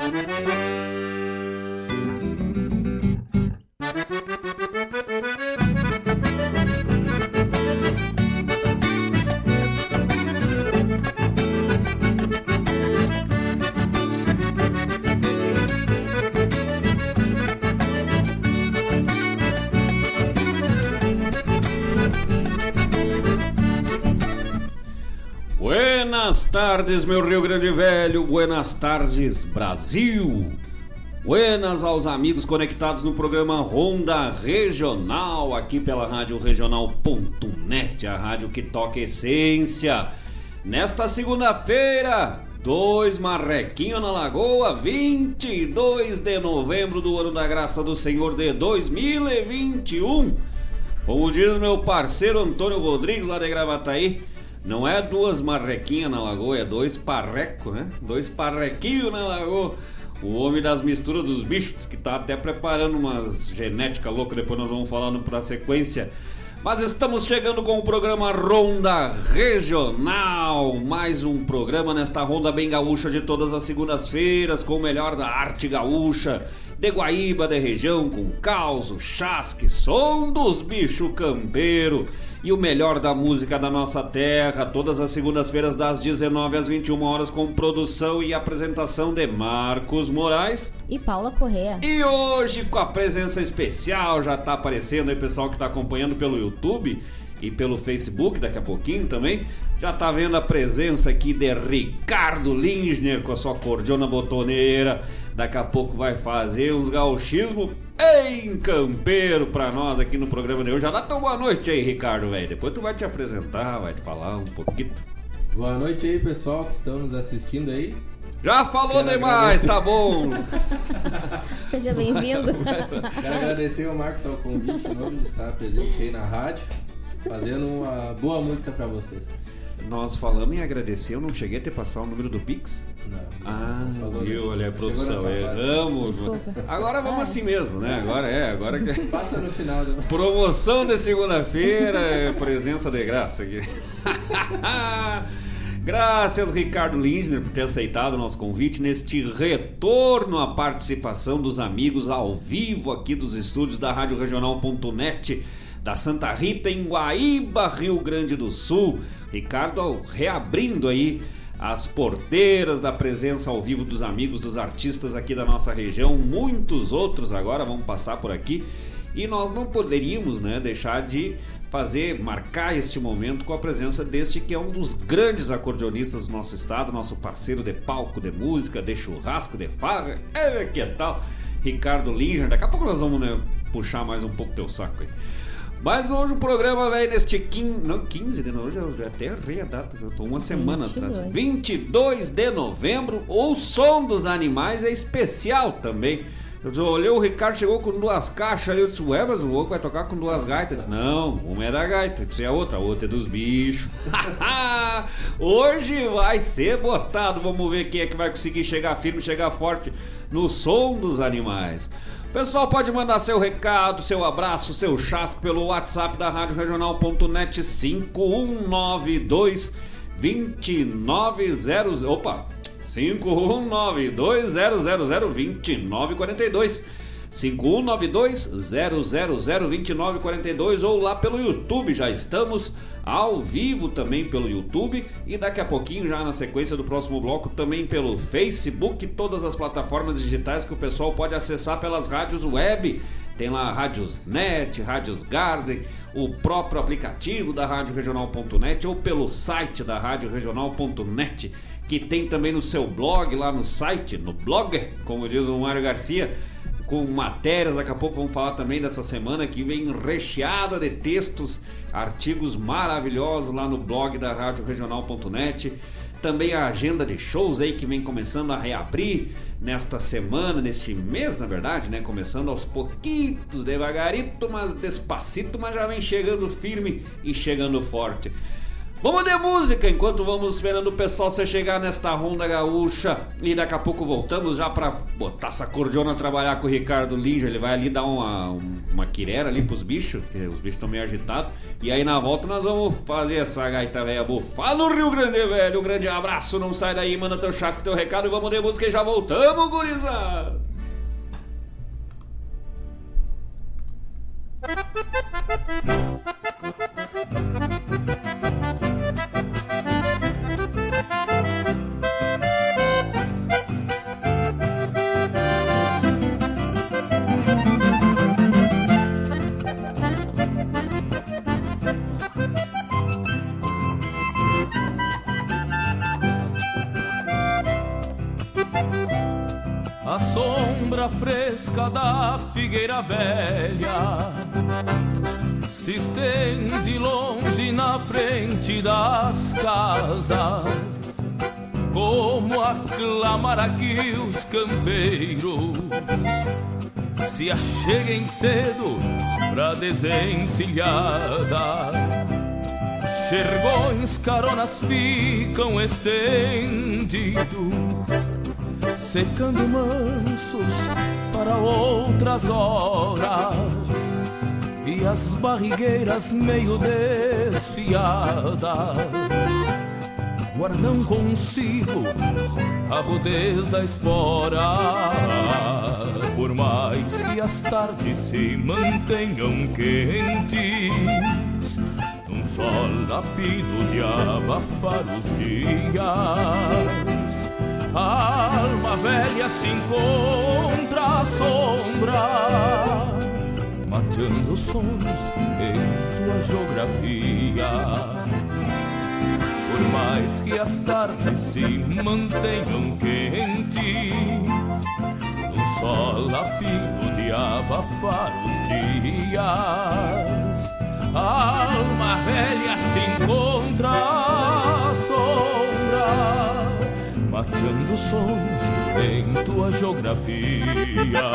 Buenas tardes, meu Rio Grande Velho, buenas tardes, Brasil. Buenas aos amigos conectados no programa Ronda Regional, aqui pela Rádio Regional.net, a rádio que toca essência. Nesta segunda-feira, 2 marrequinhos na Lagoa, 22 de novembro do ano da graça do Senhor de 2021. Como diz meu parceiro Antônio Rodrigues lá de Gravataí, não é 2 marrequinhas na Lagoa, é 2 parrecos, né? 2 parrequinhos na Lagoa. O homem das misturas dos bichos, que tá até preparando umas genética louca, depois nós vamos falar pra sequência. Mas estamos chegando com o programa Ronda Regional, mais um programa nesta ronda bem gaúcha de todas as segundas-feiras, com o melhor da arte gaúcha, de Guaíba, de região, com causo, chasque, som dos bichos campeiro e o melhor da música da nossa terra, todas as segundas-feiras das 19 às 21 horas, com produção e apresentação de Marcos Moraes e Paula Correa. E hoje com a presença especial, já tá aparecendo aí pessoal que tá acompanhando pelo YouTube e pelo Facebook, daqui a pouquinho também, já tá vendo a presença aqui de Ricardo Lindner com a sua cordiona botoneira. Daqui a pouco vai fazer uns gauchismo em campeiro pra nós aqui no programa de hoje. Já dá tua boa noite aí, Ricardo, velho. Depois tu vai te apresentar, vai te falar um pouquinho. Boa noite aí, pessoal que estão nos assistindo aí. Já falou demais, tá bom. Seja bem-vindo. Quero agradecer ao Marcos ao convite novo de estar presente aí na rádio, fazendo uma boa música pra vocês. Nós falamos em agradecer, eu não cheguei a te passar o número do Pix? Não. Viu, olha a produção, erramos. Agora vamos assim mesmo, né? Agora que... Passa no final. Né? Promoção de segunda-feira, presença de graça aqui. Graças, Ricardo Lindner, por ter aceitado o nosso convite neste retorno à participação dos amigos ao vivo aqui dos estúdios da Rádio Regional.net da Santa Rita, em Guaíba, Rio Grande do Sul. Ricardo reabrindo aí as porteiras da presença ao vivo dos amigos, dos artistas aqui da nossa região, muitos outros agora vão passar por aqui. E nós não poderíamos, né, deixar de marcar este momento com a presença deste que é um dos grandes acordeonistas do nosso estado, nosso parceiro de palco, de música, de churrasco, de farra, que tal? Ricardo Lindner. Daqui a pouco nós vamos, né, puxar mais um pouco teu saco aí. Mas hoje o programa, velho, neste 15 de novembro, eu até errei a data, eu tô uma semana atrás. 22 de novembro, o som dos animais é especial também. Eu olhei, o Ricardo chegou com 2 caixas ali, eu disse, ué, mas o outro vai tocar com 2 gaitas. Eu disse, não, uma é da gaita, eu disse, a outra é dos bichos. Hoje vai ser botado, vamos ver quem é que vai conseguir chegar firme, chegar forte no som dos animais. Pessoal, pode mandar seu recado, seu abraço, seu chasco pelo WhatsApp da Rádio Regional.net 5192 2900. Opa! 5192002942 5192002942 ou lá pelo YouTube, já estamos ao vivo também pelo YouTube e daqui a pouquinho, já na sequência do próximo bloco, também pelo Facebook, todas as plataformas digitais que o pessoal pode acessar pelas rádios web. Tem lá Rádios Net, Rádios Garden, o próprio aplicativo da Rádio Regional.net ou pelo site da Rádio Regional.net, que tem também no seu blog, lá no site, no blog, como diz o Mário Garcia, com matérias. Daqui a pouco vamos falar também dessa semana que vem recheada de textos, artigos maravilhosos lá no blog da Rádio Regional.net. Também a agenda de shows aí que vem começando a reabrir nesta semana, neste mês na verdade, né? Começando aos pouquitos, devagarito, mas despacito, mas já vem chegando firme e chegando forte. Vamos de música enquanto vamos esperando o pessoal se chegar nesta Ronda Gaúcha. E daqui a pouco voltamos já pra botar essa cordiona a trabalhar com o Ricardo Linja. Ele vai ali dar uma quirera ali pros bichos, que os bichos estão meio agitados. E aí na volta nós vamos fazer essa gaita velha bufada no Rio Grande, velho. Um grande abraço, não sai daí, manda teu chasque, teu recado e vamos de música e já voltamos, gurizada. A sombra fresca da figueira velha se estende longe na frente das casas, como a clamar aqui os campeiros se acheguem cedo pra desencilhada. Xergões, caronas ficam estendidos, secando mansos para outras horas, e as barrigueiras meio desfiadas guardam consigo a rudez da espora. Por mais que as tardes se mantenham quentes, num sol lápido de abafar os dias, a alma velha se encontra à sombra, mateando sons em tua geografia. Por mais que as tardes se mantenham quentes, num sol lápido de abafar os dias, a alma velha se encontra à sombra, mateando sons em tua geografia.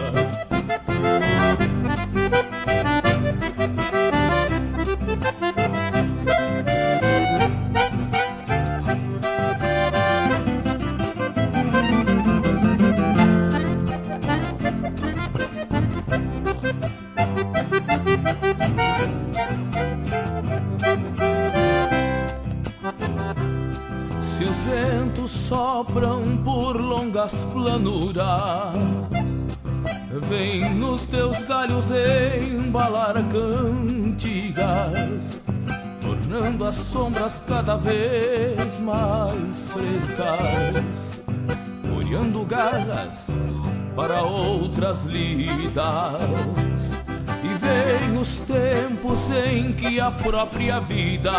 Se os ventos sopram por longas planuras, vem nos teus galhos embalar cantigas, tornando as sombras cada vez mais frescas, olhando garras para outras lidas. E vem os tempos em que a própria vida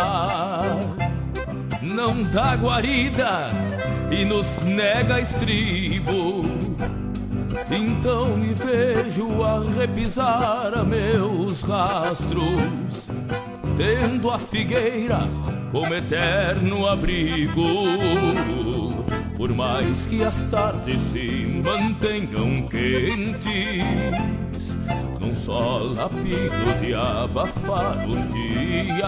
não dá guarida e nos nega estribo. Então me vejo a repisar a meus rastros, tendo a figueira como eterno abrigo. Por mais que as tardes se mantenham quentes, num sol lápido de abafar os dias,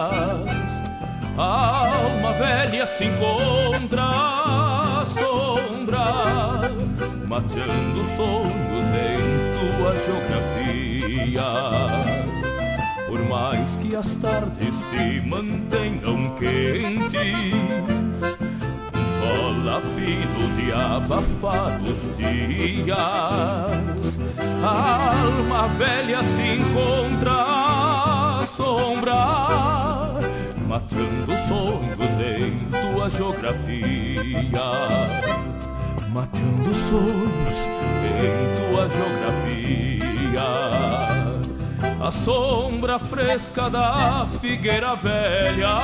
a alma velha se encontra à sombra, mateando sonhos em tua geografia. Por mais que as tardes se mantenham quentes, um sol lápido de abafar os dias, a alma velha se encontra à sombra, mateando sonhos em tua geografia, mateando sonhos em tua geografia. A sombra fresca da figueira velha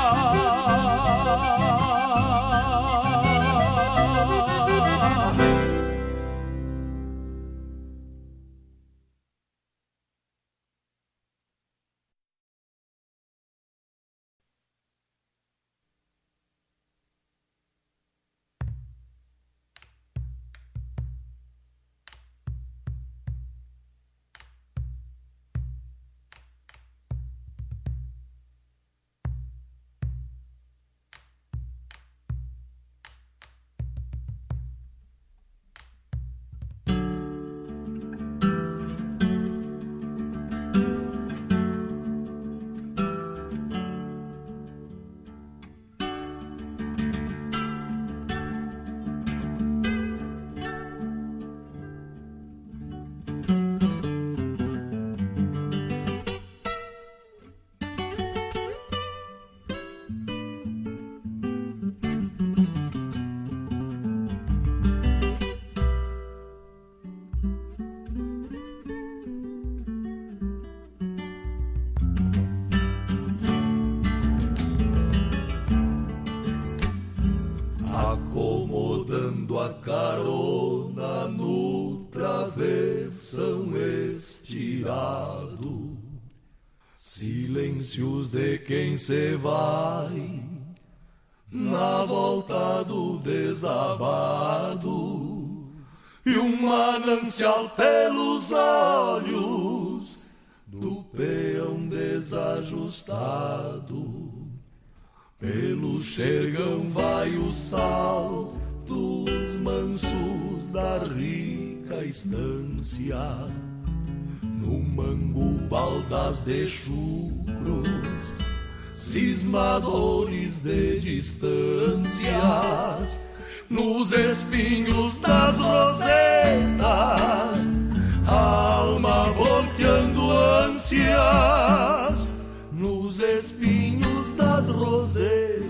silêncios de quem se vai, na volta do desabado, e um manancial pelos olhos do peão desajustado. Pelo xergão vai o sal dos mansos da rica estância, no mango baldas de chucros, cismadores de distâncias, nos espinhos das rosetas, alma volteando ânsias, nos espinhos das rosetas,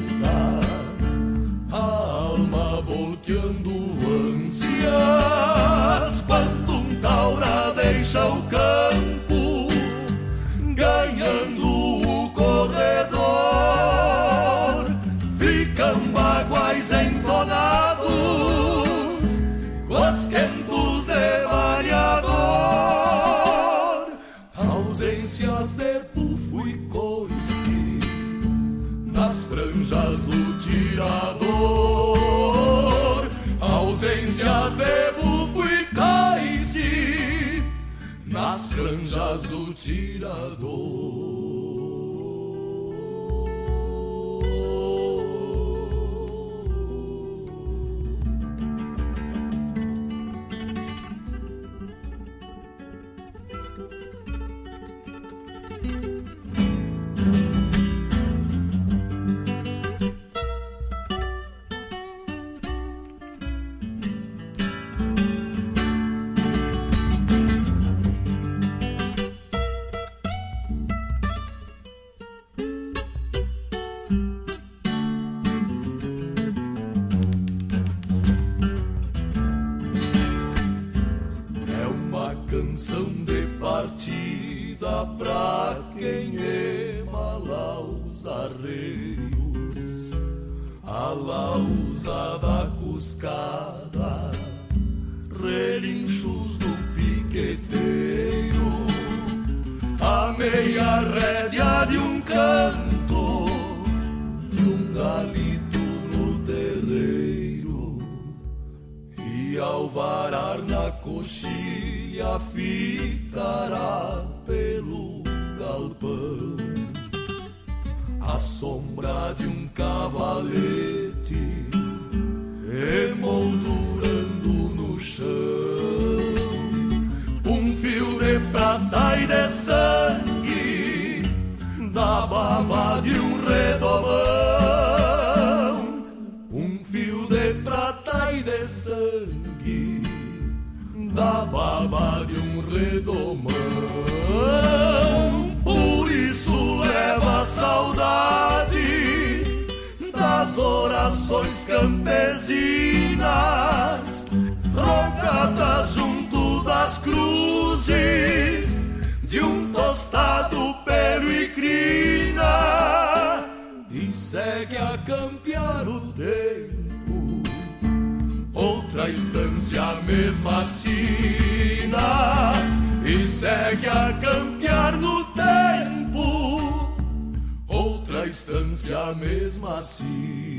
alma volteando ânsias. Quando um taura deixa o campo, ganhando o corredor, ficam baguais entonados, cosquentos de variador, ausências de bufo e coice nas franjas do tirador, ausências de bufo e coice nas franjas do tirador. Canção de partida pra quem ema lá os arreios, a lausa da cuscada, relinchos do piqueteiro, a meia rédea de um canto, de um galito no terreiro, e ao varar na coxilha ficará pelo galpão a sombra de um cavalete emoldurando no chão um fio de prata e de sangue da baba de um redomão, um fio de prata e de sangue da baba de um redomão. Por isso leva a saudade das orações campesinas, rogadas junto das cruzes de um tostado pelo e crina, e segue a campear o tempo. Outra estância mesma sina, e segue a campear no tempo. Outra estância mesma sina.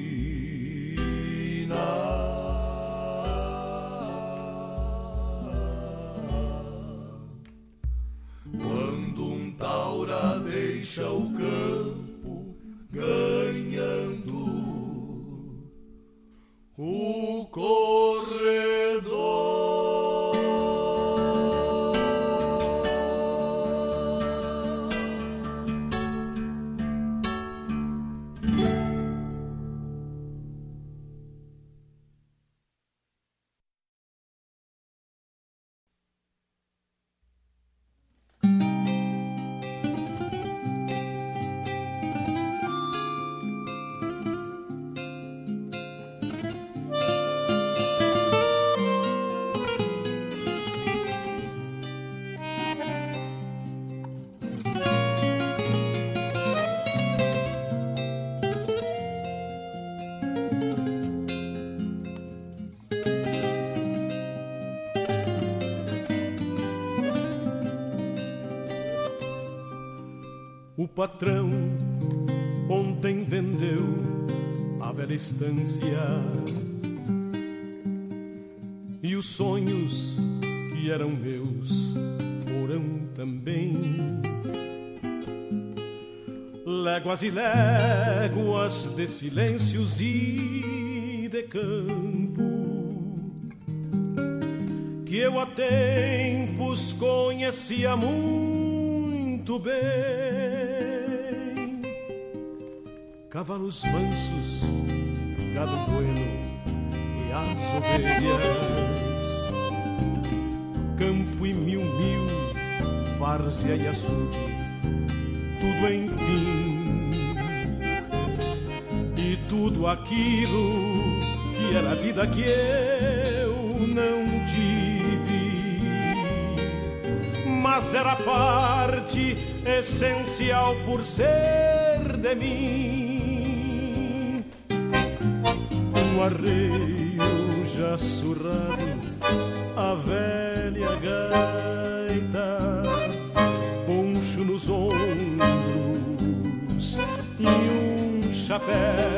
Quando um taura deixa o campo ganhando o corredor. O patrão ontem vendeu a velha estância e os sonhos que eram meus foram também. Léguas e léguas de silêncios e de campo que eu há tempos conhecia muito bem. Cavalos mansos, gado bueno e as ovelhas, campo e mil, várzea e açude, tudo enfim. E tudo aquilo que era a vida que eu não tive, mas era parte essencial por ser de mim. Um arreio já surrado, a velha gaita, poncho nos ombros e um chapéu,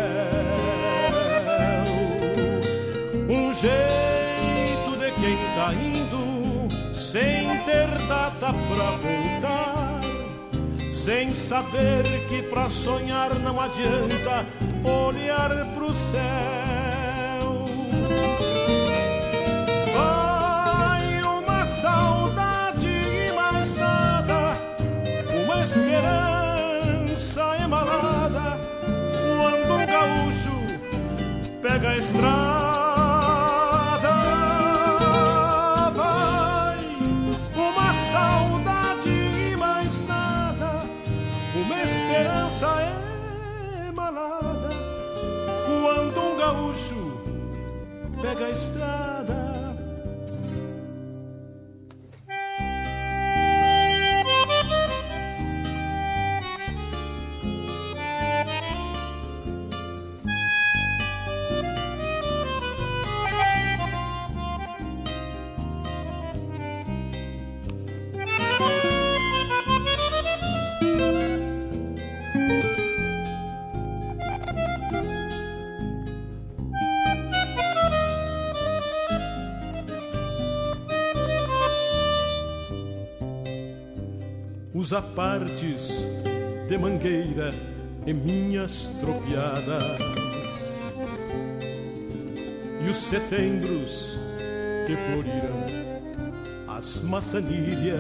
um jeito de quem tá indo sem ter data pra voltar, sem saber que pra sonhar não adianta olhar pro céu. Vai uma saudade e mais nada, uma esperança emalada, quando um gaúcho pega a estrada. Vai uma saudade e mais nada, uma esperança emalada, quando um gaúcho pega a estrada. Os apartes de mangueira e minhas tropiadas, e os setembros que floriram as maçanilhas,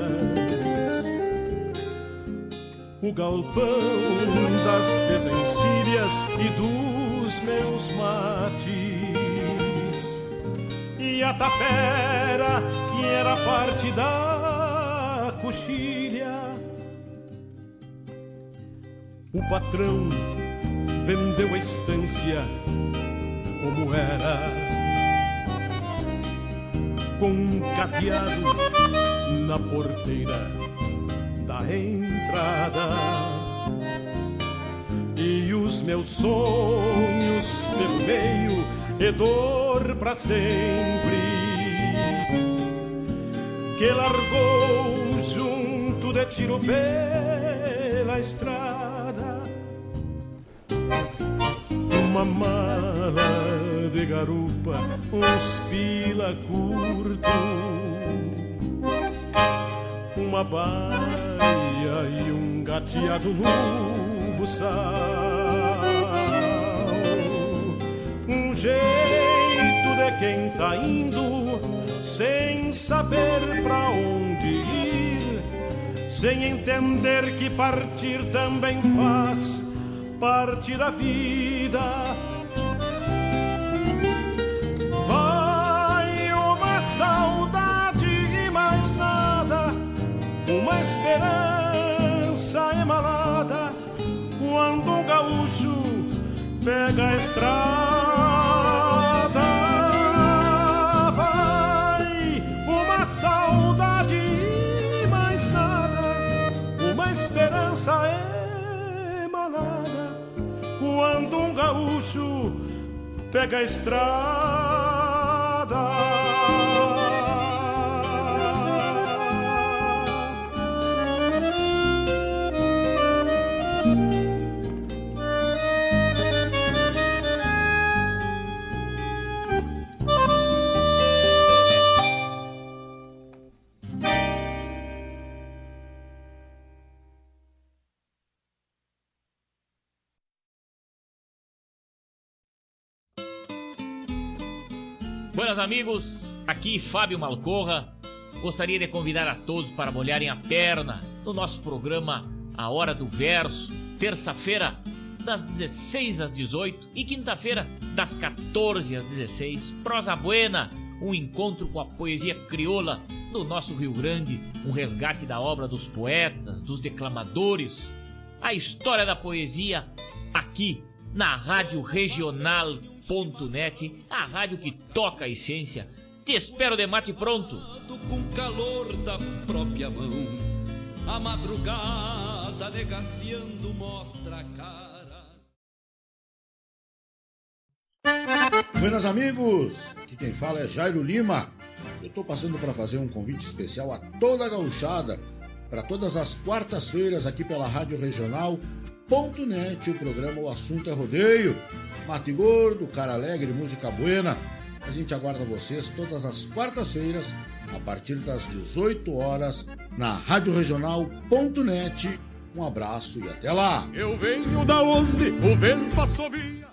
o galpão das desencilhas e dos meus mates, e a tapera que era parte da coxilha. O patrão vendeu a estância como era, com um cadeado na porteira da entrada, e os meus sonhos pelo meio e dor pra sempre, que largou junto de tiro pela estrada. Uma mala de garupa, uns pila curto, uma baia e um gateado no buçal, um jeito de quem tá indo sem saber pra onde ir, sem entender que partir também faz parte da vida. Vai uma saudade e mais nada, uma esperança emalada, quando um gaúcho pega a estrada. Vai uma saudade e mais nada, uma esperança emalada, quando um gaúcho pega a estrada. Buenas amigos, aqui Fábio Malcorra. Gostaria de convidar a todos para molharem a perna no nosso programa A Hora do Verso, terça-feira das 16 às 18 e quinta-feira das 14 às 16. Prosa Buena, um encontro com a poesia crioula do nosso Rio Grande, um resgate da obra dos poetas, dos declamadores, a história da poesia aqui na Rádio Regional.net, a rádio que toca a essência. Te espero de mate pronto. Com calor da própria mão, a madrugada negaciando mostra a cara. Buenas amigos, aqui quem fala é Jairo Lima. Eu tô passando para fazer um convite especial a toda a gauchada para todas as quartas-feiras aqui pela Rádio Regional.net, o programa O Assunto é Rodeio. Mate gordo, cara alegre, música buena. A gente aguarda vocês todas as quartas-feiras, a partir das 18 horas, na Rádio Regional.net. Um abraço e até lá! Eu venho da onde o vento assovia.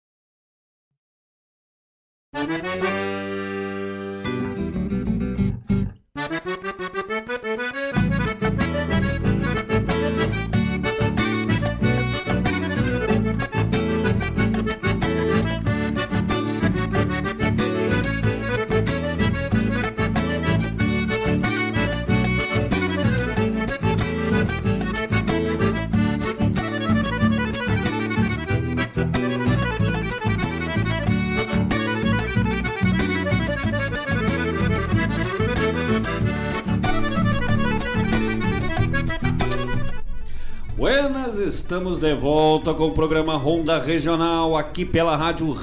Buenas, estamos de volta com o programa Ronda Regional aqui pela Rádio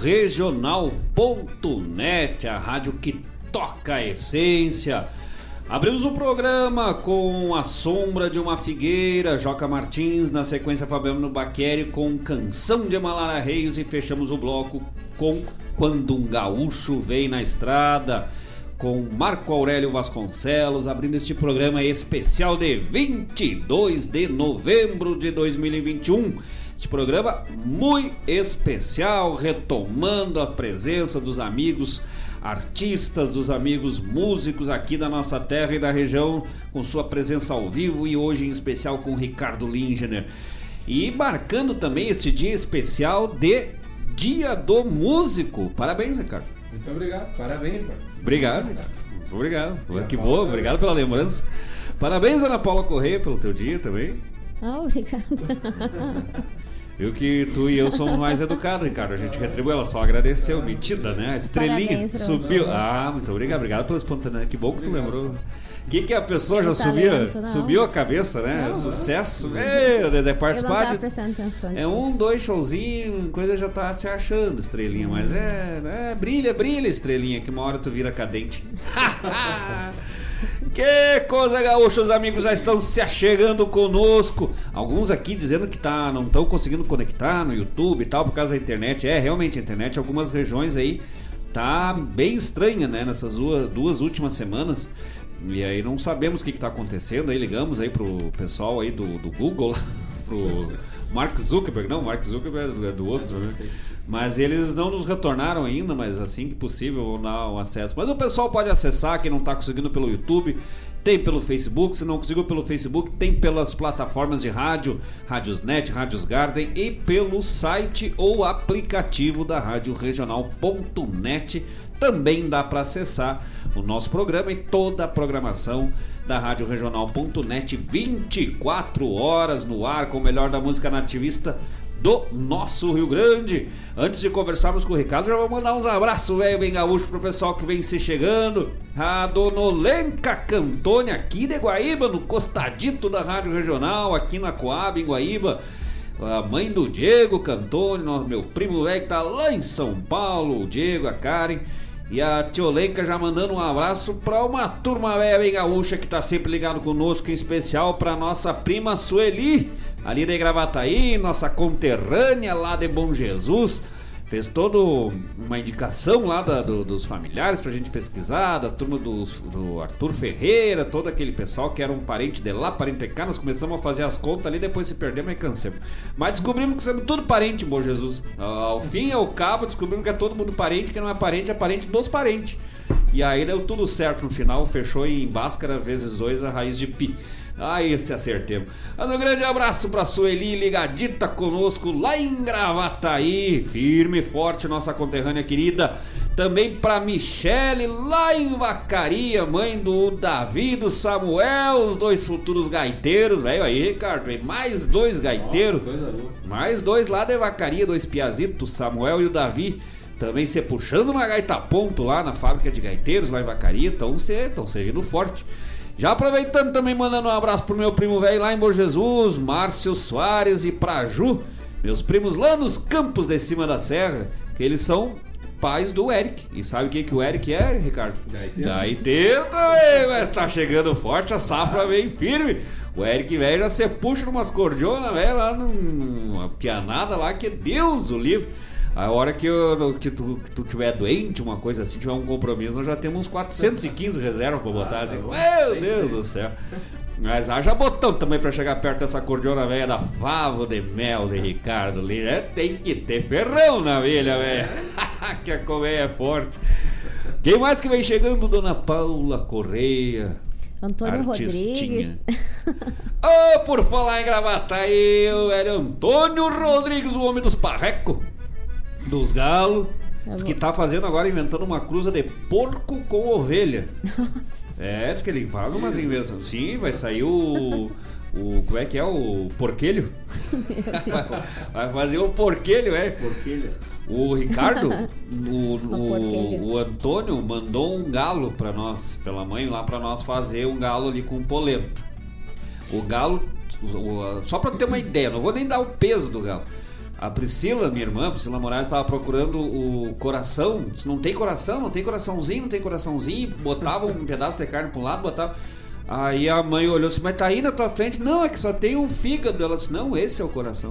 Regional.net, a rádio que toca a essência. Abrimos o programa com A Sombra de uma Figueira, Joca Martins, na sequência Fabiano Baqueri com Canção de Malara Reis e fechamos o bloco com Quando um Gaúcho Vem na Estrada, com Marco Aurélio Vasconcelos, abrindo este programa especial de 22 de novembro de 2021. Este programa muito especial, retomando a presença dos amigos artistas, dos amigos músicos aqui da nossa terra e da região, com sua presença ao vivo e hoje em especial com Ricardo Lingener. E marcando também este dia especial de Dia do Músico. Parabéns, Ricardo. Muito obrigado, parabéns, Marcos. Obrigado. Que bom, obrigado pela lembrança. Parabéns, Ana Paula Correia, pelo teu dia também. Obrigada. Viu que tu e eu somos mais educados, Ricardo. A gente retribuiu, ela só agradeceu. Metida, né? A estrelinha subiu. Muito obrigado. Obrigado pela espontaneidade. Que bom que tu lembrou. Que a pessoa já subiu a cabeça, né? Não, sucesso. Deve participar de... atenção, é 1, 2 showzinhos, coisa já tá se achando, estrelinha. Mas brilha, estrelinha, que uma hora tu vira cadente. Que coisa, gaúcha, os amigos já estão se achegando conosco. Alguns aqui dizendo que não estão conseguindo conectar no YouTube e tal por causa da internet. Realmente a internet, algumas regiões aí tá bem estranha, né? Nessas duas últimas semanas. E aí não sabemos o que está acontecendo. Aí ligamos aí pro pessoal aí do Google, pro Mark Zuckerberg. Não, Mark Zuckerberg é do outro, né? Mas eles não nos retornaram ainda, mas assim que possível vão dar o acesso. Mas o pessoal pode acessar, quem não está conseguindo pelo YouTube, tem pelo Facebook. Se não conseguiu pelo Facebook, tem pelas plataformas de rádio, Rádiosnet, Rádios Garden e pelo site ou aplicativo da Rádio Regional.net. Também dá para acessar o nosso programa e toda a programação da Rádio Regional.net, 24 horas no ar com o melhor da música nativista do nosso Rio Grande. Antes de conversarmos com o Ricardo, já vou mandar uns abraços bem gaúcho pro pessoal que vem se chegando. A Dona Olenka Cantone aqui de Guaíba, no costadito da Rádio Regional, aqui na Coab, em Guaíba. A mãe do Diego Cantone, meu primo velho que tá lá em São Paulo, o Diego, a Karen. E a tia Olenka já mandando um abraço pra uma turma bem gaúcha que tá sempre ligado conosco, em especial pra nossa prima Sueli, ali de Gravataí, nossa conterrânea lá de Bom Jesus. fez toda uma indicação lá dos familiares pra gente pesquisar, da turma do Arthur Ferreira, todo aquele pessoal que era um parente de lá, parente de cá. Nós começamos a fazer as contas ali, depois se perdemos e cansamos. Mas descobrimos que somos tudo parente, Bom Jesus. Ao fim e ao cabo, descobrimos que é todo mundo parente, que não é parente dos parentes. E aí deu tudo certo no final, fechou em Bhaskara vezes 2 a raiz de pi. Aí se acertemos. Mas um grande abraço pra Sueli, ligadita conosco lá em Gravataí, firme e forte, nossa conterrânea querida. Também pra Michele, lá em Vacaria, mãe do Davi e do Samuel, os 2 futuros gaiteiros, velho. Aí, Ricardo, mais 2 gaiteiros, mais 2 lá de Vacaria, 2 piazitos, o Samuel e o Davi. Também se puxando uma gaita a ponto lá na fábrica de gaiteiros, lá em Vacaria, estão vindo forte. Já aproveitando também, mandando um abraço pro meu primo velho lá em Bom Jesus, Márcio Soares e pra Ju, meus primos lá nos campos de cima da serra, que eles são pais do Eric. E sabe o que o Eric é, Ricardo? Gaiteiro também, mas tá chegando forte, a safra vem firme. O Eric, velho, já se puxa numas cordionas, velho, lá numa pianada lá, que Deus o livre. A hora que tu tiver doente, uma coisa assim, tiver um compromisso, nós já temos uns 415 reservas pra botar. Assim. Meu Deus do céu. Mas haja botão também pra chegar perto dessa cordiona velha da Favo de Mel de Ricardo Lira. Tem que ter ferrão na velha, velho. Que a colmeia é forte. Quem mais que vem chegando? Dona Paula Correia. Antônio Rodrigues. Oh, por falar em Gravataí, o velho Antônio Rodrigues, o homem dos parrecos. Dos galos. Diz que tá fazendo agora, inventando uma cruza de porco com ovelha. É, diz que ele faz umas invenções. Sim, vai sair o como é que é? O porquelho? Vai fazer o porquelho, é? Porquelho. O Ricardo, o Antônio mandou um galo pra nós, pela mãe lá, pra nós fazer um galo ali com polenta. O galo, só pra ter uma ideia, não vou nem dar o peso do galo. A Priscila, minha irmã, Priscila Moraes, estava procurando o coração. Disse, não tem coraçãozinho. Botava um pedaço de carne para um lado, botava. Aí a mãe olhou assim, mas tá aí na tua frente? Não, é que só tem um fígado. Ela disse, não, esse é o coração.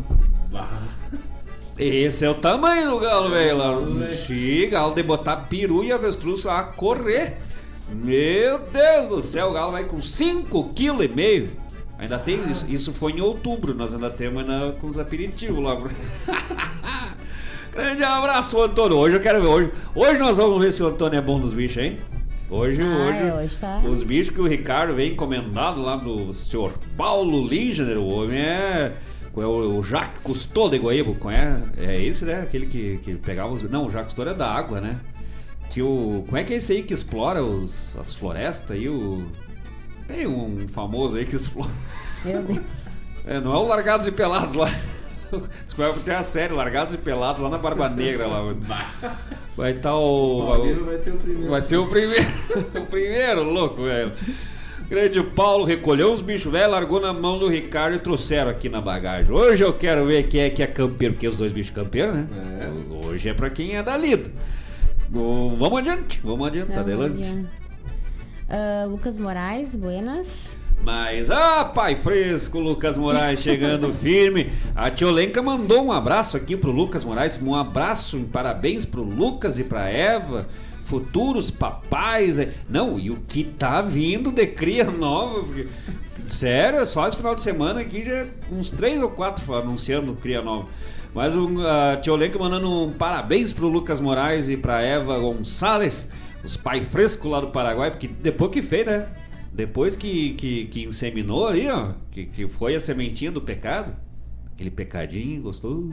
Esse é o tamanho do galo, velho. Sim, galo de botar peru e avestruz a correr. Meu Deus do céu, o galo vai com 5,5 kg. Ainda tem isso foi em outubro, nós ainda temos com os aperitivos lá. Grande abraço, Antônio. Hoje eu quero ver. Hoje nós vamos ver se o Antônio é bom dos bichos, hein? Hoje tá. Os bichos que o Ricardo vem encomendado lá do senhor Paulo Lingener, o homem é o Jacques Cousteau de Goiabo, é esse, né? Aquele que pegava os... Não, o Jacques Cousteau é da água, né? Como é que é esse aí que explora as florestas aí, Tem um famoso aí que explora. Meu Deus. Não é o Largados e Pelados lá. Desculpa, tem a série Largados e Pelados lá na Barba Negra lá. Vai estar o vai ser o primeiro. Vai ser o primeiro. O primeiro, louco, velho. Grande Paulo recolheu os bichos velhos, largou na mão do Ricardo e trouxeram aqui na bagagem. Hoje eu quero ver quem é que é campeiro, porque os 2 bichos campeiros, né? Hoje é pra quem é da lida. Vamos adiante, adelante. Lucas Moraes, buenas. Mas, pai fresco, Lucas Moraes chegando firme. A tia Olenka mandou um abraço aqui pro Lucas Moraes. Um abraço, parabéns pro Lucas e pra Eva, futuros papais. Não, e o que tá vindo de cria nova, porque, sério, é só esse final de semana aqui já uns 3 ou 4 anunciando cria nova. Mas a tia Olenka mandando um parabéns pro Lucas Moraes e pra Eva Gonçalves, os pai frescos lá do Paraguai, porque depois que fez, né? Depois que inseminou ali, ó, que foi a sementinha do pecado, aquele pecadinho gostoso.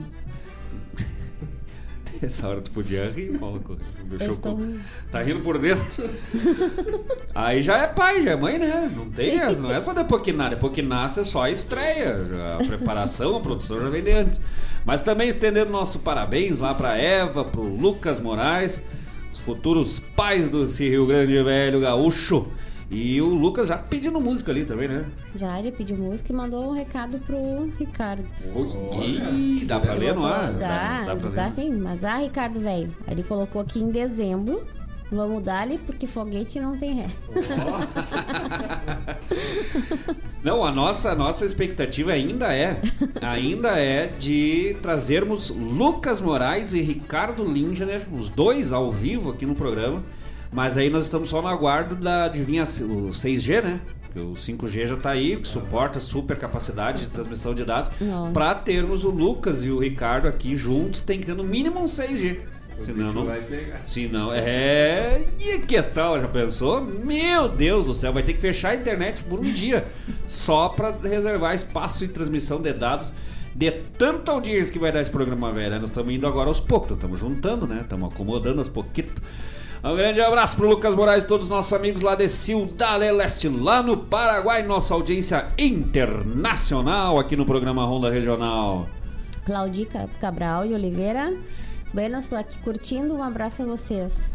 Essa hora tu podia rir, Paulo. Tá rindo por dentro. Aí já é pai, já é mãe, né? Não é só depois que nasce. Depois que nasce é só a estreia. A preparação, a produção já vem de antes. Mas também estendendo nosso parabéns lá pra Eva, pro Lucas Moraes, os futuros pais do Rio Grande Velho Gaúcho. E o Lucas já pedindo música ali também, né? Já pediu música e mandou um recado pro Ricardo. Ih, dá pra ler no ar? Dá sim, mas Ricardo, velho, ele colocou aqui em dezembro. Vamos dar-lhe porque foguete não tem ré. Não, a nossa expectativa ainda é de trazermos Lucas Moraes e Ricardo Lindner, os dois ao vivo aqui no programa. Mas aí nós estamos só no aguardo de vir o 6G, né? O 5G já tá aí, que suporta super capacidade de transmissão de dados. Para termos o Lucas e o Ricardo aqui juntos, tem que ter no mínimo um 6G. Senão não vai pegar. Senão E que tal? Já pensou? Meu Deus do céu, vai ter que fechar a internet por um dia só para reservar espaço e transmissão de dados de tanta audiência que vai dar esse programa, velho. Nós estamos indo agora aos poucos, estamos juntando, né? Estamos acomodando aos pouquitos. Um grande abraço pro Lucas Moraes e todos os nossos amigos lá de Ciudad del Este, lá no Paraguai, nossa audiência internacional aqui no programa Ronda Regional. Claudir Cabral de Oliveira. Bueno, estou aqui curtindo, um abraço a vocês.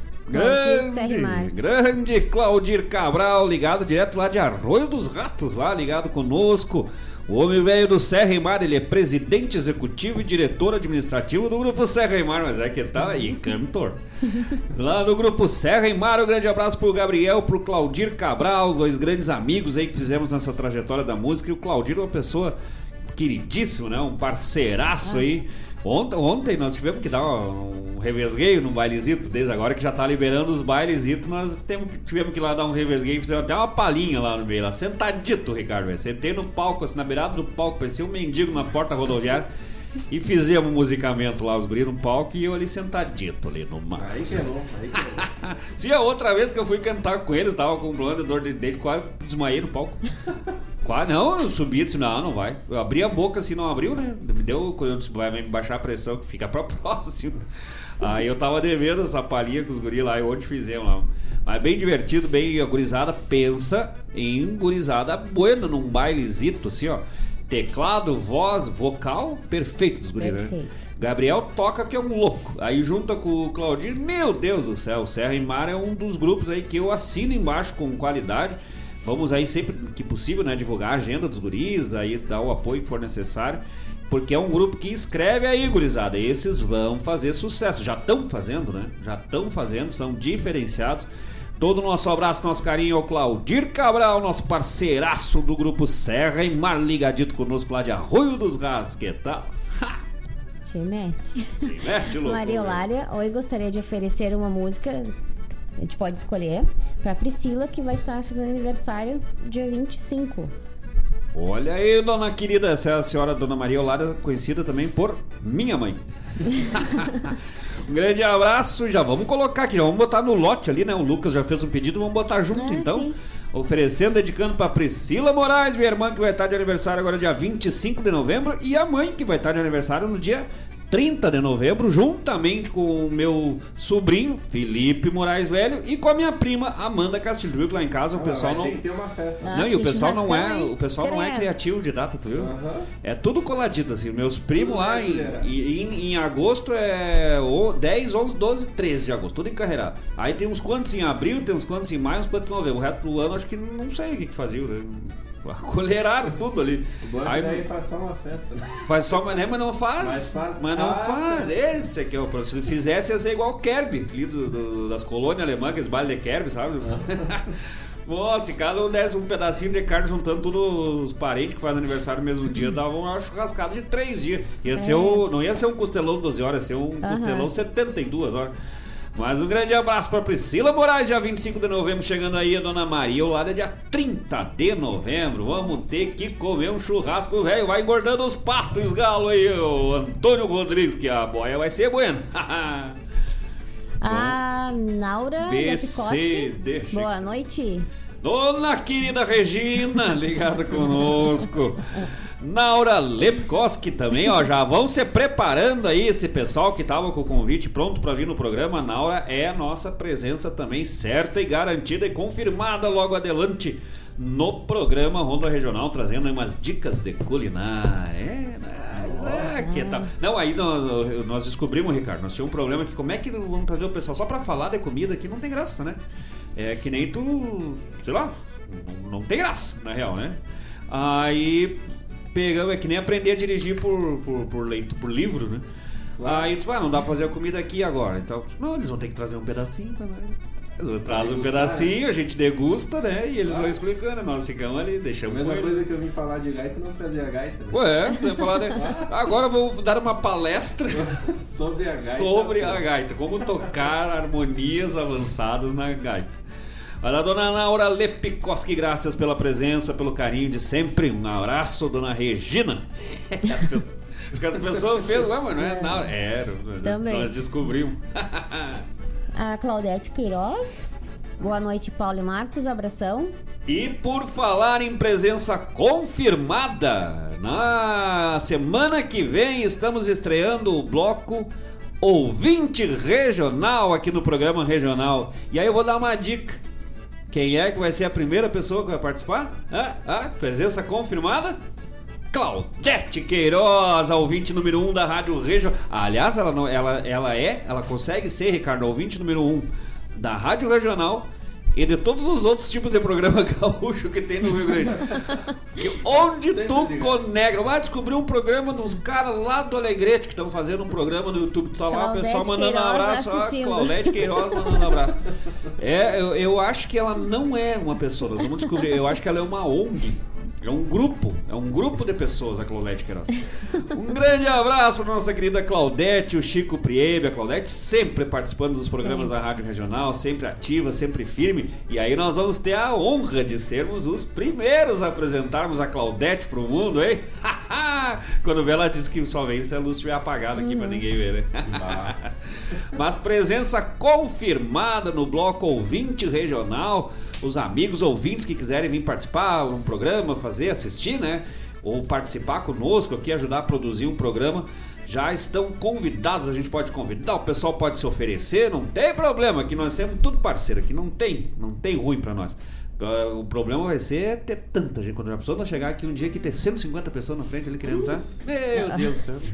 Grande Claudir Cabral, ligado direto lá de Arroio dos Ratos, lá ligado conosco. O homem velho do Serra e Mar, ele é presidente executivo e diretor administrativo do Grupo Serra e Mar, mas é que tá aí, cantor. Lá no Grupo Serra e Mar, um grande abraço pro Gabriel, pro Claudir Cabral, dois grandes amigos aí que fizemos nessa trajetória da música. E o Claudir é uma pessoa queridíssima, né? Um parceiraço aí. Ontem nós tivemos que dar um revesgueio num bailezito, desde agora que já tá liberando os bailezitos, nós tivemos que ir lá dar um revesgueio, fizemos até uma palhinha lá no meio, lá sentadito, Ricardo, velho. Sentei no palco, assim, na beirada do palco, parecia um mendigo na porta rodoviária, e fizemos um musicamento lá, os guris no palco, e eu ali sentadito ali no mar. Aí que é louco. Sim, a outra vez que eu fui cantar com eles, tava com um problema de dor de dente, quase desmaiei no palco. Não, eu subi e disse, não vai. Eu abri a boca assim, não abriu, né? Me deu, eu disse, vai me baixar a pressão que fica pra próximo. Aí eu tava devendo essa palhinha com os guris lá e onde fizemos lá. Mas bem divertido, bem a gurizada pensa em gurizada buena num bailezito assim, ó. Teclado, voz, vocal, perfeito dos guris, né? Gabriel toca que é um louco. Aí junta com o Claudir, meu Deus do céu, o Serra e Mar é um dos grupos aí que eu assino embaixo com qualidade. Vamos aí sempre que possível, né, divulgar a agenda dos guris, aí dar o apoio que for necessário, porque é um grupo que escreve aí, gurizada, esses vão fazer sucesso, já estão fazendo, né, são diferenciados. Todo o nosso abraço, nosso carinho ao Claudir Cabral, nosso parceiraço do Grupo Serra e Mar, ligadito conosco lá de Arroio dos Ratos, que tal? Te mete, louco. Maria Eulália, hoje gostaria de oferecer uma música... A gente pode escolher pra Priscila, que vai estar fazendo aniversário dia 25. Olha aí, dona querida, essa é a senhora Dona Maria Eulália, conhecida também por minha mãe. Um grande abraço, já vamos colocar aqui, já vamos botar no lote ali, né? O Lucas já fez um pedido, vamos botar junto então. Sim. Oferecendo, dedicando pra Priscila Moraes, minha irmã, que vai estar de aniversário agora dia 25 de novembro, e a mãe, que vai estar de aniversário no dia 30 de novembro, juntamente com o meu sobrinho, Felipe Moraes Velho, e com a minha prima, Amanda Castilho. Tu viu que lá em casa o pessoal não... Tem que ter uma festa. Não, e o pessoal não é criativo de data, tu viu? É tudo coladito, assim. Meus primos lá em agosto é 10, 11, 12, 13 de agosto, tudo encarreirado. Aí tem uns quantos em abril, tem uns quantos em maio, uns quantos em novembro. O resto do ano acho que não sei o que fazia, né? Colheraram tudo ali. O bom é que faz só uma festa, né? Mas não faz. Mas não faz. Esse aqui é o problema. Se fizesse, ia ser igual o Kerb, ali das colônias alemãs, aqueles bailes de Kerb, sabe? Nossa, cada um desse um pedacinho de carne, juntando todos os parentes que fazem aniversário no mesmo dia, dava uma churrascada de 3 dias. Não ia ser um costelão de 12 horas, ia ser um costelão 72 horas. Mas um grande abraço para Priscila Moraes, dia 25 de novembro, chegando aí a Dona Maria Eulália, dia 30 de novembro. Vamos ter que comer um churrasco, velho. Vai engordando os patos e os galos aí, o Antônio Rodrigues, que a boia vai ser buena. A Naura Lepkoski, boa noite. Dona querida Regina, ligada conosco. Naura Lepkoski também, ó, já vão se preparando aí, esse pessoal que tava com o convite pronto para vir no programa. A Naura é a nossa presença também certa e garantida e confirmada logo adelante no programa Ronda Regional, trazendo aí umas dicas de culinária. Que tal? Não, aí nós descobrimos, Ricardo, nós tínhamos um problema que como é que vamos trazer o pessoal só para falar de comida aqui, não tem graça, né? É que nem tu, sei lá, não tem graça, na real, né? Aí pegamos, é que nem aprender a dirigir por livro, né? Aí disse, não dá pra fazer a comida aqui agora. Então, não, eles vão ter que trazer um pedacinho também. Traz um pedacinho, a gente degusta, né? E eles vão explicando, nós ficamos ali, A deixamos mesma com coisa ele. que eu vim falar de gaita, não trazer a gaita, né? Ué, eu ia falar, né? Agora eu vou dar uma palestra Sobre a gaita. sobre a gaita, como tocar harmonias avançadas na gaita. Olha a dona Laura Lepikoski, graças pela presença, pelo carinho de sempre. Um abraço, dona Regina. As pessoas pensam, mas não é nada. Também. Nós descobrimos. A Claudete Queiroz. Boa noite, Paulo e Marcos. Abração. E por falar em presença confirmada, na semana que vem estamos estreando o bloco Ouvinte Regional aqui no programa Regional. E aí eu vou dar uma dica. Quem é que vai ser a primeira pessoa que vai participar? Presença confirmada? Claudete Queiroz, a ouvinte número 1 da Rádio Regional. Aliás, ela consegue ser, Ricardo, a ouvinte número 1 da Rádio Regional e de todos os outros tipos de programa gaúcho que tem no Rio Grande. Onde tu conecta, vai descobrir um programa dos caras lá do Alegrete que estão fazendo um programa no YouTube. Tá lá o pessoal mandando um abraço. Claudete Queiroz mandando um abraço. Eu acho que ela não é uma pessoa, nós vamos descobrir. Eu acho que ela é uma ONG. É um grupo de pessoas, a Claudete Queiroz. Um grande abraço para nossa querida Claudete, o Chico Priebe, a Claudete sempre participando dos programas da Rádio Regional, sempre ativa, sempre firme. E aí nós vamos ter a honra de sermos os primeiros a apresentarmos a Claudete pro mundo, hein? Quando vê, ela diz que só vem se a luz estiver apagada aqui para ninguém ver, né? Mas presença confirmada no bloco Ouvinte Regional. Os amigos ouvintes que quiserem vir participar de um programa, assistir, né? Ou participar conosco aqui, ajudar a produzir um programa, já estão convidados. A gente pode convidar, o pessoal pode se oferecer, não tem problema, aqui nós somos tudo parceiro, aqui não tem ruim pra nós. O problema vai ser ter tanta gente. Quando a pessoa não chegar aqui um dia que ter 150 pessoas na frente ali querendo entrar, meu Deus do céu,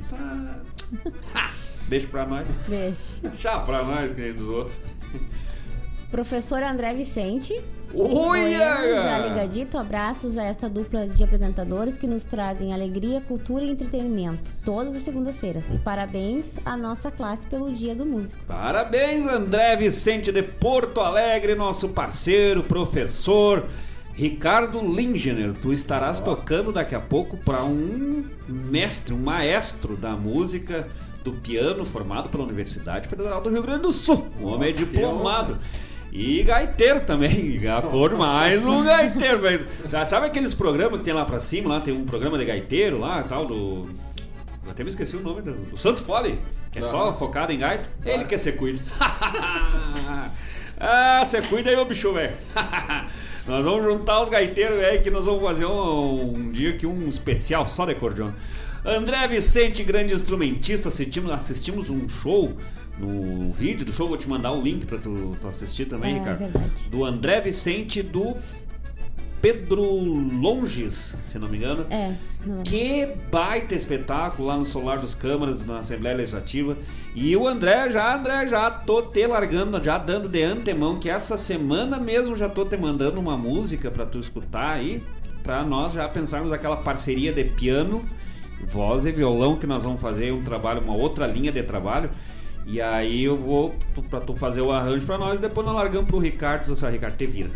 deixa pra nós. Deixa pra nós, que nem dos outros. Professor André Vicente. Uia! Já ligadito, abraços a esta dupla de apresentadores que nos trazem alegria, cultura e entretenimento todas as segundas-feiras. E parabéns à nossa classe pelo Dia do Músico. Parabéns, André Vicente de Porto Alegre, nosso parceiro, professor. Ricardo Lingener, tu estarás tocando daqui a pouco para um maestro da música, do piano, formado pela Universidade Federal do Rio Grande do Sul. Um homem diplomado. E gaiteiro também, a cor mais um gaiteiro. Sabe aqueles programas que tem lá pra cima? Lá tem um programa de gaiteiro lá, tal, do... Eu até me esqueci o nome do Santos Fole, que é só focado em gaita. Ele quer ser cuida. Você cuida aí, ô bicho, velho. Nós vamos juntar os gaiteiros, velho, que nós vamos fazer um dia aqui, um especial só de acordeon. André Vicente, grande instrumentista, assistimos um show. No vídeo do show, vou te mandar o link pra tu assistir também, Ricardo. Verdade. Do André Vicente, do Pedro Longes, se não me engano. Que baita espetáculo lá no Solar dos Câmaras, na Assembleia Legislativa. E o André, já tô te largando, já dando de antemão que essa semana mesmo já tô te mandando uma música pra tu escutar aí, pra nós já pensarmos aquela parceria de piano, voz e violão que nós vamos fazer um trabalho, uma outra linha de trabalho. E aí eu vou pra tu fazer o arranjo pra nós e depois nós largamos pro Ricardo. Diz assim, Ricardo, te vira.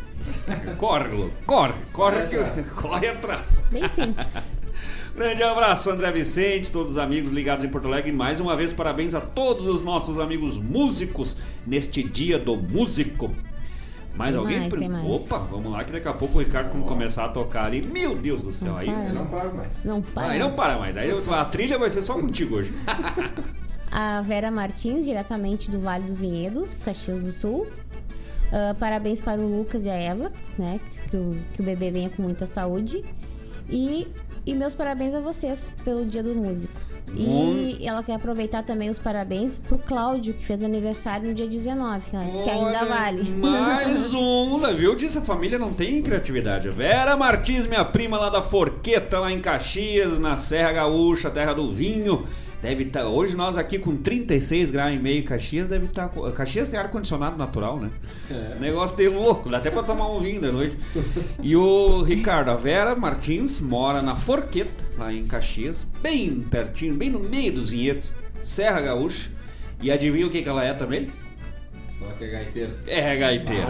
Corre atrás. Bem simples. Grande abraço, André Vicente, todos os amigos ligados em Porto Alegre. Mais uma vez, parabéns a todos os nossos amigos músicos neste Dia do Músico. Mais tem alguém? Tem mais. Opa, vamos lá que daqui a pouco o Ricardo, quando começar a tocar ali, meu Deus do céu, aí não para mais. Aí não para mais. Aí a trilha vai ser só contigo hoje. A Vera Martins, diretamente do Vale dos Vinhedos, Caxias do Sul. Parabéns para o Lucas e a Eva, né? Que o bebê venha com muita saúde. E meus parabéns a vocês pelo Dia do Músico. E ela quer aproveitar também os parabéns pro Cláudio, que fez aniversário no dia 19. Ela disse que ainda vale. Mais um, viu? Disse a família não tem criatividade. Vera Martins, minha prima lá da Forqueta, lá em Caxias, na Serra Gaúcha, terra do vinho. Deve estar. Hoje nós aqui com 36 graus e meio, Caxias deve estar. Caxias tem ar-condicionado natural, né? Negócio de louco, dá até pra tomar um vinho da noite. E o Ricardo, a Vera Martins mora na Forqueta, lá em Caxias, bem pertinho, bem no meio dos vinhedos, Serra Gaúcha. E adivinha o que ela é também? Fala que é gaiteiro. É gaiteiro.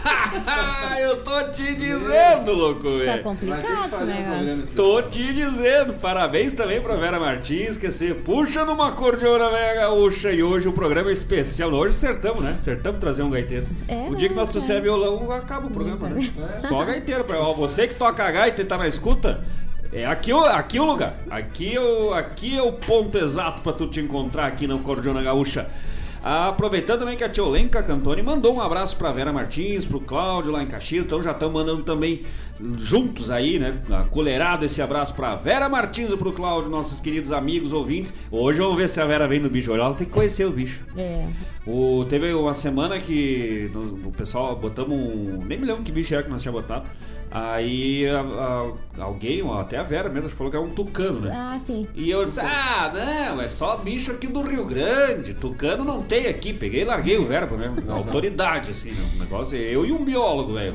Eu tô te dizendo, louco, Tá velho. complicado esse negócio. Tô te dizendo. Parabéns também pra Vera Martins, que você puxa numa acordeona velha gaúcha. E hoje o programa é especial. Hoje acertamos, né? Acertamos trazer um gaiteiro. O dia que nós trouxer violão, acaba o programa, né? Só gaiteiro. Ó, você que toca a gaita e tá na escuta, é aqui o lugar. Aqui é o ponto exato pra tu te encontrar aqui na acordeona gaúcha. Aproveitando também que a Tiolenka Cantoni mandou um abraço pra Vera Martins, pro Cláudio lá em Caxias, então já estamos mandando também juntos aí, né, colherado esse abraço pra Vera Martins e pro Cláudio, nossos queridos amigos, ouvintes. Hoje vamos ver se a Vera vem no bicho, ela tem que conhecer o bicho. Teve uma semana que o pessoal botamos nem me lembro que bicho era que nós tínhamos botado. Aí alguém, até a Vera mesmo, falou que era um tucano, né? Ah, sim. E eu disse, não, é só bicho aqui do Rio Grande, tucano não tem aqui. Peguei e larguei o verbo, né? Autoridade, assim, né? O negócio é eu e um biólogo, velho.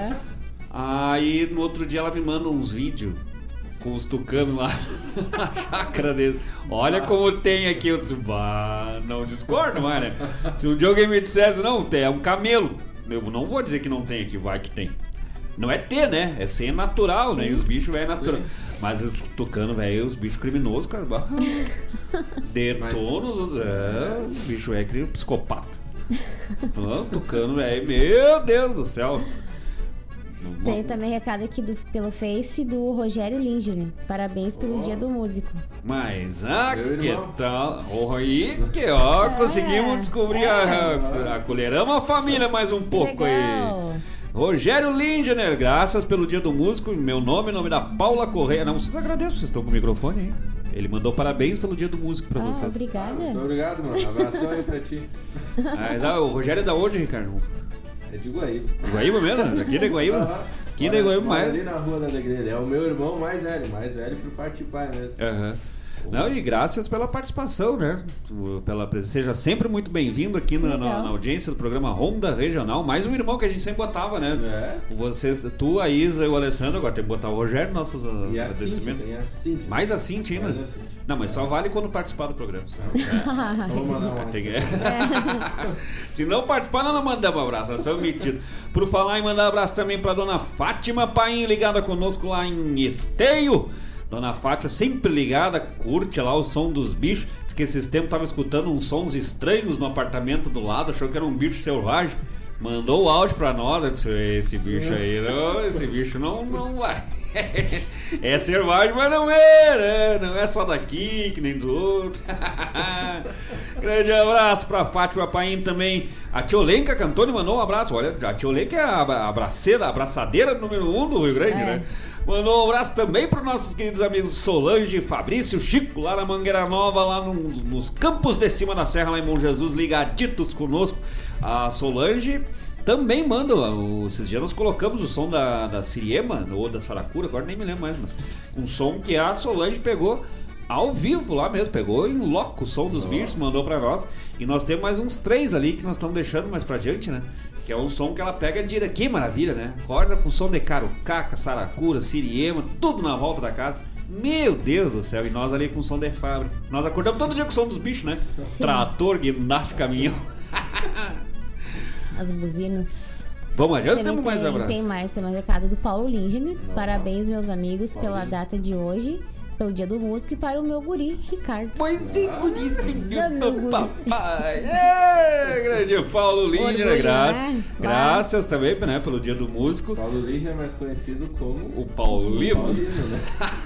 Aí no outro dia ela me manda uns vídeos com os tucanos lá na chácara dele. Olha como tem aqui. Eu disse, não discordo mais, né? Se um dia alguém me dissesse, não, tem, é um camelo. Eu não vou dizer que não tem aqui, vai que tem. Não é ter, né? É ser natural, né? E os bichos, velho, é natural. Mas os tucanos, velho, os bichos criminosos, cara. Detonos, os bichos é psicopata. Os tucanos, velho, meu Deus do céu. Tem também recado aqui pelo Face do Rogério Linger. Parabéns pelo Dia do Músico. Mas, que tal? Conseguimos descobrir a colheramos a família mais um pouco aí. Rogério Lindner, graças pelo Dia do Músico. Meu nome da Paula Correia. Não, vocês agradeço, vocês estão com o microfone aí. Ele mandou parabéns pelo Dia do Músico pra vocês. Obrigada. Muito obrigado, mano. Abração aí pra ti. Mas o Rogério é da onde, Ricardo? É de Guaíba. Guaíba mesmo? Aqui de Guaíba? Aqui de Guaíba mais. Ali na Rua da Alegria. É o meu irmão mais velho por parte de pai mesmo. Não, e graças pela participação, né? Pela presença. Seja sempre muito bem-vindo aqui na audiência do programa Ronda Regional. Mais um irmão que a gente sempre botava, né? Vocês, tu, a Isa e o Alessandro, agora tem que botar o Rogério, nossos agradecimentos. Mais a Cintia ainda? Mais a Cintia. Não, mas só vale quando participar do programa. Então vou mandar um abraço. Se não participar, nós não mandamos um abraço, nós somos metidos. Por falar em mandar um abraço também pra dona Fátima Paim, ligada conosco lá em Esteio. Dona Fátima sempre ligada, curte lá o som dos bichos. Diz que esses tempos tava escutando uns sons estranhos no apartamento do lado, achou que era um bicho selvagem. Mandou o áudio pra nós, eu disse, esse bicho aí, esse bicho não vai. É selvagem, mas não é, né? Não é só daqui, que nem dos outros. Grande abraço pra Fátima Paim também. A Tiolenka Cantoni mandou um abraço. Olha, a Tiolenka é a abraçadeira número 1 do Rio Grande, né? Mandou um abraço também para os nossos queridos amigos Solange, Fabrício, Chico, lá na Mangueira Nova, lá nos campos de cima da serra, lá em Bom Jesus, ligaditos conosco. A Solange também manda, esses dias nós colocamos o som da Siriema, ou da Saracura, agora nem me lembro mais, mas um som que a Solange pegou ao vivo lá mesmo, pegou em loco o som dos bichos, mandou pra nós. E nós temos mais uns 3 ali que nós estamos deixando mais pra diante, né? Que é um som que ela pega direto. Que maravilha, né? Acorda com som de carucaca, saracura, siriema, tudo na volta da casa. Meu Deus do céu, e nós ali com som de fábrica. Nós acordamos todo dia com o som dos bichos, né? Sim. Trator, guindaste, caminhão. As buzinas. Vamos adiante, temos mais abraço. Tem mais recado do Paulo Lingen. Parabéns, meus amigos, pela data de hoje, pelo Dia do Músico, e para o meu guri, Ricardo. Bonitinho do papai. Grande Paulo Lingen, graças também, né, pelo Dia do Músico. Paulo Lingen é mais conhecido como o Paulino. Né?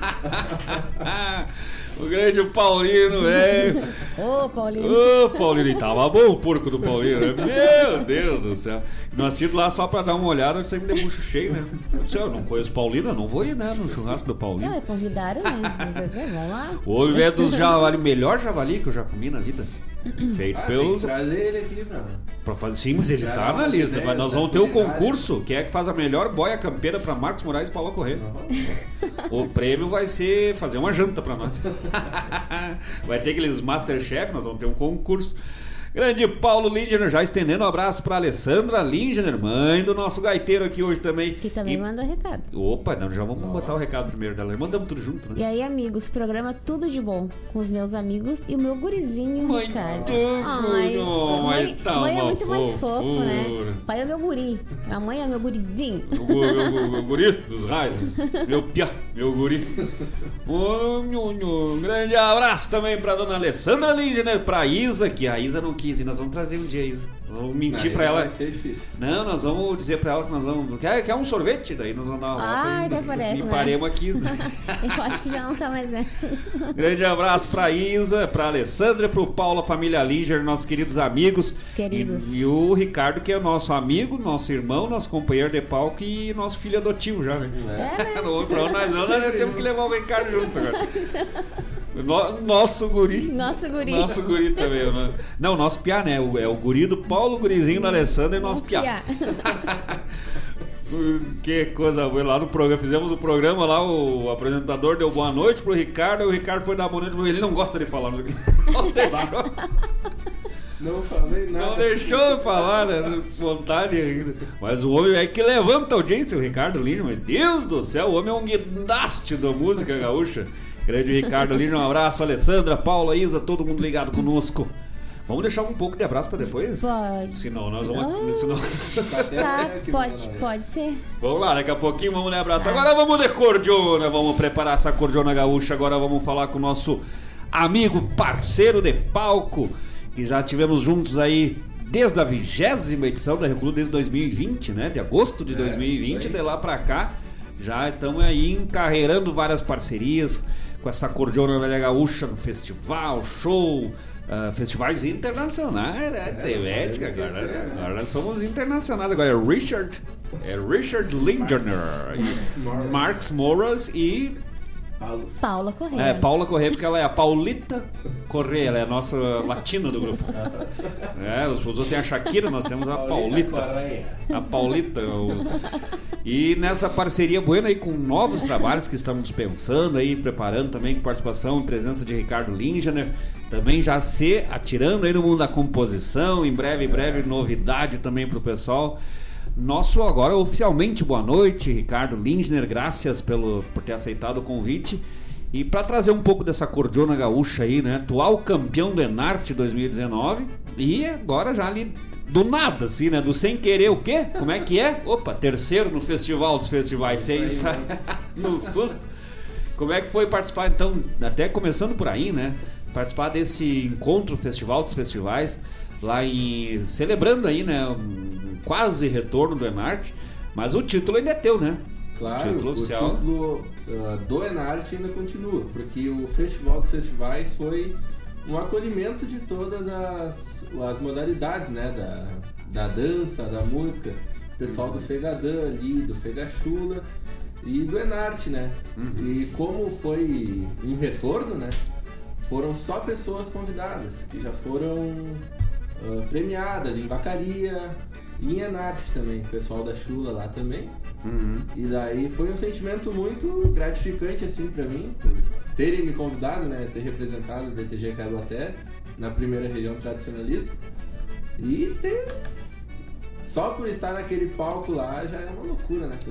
O grande Paulino, velho. Ô, Paulino. Ô, Paulino. E tava bom o porco do Paulino, né? Meu Deus do céu. Nós tínhamos lá só pra dar uma olhada, nós sempre de bucho cheio, né? Eu não conheço o Paulino, eu não vou ir, né? No churrasco do Paulino. Não, convidaram, né? Vamos lá. O é dos javali, melhor javali que eu já comi na vida. Feito pelos. Tem que trazer ele aqui pra fazer. Sim, mas ele tá na lista. Mas nós vamos ter o concurso, que é que faz a melhor boia campeira pra Marcos Moraes e Paula Correia. O prêmio vai ser fazer uma janta pra nós. Vai ter aqueles Masterchef, nós vamos ter um concurso. Grande Paulo Lindner, já estendendo um abraço pra Alessandra Lindner, mãe do nosso gaiteiro aqui hoje também. Que também manda recado. Opa, não, já vamos botar o recado primeiro dela. Mandamos tudo junto, né? E aí, amigos, programa Tudo de Bom com os meus amigos e o meu gurizinho, Mãe, Ricardo. Mãe é muito mais fofura. fofo, né? Pai é meu guri, a mãe é meu gurizinho. O guri dos raios, meu piá, meu guri. Um grande abraço também pra dona Alessandra Lindner, pra Isa, que a Isa não quis e nós vamos trazer um dia a Isa. Nós vamos mentir pra ela. Vai ser difícil. Não, nós vamos dizer pra ela que nós vamos. Quer um sorvete? Daí nós vamos dar uma volta até parece, e paremos aqui. Eu acho que já não tá mais nessa. Grande abraço pra Isa, pra Alessandra, pro Paulo, a família Linger, nossos queridos amigos. Queridos. E o Ricardo, que é nosso amigo, nosso irmão, nosso companheiro de palco e nosso filho adotivo já, né? É, né? Pra nós temos que levar o Ricardo junto agora. Nosso guri. Nosso guri. Nosso guri também. Né? Não, nosso piá, né? É o guri do Paulo, o gurizinho da Alessandra e nosso piá. Que coisa boa. Lá no programa, fizemos o programa lá, o apresentador deu boa noite pro Ricardo, e o Ricardo foi dar boa noite pro ele. Não gosta de falar, não deixou. Não falei nada. Não deixou eu falar, né? Vontade ainda. Mas o homem é que levanta a audiência, o Ricardo Lindner. Meu Deus do céu, o homem é um guindaste da música gaúcha. Grande Ricardo Lindner, um abraço. Alessandra, Paula, Isa, todo mundo ligado conosco. Vamos deixar um pouco de abraço pra depois? Pode. Senão nós vamos... Senão... Tá, pode ser. Vamos lá, daqui a pouquinho vamos dar abraço. Agora vamos de cordiona, vamos preparar essa cordiona gaúcha. Agora vamos falar com o nosso amigo, parceiro de palco, que já tivemos juntos aí desde a 20ª edição da Reculu, desde 2020, né? De agosto de 2020, de lá pra cá. Já estamos aí encarreirando várias parcerias com essa cordiona velha gaúcha no festival, show, festivais internacionais, né? Temática, agora nós somos internacionais. Agora é Richard Lindner, Marcos Moras e Paula Correia. Paula Correia, porque ela é a Paulita Correia, ela é a nossa latina do grupo. Os outros têm a Shakira, nós temos a Paulita. A Paulita. E nessa parceria buena aí com novos trabalhos que estamos pensando aí, preparando também com participação e presença de Ricardo Lindner, também já se atirando aí no mundo da composição, em breve novidade também pro pessoal. Nosso agora oficialmente boa noite, Ricardo Lindner, graças por ter aceitado o convite. E para trazer um pouco dessa cordiona gaúcha aí, né? Atual campeão do Enarte 2019 e agora já ali do nada, assim, né? Do sem querer o quê? Como é que é? Opa, terceiro no Festival dos Festivais, seis no susto. Como é que foi participar, então, até começando por aí, né? Participar desse encontro Festival dos Festivais, lá celebrando aí, né? Um quase retorno do Enarte, mas o título ainda é teu, né? Claro, o título oficial. Do Enarte ainda continua, porque o Festival dos Festivais foi um acolhimento de todas as modalidades, né? Da dança, da música, o pessoal do Fegadã ali, do Fegachula e do Enarte, né? E como foi um retorno, né? Foram só pessoas convidadas, que já foram premiadas em Vacaria e em Enarte também, o pessoal da Chula lá também. E daí foi um sentimento muito gratificante assim pra mim, por terem me convidado, né, ter representado o DTG Caiboté na primeira região tradicionalista. E só por estar naquele palco lá já é uma loucura, né?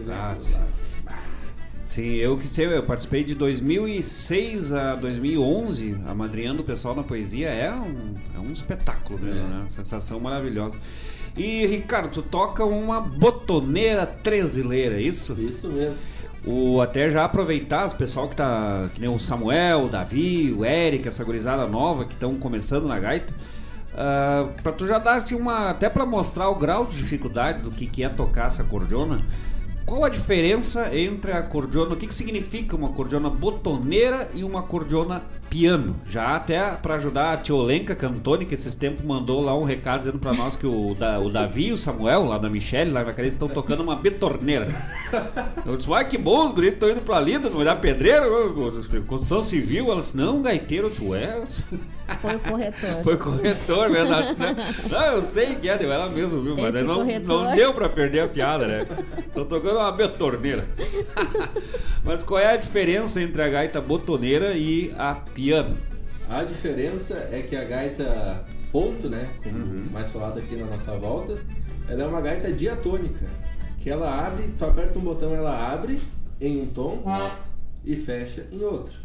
Sim, eu participei de 2006 a 2011, amadrinhando o pessoal na poesia, é um espetáculo mesmo, né? Sensação maravilhosa. E, Ricardo, tu toca uma botoneira trezileira, é isso? Isso mesmo. Até já aproveitar o pessoal que tá, que nem o Samuel, o Davi, o Eric, essa gurizada nova que estão começando na gaita, pra tu já dar assim, até pra mostrar o grau de dificuldade do que é tocar essa cordiona. Qual a diferença entre a cordiona, o que significa uma cordiona botoneira e uma cordiona piano? Já até para ajudar a tia Olenka Cantoni, que esses tempos mandou lá um recado dizendo para nós que o Davi e o Samuel, lá da Michele, lá na Careça, estão tocando uma betorneira. Eu disse, que bom, os guritos estão indo pra Lida, não vai dar pedreiro, construção civil. Ela disse, não, gaiteiro. Eu disse, foi o corretor. Foi corretor, verdade, né? Não, eu sei que é, ela mesmo, viu? Mas não deu pra perder a piada, né? Tô tocando uma betorneira. Mas qual é a diferença entre a gaita botoneira e a piano? A diferença é que a gaita ponto, né? Como mais falado aqui na nossa volta. Ela é uma gaita diatônica, que ela abre, tu aperta um botão, ela abre em um tom e fecha em outro.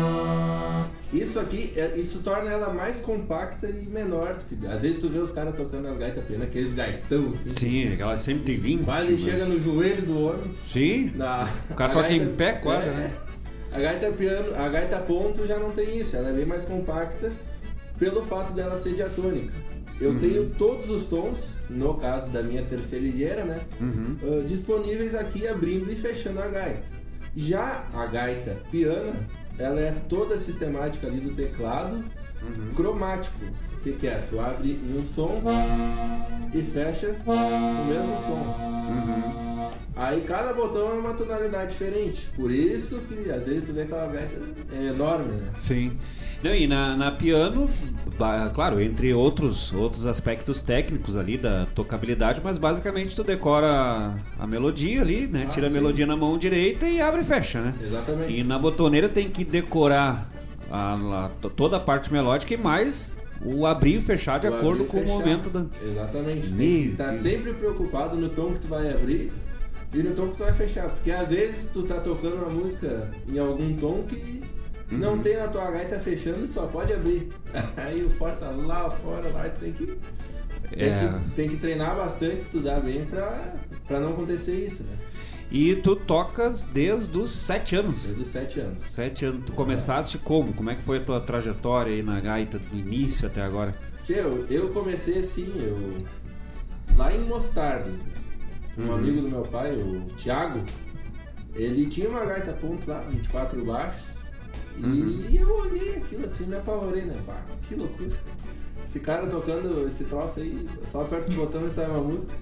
Isso aqui, isso torna ela mais compacta e menor. Porque, às vezes tu vê os caras tocando as gaitas pequenas, aqueles gaitão assim. Sim, aquela sempre tem 20. Quase chega no joelho do homem. Sim, o cara toca em pé quase, né? A gaita piano, a gaita ponto já não tem isso, ela é bem mais compacta pelo fato dela ser diatônica. Eu tenho todos os tons, no caso da minha terceira ilheira, né? Disponíveis aqui abrindo e fechando a gaita. Já a gaita piana, ela é toda sistemática ali do teclado, cromático. O que é? Tu abre um som e fecha o mesmo som. Aí cada botão é uma tonalidade diferente. Por isso que às vezes tu vê aquela gaita enorme, né? Sim. Não, e na piano, claro, entre outros aspectos técnicos ali da tocabilidade, mas basicamente tu decora a melodia ali, né? Tira a melodia na mão direita e abre e fecha, né? Exatamente. E na botoneira tem que decorar toda a parte melódica e mais o abrir e fechar de acordo com o momento da... Exatamente. Tem que estar sempre preocupado no tom que tu vai abrir e no tom que tu vai fechar. Porque às vezes tu tá tocando uma música em algum tom que não tem na tua gaita fechando e só pode abrir. Aí o força lá fora, lá tu tem que treinar bastante, estudar bem pra não acontecer isso, né? E tu tocas desde os 7 anos. Desde os 7 anos. 7 anos. Tu começaste como? Como é que foi a tua trajetória aí na gaita, do início até agora? Eu comecei assim, lá em Mostardas. Um amigo do meu pai, o Thiago, ele tinha uma gaita ponto lá, 24 baixos. E eu olhei aquilo assim, me apavorei, né? Pá, que loucura. Esse cara tocando esse troço aí, só aperta os botões e sai uma música.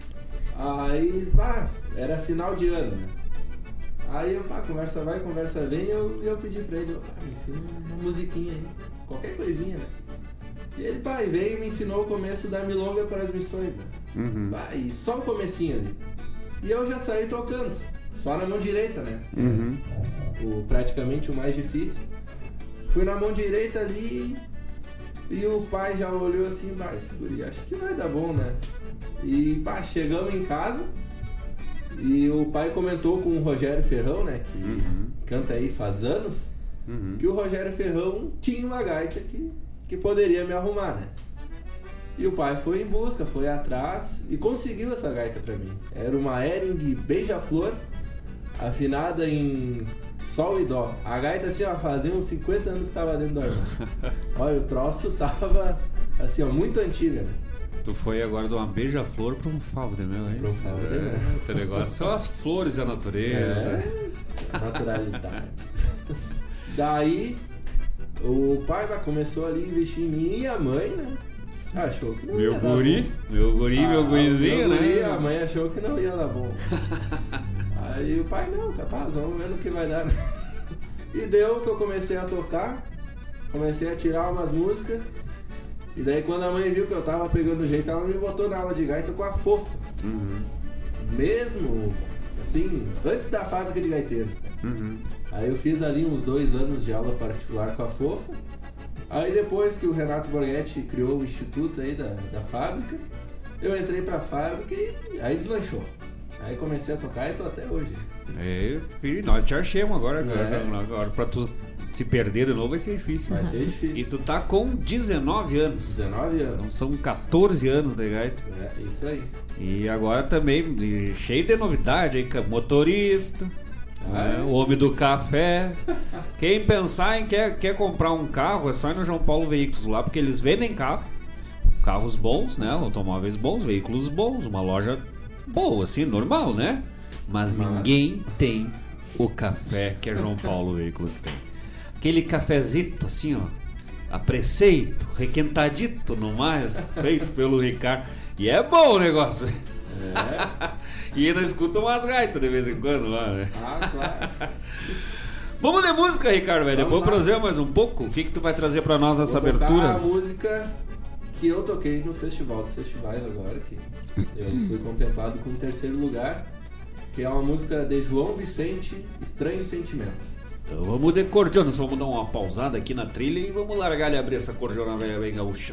Aí, era final de ano, né? Aí eu, conversa vai, conversa vem, eu pedi pra ele, me ensina uma musiquinha aí, qualquer coisinha, né? E ele, veio e me ensinou o começo da Milonga para as Missões, né? E só o comecinho ali. E eu já saí tocando, só na mão direita, né? Praticamente o mais difícil. Fui na mão direita ali e o pai já olhou assim, esse guri, acho que vai dar bom, né? E chegamos em casa e o pai comentou com o Rogério Ferrão, né? Que canta aí faz anos, que o Rogério Ferrão tinha uma gaita que poderia me arrumar, né? E o pai foi em busca, foi atrás e conseguiu essa gaita pra mim. Era uma Ering Beija-Flor, afinada em Sol e Dó. A gaita assim, fazia uns 50 anos que tava dentro da arma. Olha, o troço tava assim, muito antiga, né? Tu foi agora de uma beija-flor pra um favo de mel, hein? Pra um favo de mel. O teu negócio são as flores e a natureza. A naturalidade. Daí, o pai começou ali a investir em mim e a mãe, né? Achou que não ia dar bom. Meu gurizinho, né? A mãe achou que não ia dar bom. Aí o pai, não, capaz, vamos ver no que vai dar. E deu que eu comecei a tocar, comecei a tirar umas músicas. E daí quando a mãe viu que eu tava pegando jeito, ela me botou na aula de gaita com a Fofa. Mesmo, assim, antes da fábrica de gaiteiros. Aí eu fiz ali uns 2 anos de aula particular com a Fofa. Aí depois que o Renato Borghetti criou o instituto aí da fábrica, eu entrei pra fábrica e aí deslanchou. Aí comecei a tocar e tô até hoje. Filho, nós te achamos agora pra tu se perder de novo vai ser difícil. Vai ser difícil. E tu tá com 19 anos. 19 anos. Então são 14 anos de gaita. Isso aí. E agora também cheio de novidade aí, motorista, o homem do café. Quem pensar em quer comprar um carro, é só ir no João Paulo Veículos lá, porque eles vendem carros bons, né? Automóveis bons, veículos bons, uma loja boa, assim, normal, né? Mas ninguém tem o café que a João Paulo Veículos tem. Aquele cafezito assim, a preceito, requentadito no mais, feito pelo Ricardo. E é bom o negócio. E ainda escuta umas gaitas de vez em quando lá, né? Claro. Vamos de música, Ricardo, velho. Depois trazer mais um pouco. O que tu vai trazer pra nós nessa abertura? A música que eu toquei no Festival dos Festivais agora, que eu fui contemplado com o 3º lugar, que é uma música de João Vicente, Estranho Sentimento. Então vamos de cordiona, vamos dar uma pausada aqui na trilha e vamos largar e abrir essa cordiona velha bem gaúcha.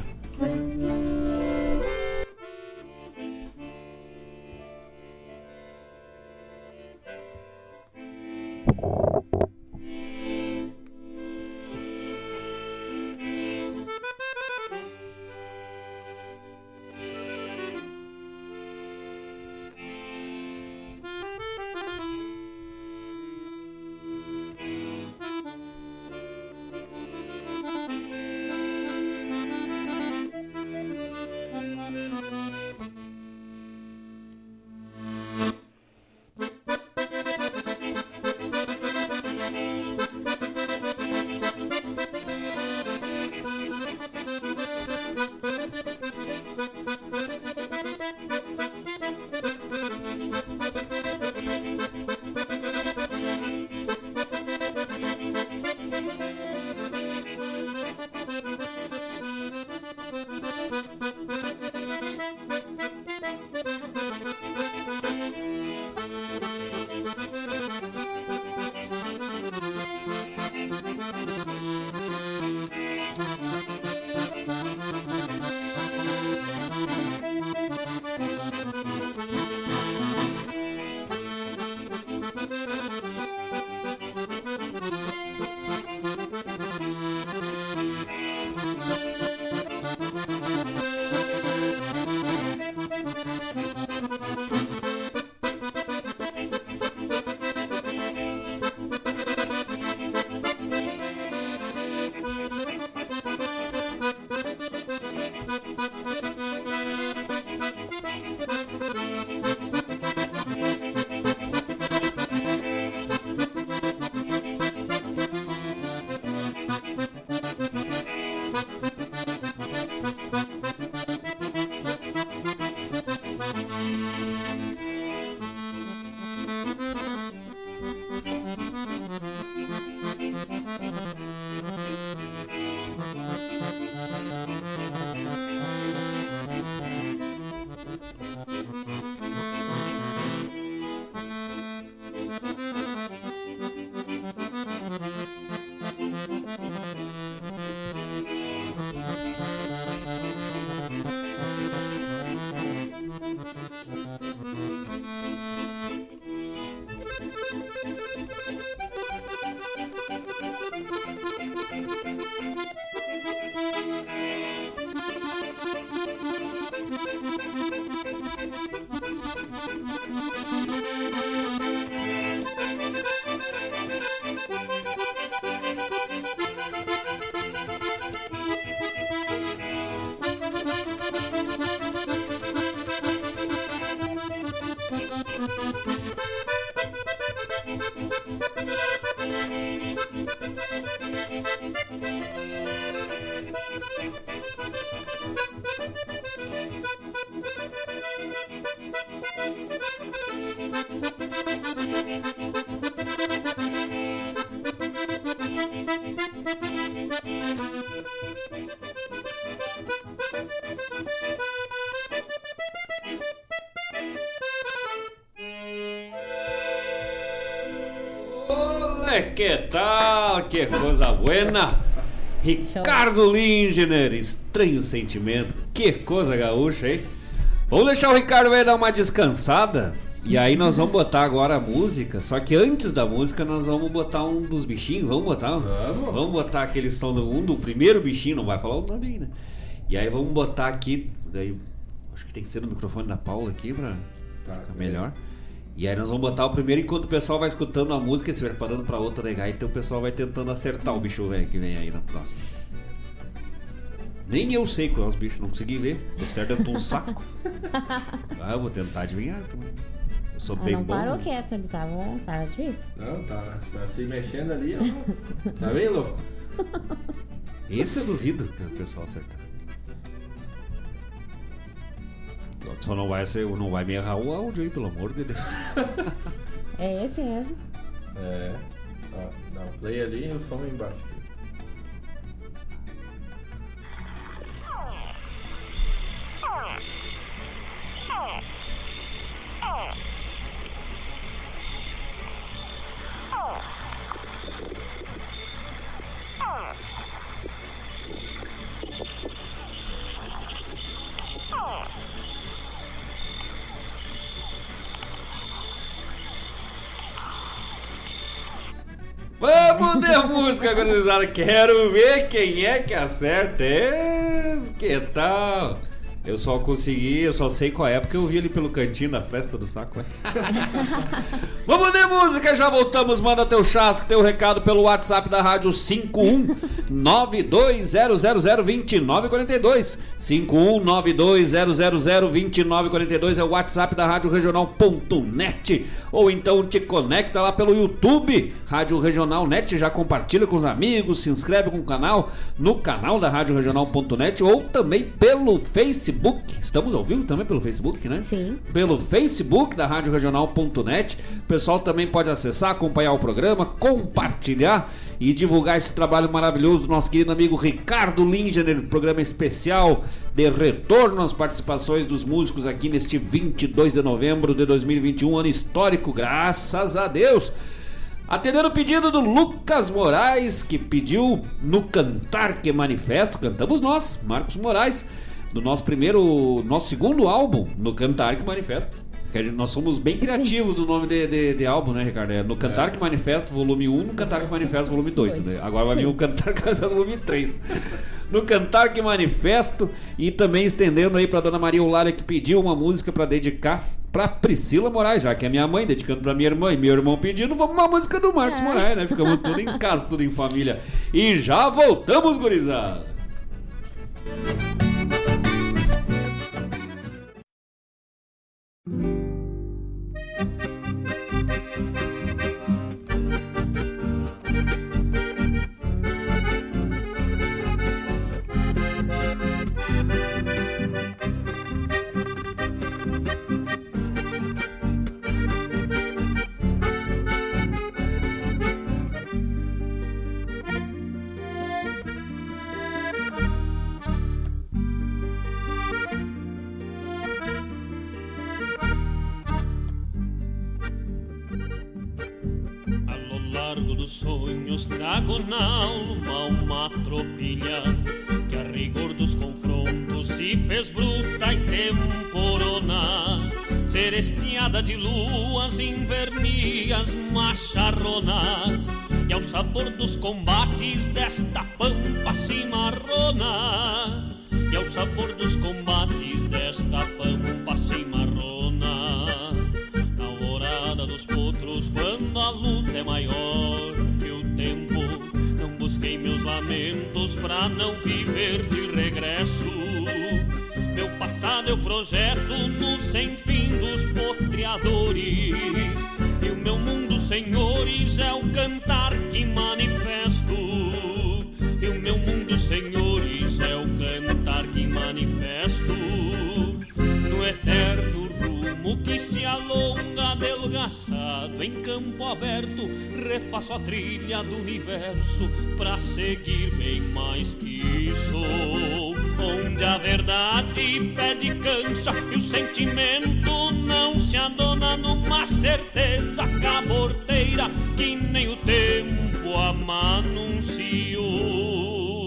Que tal? Que coisa buena! Ricardo Lindner, Estranho Sentimento. Que coisa gaúcha, hein? Vamos deixar o Ricardo aí dar uma descansada. E aí nós vamos botar agora a música. Só que antes da música nós vamos botar um dos bichinhos. Vamos botar? Vamos botar aquele som do primeiro bichinho. Não vai falar o nome ainda. E aí vamos botar aqui. Daí, acho que tem que ser no microfone da Paula aqui pra ficar melhor. E aí nós vamos botar o primeiro enquanto o pessoal vai escutando a música e se preparando pra outra negar. Então o pessoal vai tentando acertar o bicho velho que vem aí na próxima. Nem eu sei qual é os bichos, não consegui ver. Tô certo dentro de um saco. Eu vou tentar adivinhar também. Eu sou bem não bom. Parou quieto, ele tava difícil. Não, tá se mexendo ali, ó. Tá bem louco. Esse eu duvido que o pessoal acertar. Só não vai me errar o áudio aí, pelo amor de Deus. É esse mesmo. É. Ó, dá um play ali e o som embaixo. Vamos de música, gurizada. Quero ver quem é que acerta. Que tal? Eu só sei qual é, porque eu vi ali pelo cantinho da festa do saco. Vamos de música, já voltamos. Manda teu chasque, teu recado pelo WhatsApp da rádio 51920002942. 51920002942 é o WhatsApp da Rádio Regional.net. Ou então te conecta lá pelo YouTube, Rádio Regional Net, já compartilha com os amigos, se inscreve no canal da Rádio Regional.net, ou também pelo Facebook. Estamos ao vivo também pelo Facebook, né? Sim. Pelo Facebook da Rádio Regional.net. O pessoal também pode acessar, acompanhar o programa, compartilhar e divulgar esse trabalho maravilhoso do nosso querido amigo Ricardo Lingener, programa especial de retorno às participações dos músicos aqui neste 22 de novembro de 2021, ano histórico, graças a Deus. Atendendo o pedido do Lucas Moraes, que pediu no Cantar que Manifesto, cantamos nós, Marcos Moraes, do nosso segundo álbum, no Cantar que Manifesto. Nós somos bem criativos do nome de álbum, né, Ricardo? No Cantar que Manifesto, volume 1, no Cantar que Manifesto, volume 2. Né? Agora vai vir o Cantar que Manifesto, volume 3. No Cantar que Manifesto, e também estendendo aí pra Dona Maria Eulália, que pediu uma música pra dedicar pra Priscila Moraes, já que é minha mãe, dedicando pra minha irmã e meu irmão pedindo uma música do Marcos Moraes, né? Ficamos tudo em casa, tudo em família. E já voltamos, gurizada! Sonhos trago na alma uma tropilha que a rigor dos confrontos se fez bruta e temporona, seresteada de luas invernias macharronas, e ao sabor dos combates desta pampa cimarrona, e ao sabor dos combates desta pampa cimarrona, na horada dos potros quando a luta é maior que o tempo, não busquei meus lamentos pra não viver de regresso. Meu passado eu projeto no sem fim dos potreadores, e o meu mundo, senhores, é o cantar que manifesto. E o meu mundo, senhores, é o cantar que manifesto. No eterno rumo que se alonga delgaçado em campo aberto, refaço a trilha do universo pra seguir bem mais que sou. Onde a verdade pede cancha e o sentimento não se adona numa certeza caborteira que nem o tempo amanunciou.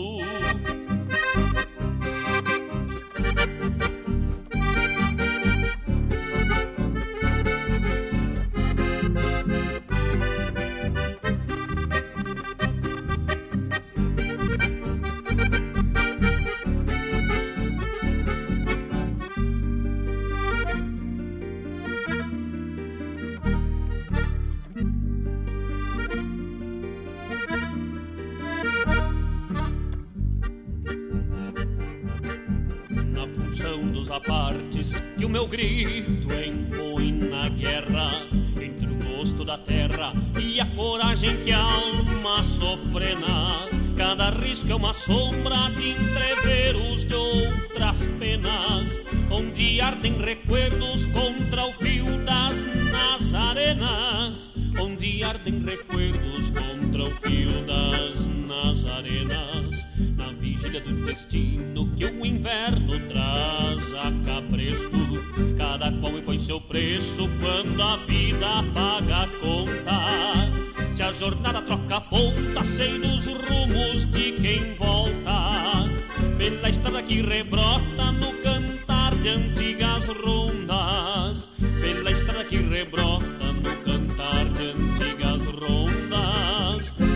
Apartes que o meu grito impõe na guerra, entre o gosto da terra e a coragem que a alma sofrena. Cada risco é uma sombra de entreveros de outras penas, onde ardem recuerdos contra o fio das nazarenas, onde ardem recuerdos contra o fio das nazarenas. Na vigília do destino que o inverno traz a cabresto, cada qual impõe seu preço quando a vida paga a conta. Se a jornada troca a ponta, sei dos rumos de quem volta, pela estrada que rebrota no cantar de antigas rondas, pela estrada que rebrota no cantar de antigas rondas.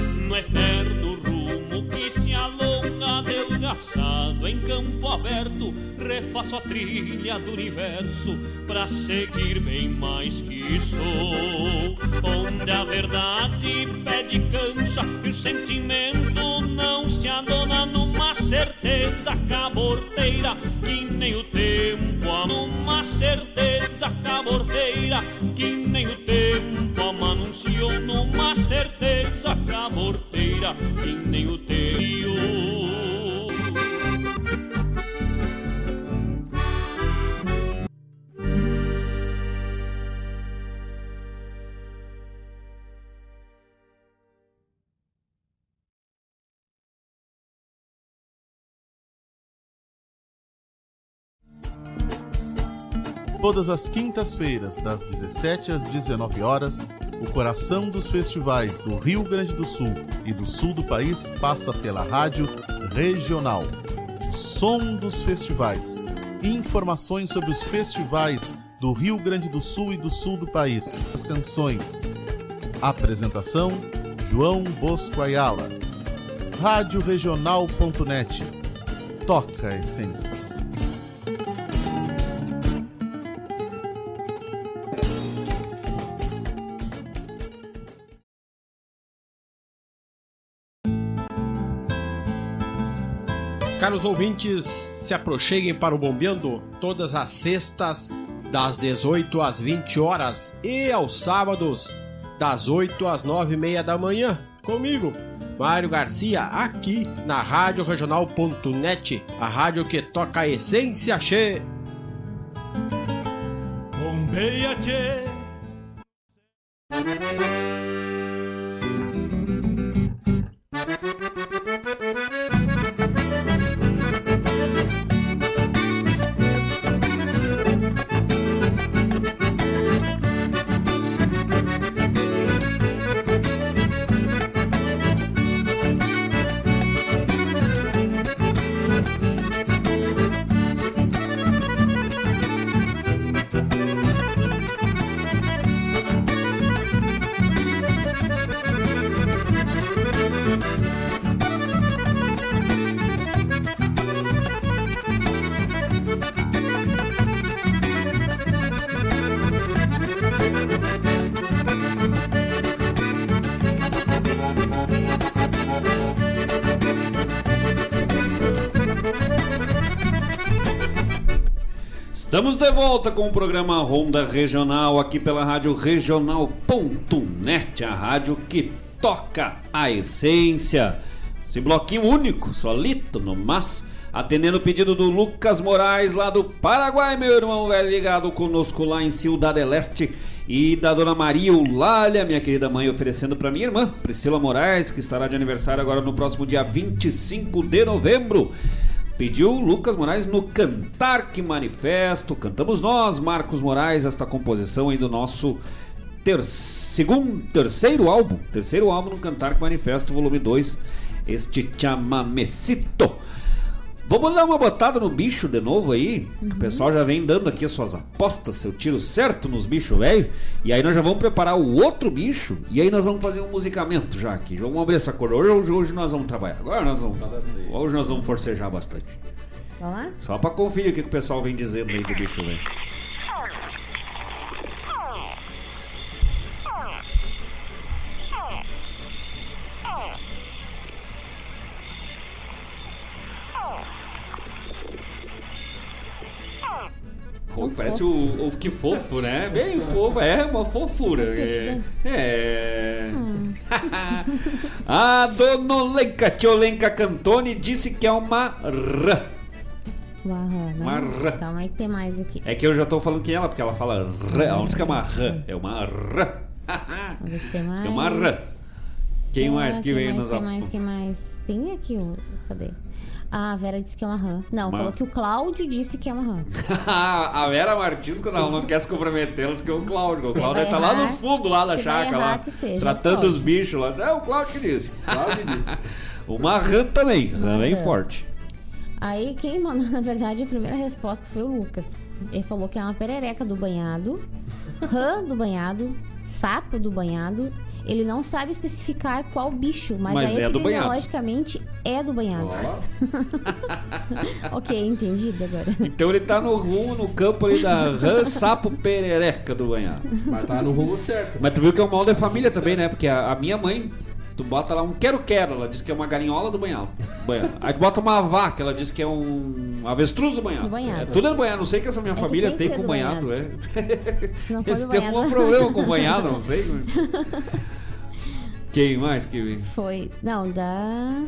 aberto, refaço a trilha do universo pra seguir bem mais que sou. Onde a verdade pede cancha e o sentimento não se adona numa certeza caborteira, que nem o tempo numa certeza caborteira, que nem o tempo anunciou, numa certeza caborteira, que nem o tempo. Todas as quintas-feiras, das 17 às 19 horas, o coração dos festivais do Rio Grande do Sul e do sul do país passa pela Rádio Regional. O som dos festivais. Informações sobre os festivais do Rio Grande do Sul e do sul do país. As canções. Apresentação: João Bosco Ayala. radioregional.net. Toca a essência. Caros ouvintes, se aproxeguem para o Bombeando todas as sextas, das 18 às 20 horas e aos sábados, das 8 às 9h30 da manhã, comigo, Mário Garcia, aqui na radioregional.net, a rádio que toca a essência, che! Bombeia, che! Estamos de volta com o programa Ronda Regional aqui pela Rádio Regional.net, a rádio que toca a essência. Esse bloquinho único, solito no mas, atendendo o pedido do Lucas Moraes lá do Paraguai, meu irmão velho, ligado conosco lá em Ciudad del Este, e da dona Maria Eulália, minha querida mãe, oferecendo para minha irmã Priscila Moraes, que estará de aniversário agora no próximo dia 25 de novembro. Pediu Lucas Moraes no Cantar que Manifesto. Cantamos nós, Marcos Moraes, esta composição aí do nosso terceiro álbum no Cantar que Manifesto, volume 2, este chamamecito. Vamos dar uma botada no bicho de novo aí, que o pessoal já vem dando aqui as suas apostas, seu tiro certo nos bichos velho. E aí nós já vamos preparar o outro bicho, e aí nós vamos fazer um musicamento já aqui. Já vamos abrir essa cor. Hoje nós vamos trabalhar. Hoje nós vamos forcejar bastante. Vamos lá? Só pra conferir o que o pessoal vem dizendo aí do bicho velho. Pô, parece o que fofo, né? Bem fofo, é uma fofura. A dona Olenka Tiolenka Cantoni disse que é uma rã. Uma rã. Calma aí que tem mais aqui. É que eu já tô falando que ela, porque ela fala rã. Ela não diz que é uma rã, é uma rã. Vamos ver se tem mais. Diz que é uma rã. Quem mais que vem nos apontos? Quem mais? Tem aqui o... Cadê? A Vera disse que é uma rã. Não, falou que o Cláudio disse que é uma rã. A Vera Martins, quando ela não quer se comprometer, ela disse que é o Cláudio. O Cláudio tá lá nos fundos lá da chácara, lá, tratando os bichos lá. É o Cláudio que disse. Uma rã também, rã bem forte. Aí quem mandou, na verdade, a primeira resposta foi o Lucas. Ele falou que é uma perereca do banhado, rã do banhado, sapo do banhado. Ele não sabe especificar qual bicho, mas é do banhado. Epidemiologicamente é do banhado. Ok, entendido agora. Então ele tá no rumo, no campo ali da rã sapo perereca do banhado. Mas tá no rumo certo. Mas tu viu que é um mal da família também, né? Porque a minha mãe, tu bota lá um quero-quero, ela diz que é uma galinhola do banhado. Aí tu bota uma vaca, ela diz que é um avestruz do banhado. Do banhado. Tudo é do banhado, não sei que essa minha família tem com banhado. Se não for Eles do têm banhado. algum problema com banhado, não sei. Quem mais que... Foi. Não, da.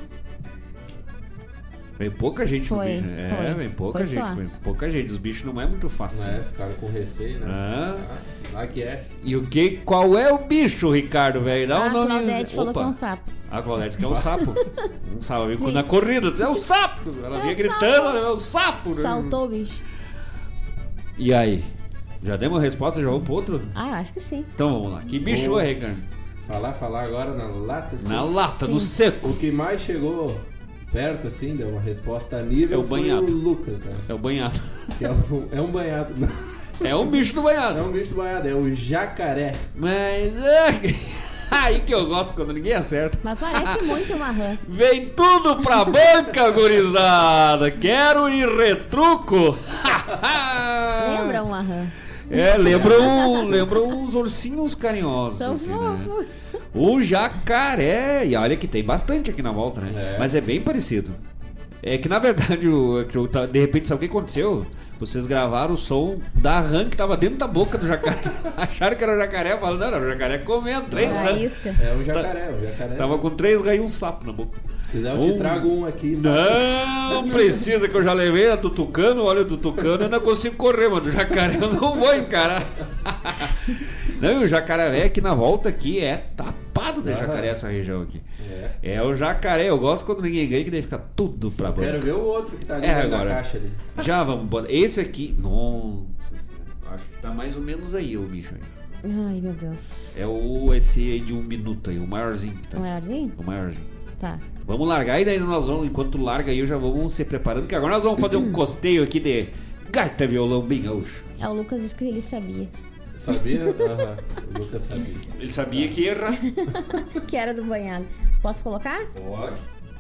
Vem pouca gente no Foi, bicho, né? foi. Vem pouca Foi gente, só. vem pouca gente. Os bichos não é muito fácil. Não é, ficaram com receio, né? Lá que é. E qual é o bicho, Ricardo, velho? Dá A um nome. Claudete falou que é um sapo. A Claudete que é um sapo. Um sapo. Sim. Na corrida, é um sapo. Ela vinha gritando, é um sapo. Saltou o bicho. E aí? Já demos a resposta, já vamos pro outro? Ah, acho que sim. Então vamos lá. Que bicho é, Ricardo? Falar agora na lata. Assim. Na lata, Sim. no seco. O que mais chegou perto, assim, deu uma resposta a nível, É o foi banhado. o Lucas, né? É o banhado. Que é um banhado. É um bicho do banhado. É um bicho do banhado, é o jacaré. Mas aí que eu gosto quando ninguém acerta. Mas parece muito uma rã. Vem tudo pra banca, gurizada. Quero ir retruco. Lembra uma rã? É, lembram uns ursinhos carinhosos. Tão assim, fofo. né? O jacaré. E olha que tem bastante aqui na volta, né? É. Mas é bem parecido. É que na verdade, de repente, sabe o que aconteceu? Vocês gravaram o som da rã que tava dentro da boca do jacaré. Acharam que era o jacaré, falando, não, era o jacaré comendo 3 A rãs. isca. É o jacaré. Tava com 3 rãs e um sapo na boca. Se quiser, eu te trago um aqui. Não precisa, que eu já levei a do tucano. Olha, do tucano eu ainda consigo correr, mas do jacaré eu não vou encarar. Não, e o jacaré aqui na volta aqui é tapado de jacaré essa região aqui. É o jacaré, eu gosto quando ninguém ganha, que daí fica tudo pra banca. Quero ver o outro que tá ali dentro da caixa ali. Já vamos botar. Esse aqui, nossa senhora, acho que tá mais ou menos aí o bicho aí. Ai, meu Deus. É esse aí de 1 minuto aí, o maiorzinho que tá. O maiorzinho? O maiorzinho. Tá. Vamos largar e daí nós vamos, enquanto tu larga aí, eu já vamos se preparando, que agora nós vamos fazer um costeio aqui de gaita, violão bem gaúcho. É, o Lucas disse que ele sabia. Sabia? Aham, o Lucas sabia. Ele sabia que ia errar. Que era do banhado. Posso colocar? Pode.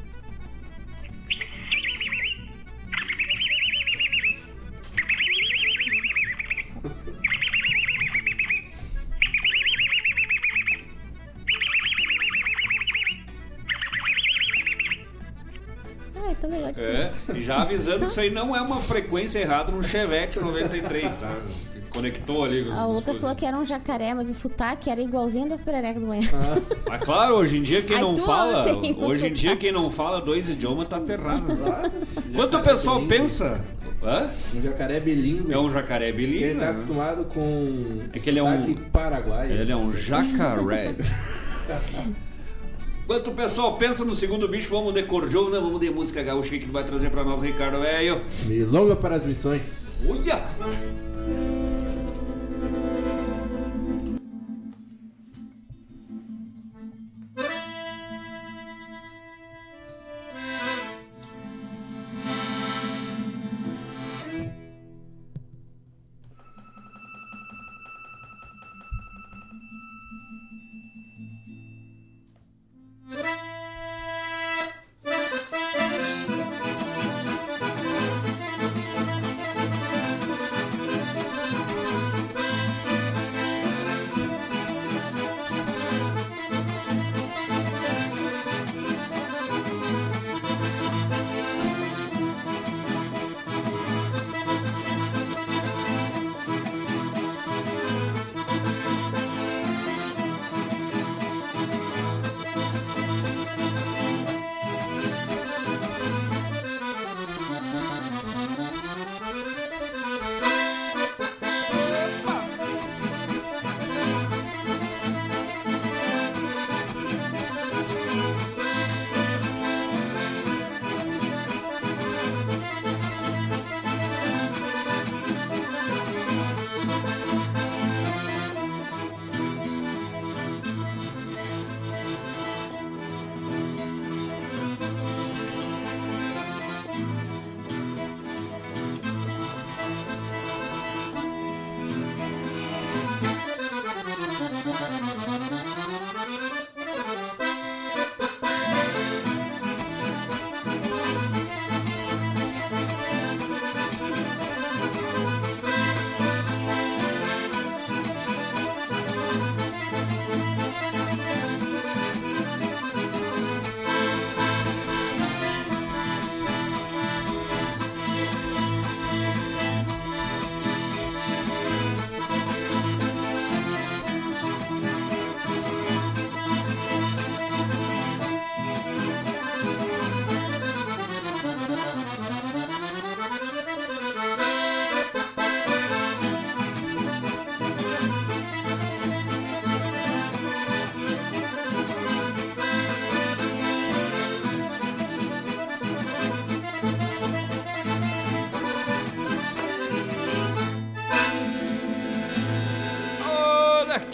Ai, tá legal de E já avisando que isso aí não é uma frequência errada no Chevette 93, tá? Que conectou ali. O Lucas falou que era um jacaré, mas o sotaque era igualzinho das pererecas do banhado. Mas claro, hoje em dia quem Ai, não tu fala, tem um hoje em dia sotaque. quem não fala 2 idiomas tá ferrado. Quanto o pessoal bilíngue. pensa? Hã? Um jacaré bilíngue. É um jacaré Ele bilíngue. tá né? acostumado com É que ele é um- sotaque paraguaio. Ele é um jacaré. Enquanto o pessoal pensa no segundo bicho, vamos de cordion, né? Vamos de música gaúcha que tu vai trazer pra nós, Ricardo velho. Milonga para as missões. Olha!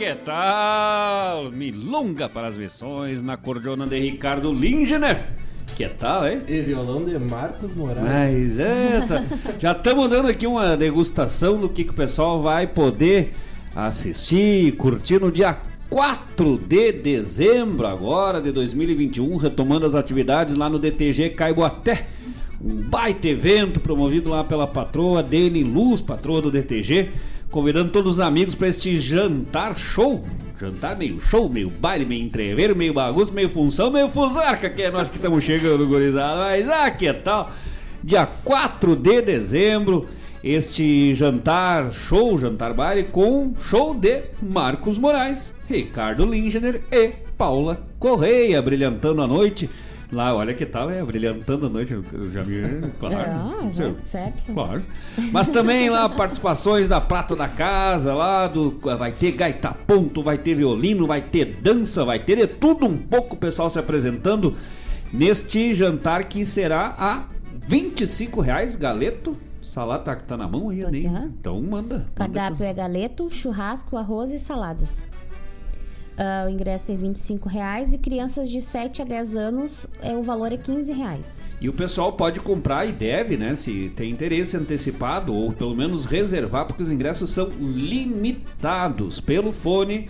que tal? Milonga para as missões na cordiona de Ricardo Lingener. Que tal, hein? E violão de Marcos Moraes. Mas já estamos dando aqui uma degustação do que o pessoal vai poder assistir e curtir no dia 4 de dezembro agora de 2021, retomando as atividades lá no DTG Caiboaté. Um baita evento promovido lá pela patroa Dene Luz, patroa do DTG, convidando todos os amigos para este jantar show. Jantar meio show, meio baile, meio entreveiro, meio bagunça, meio função, meio fusarca, que é nós que estamos chegando, gurizada. Mas que tal? Dia 4 de dezembro, este jantar show, jantar baile com show de Marcos Moraes, Ricardo Lingener e Paula Correia, brilhantando a noite. Lá, olha que tal, brilhantando a noite, eu já vi, claro. Certo. Claro. Mas também lá participações da Prata da Casa, lá vai ter gaita ponto, vai ter violino, vai ter dança, vai ter de tudo um pouco o pessoal se apresentando neste jantar que será a R$25, galeto. Salada tá na mão aí, né? Então manda. Cardápio é galeto, churrasco, arroz e saladas. O ingresso é R$25 e crianças de 7 a 10 anos, o valor é R$15. E o pessoal pode comprar e deve, né? Se tem interesse antecipado ou pelo menos reservar, porque os ingressos são limitados pelo fone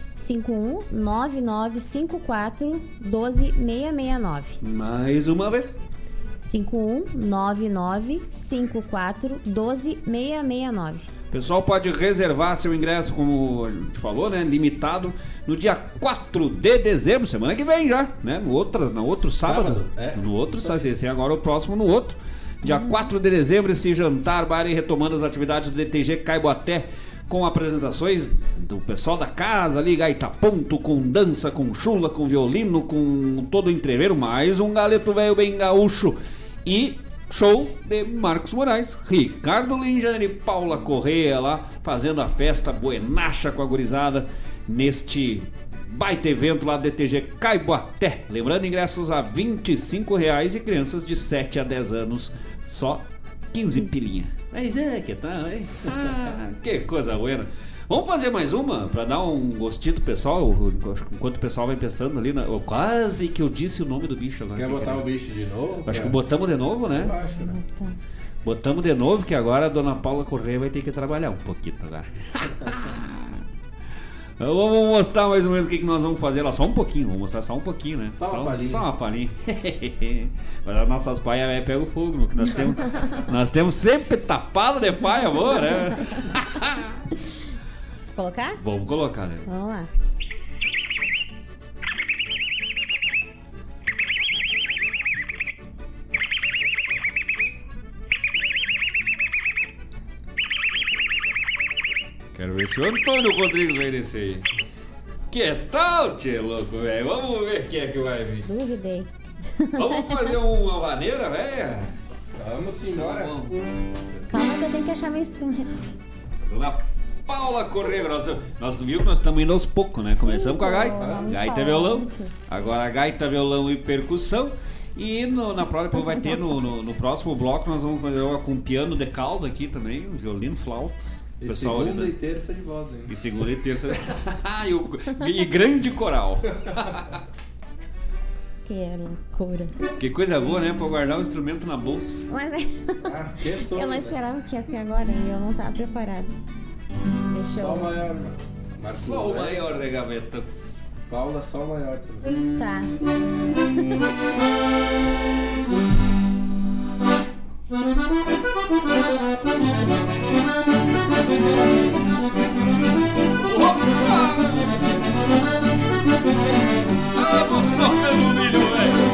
519954-12669. Mais uma vez. 519954-12669. O pessoal pode reservar seu ingresso, como a gente falou, né? Limitado no dia 4 de dezembro, semana que vem já, né? No outro sábado. No outro, esse agora o próximo no outro. Dia 4 de dezembro, esse jantar, baile, retomando as atividades do DTG Caiboaté, com apresentações do pessoal da casa ali, gaita ponto, com dança, com chula, com violino, com todo o entreveiro, mais um galeto velho bem gaúcho e show de Marcos Moraes, Ricardo Lingener e Paula Correia lá fazendo a festa buenacha com a gurizada neste baita evento lá do DTG Caiboaté. Lembrando, ingressos a R$25 e crianças de 7 a 10 anos só 15 pilinha. Mas que tal, hein? Que coisa buena. Vamos fazer mais uma para dar um gostinho do pessoal, enquanto o pessoal vai pensando ali. Quase que eu disse o nome do bicho agora. Quer botar o bicho de novo? Acho que botamos de novo, né? Eu acho, né? Botamos de novo, que agora a dona Paula Correia vai ter que trabalhar um pouquinho agora. Vamos mostrar mais ou menos o que nós vamos fazer lá. Só um pouquinho, vamos mostrar só um pouquinho, né? Só uma palhinha. Mas as nossas paias pegam fogo, que nós temos sempre tapado de paia, amor, né? Colocar? Vamos colocar, né? Vamos lá. Quero ver se o Antônio Rodrigues vai descer aí. Que tal, tchê, louco, velho? Vamos ver quem é que vai vir. Duvidei. Vamos fazer uma vaneira, velho? Vamos embora. Calma que eu tenho que achar meu instrumento. Dona Paula Correia, nós vimos que nós estamos indo aos poucos, né? Começamos com a gaita, gaita e violão, agora gaita, violão e percussão. E na prova depois vai ter no próximo bloco, nós vamos fazer com piano de cauda aqui também, violino, flautas. E pessoal segunda e terça de voz, hein? E segunda e terça e grande coral. Que loucura. Que coisa boa, né? Pra guardar um instrumento na bolsa. Mas Sonho, eu não esperava que ia ser agora e eu não tava preparado. Deixa eu... Só o maior, mano. Só o maior, né, gaveta? Paula, só o maior também. Tá. Vamos socando o milho, velho.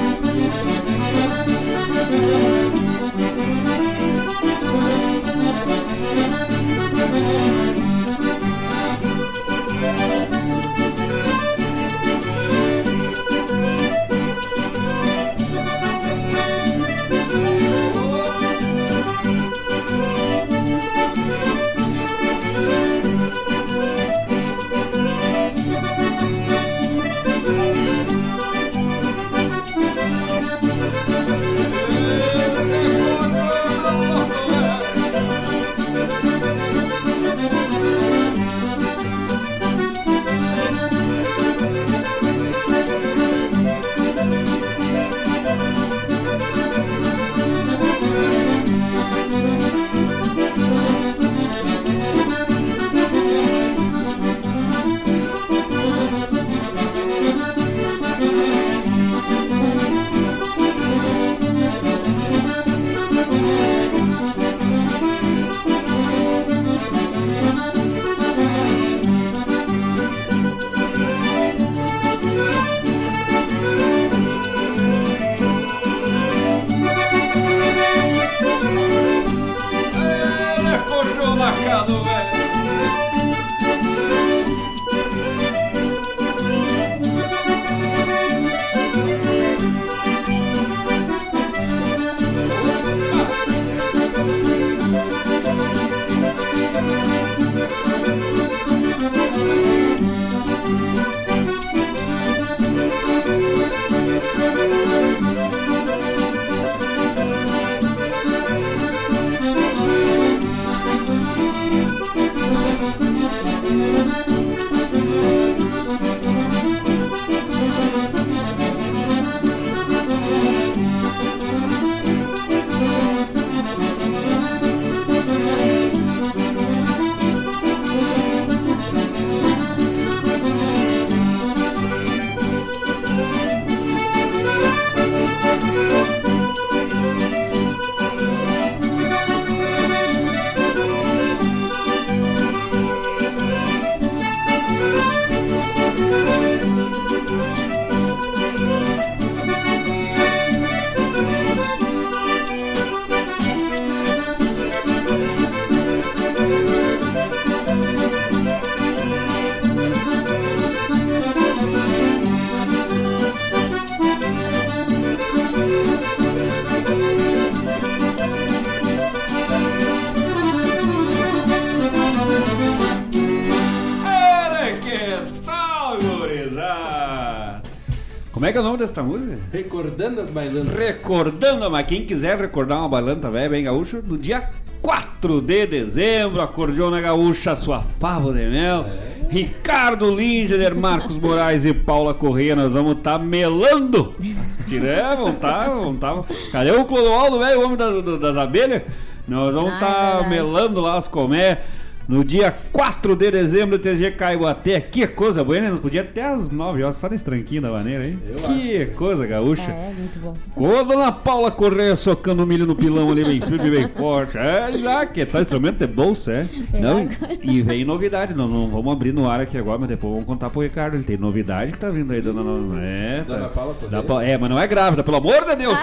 Como é que é o nome dessa música? Recordando as bailantas. Recordando, mas quem quiser recordar uma bailanta velha bem gaúcha, no dia 4 de dezembro, Acordeona Gaúcha, sua fava de mel. Ricardo Linger, Marcos Moraes e Paula Corrêa, nós vamos estar melando. Vamos tá. Cadê o Clodoaldo, velho, o homem das abelhas? Nós vamos estar melando lá as colmeias. No dia 4 de dezembro, TG Caiboaté. Que coisa boa, né? Nós podíamos até às 9 horas, só nesse tranquinho da maneira, hein? Que coisa gaúcha. É, muito bom. Com a dona Paula Correia socando milho no pilão ali, bem firme, bem forte. Isaac, tá instrumento de bolsa, é? Não, e vem novidade, não vamos abrir no ar aqui agora, mas depois vamos contar pro Ricardo. Ele tem novidade que tá vindo aí, dona Paula Correia. Mas não é grávida, pelo amor de Deus.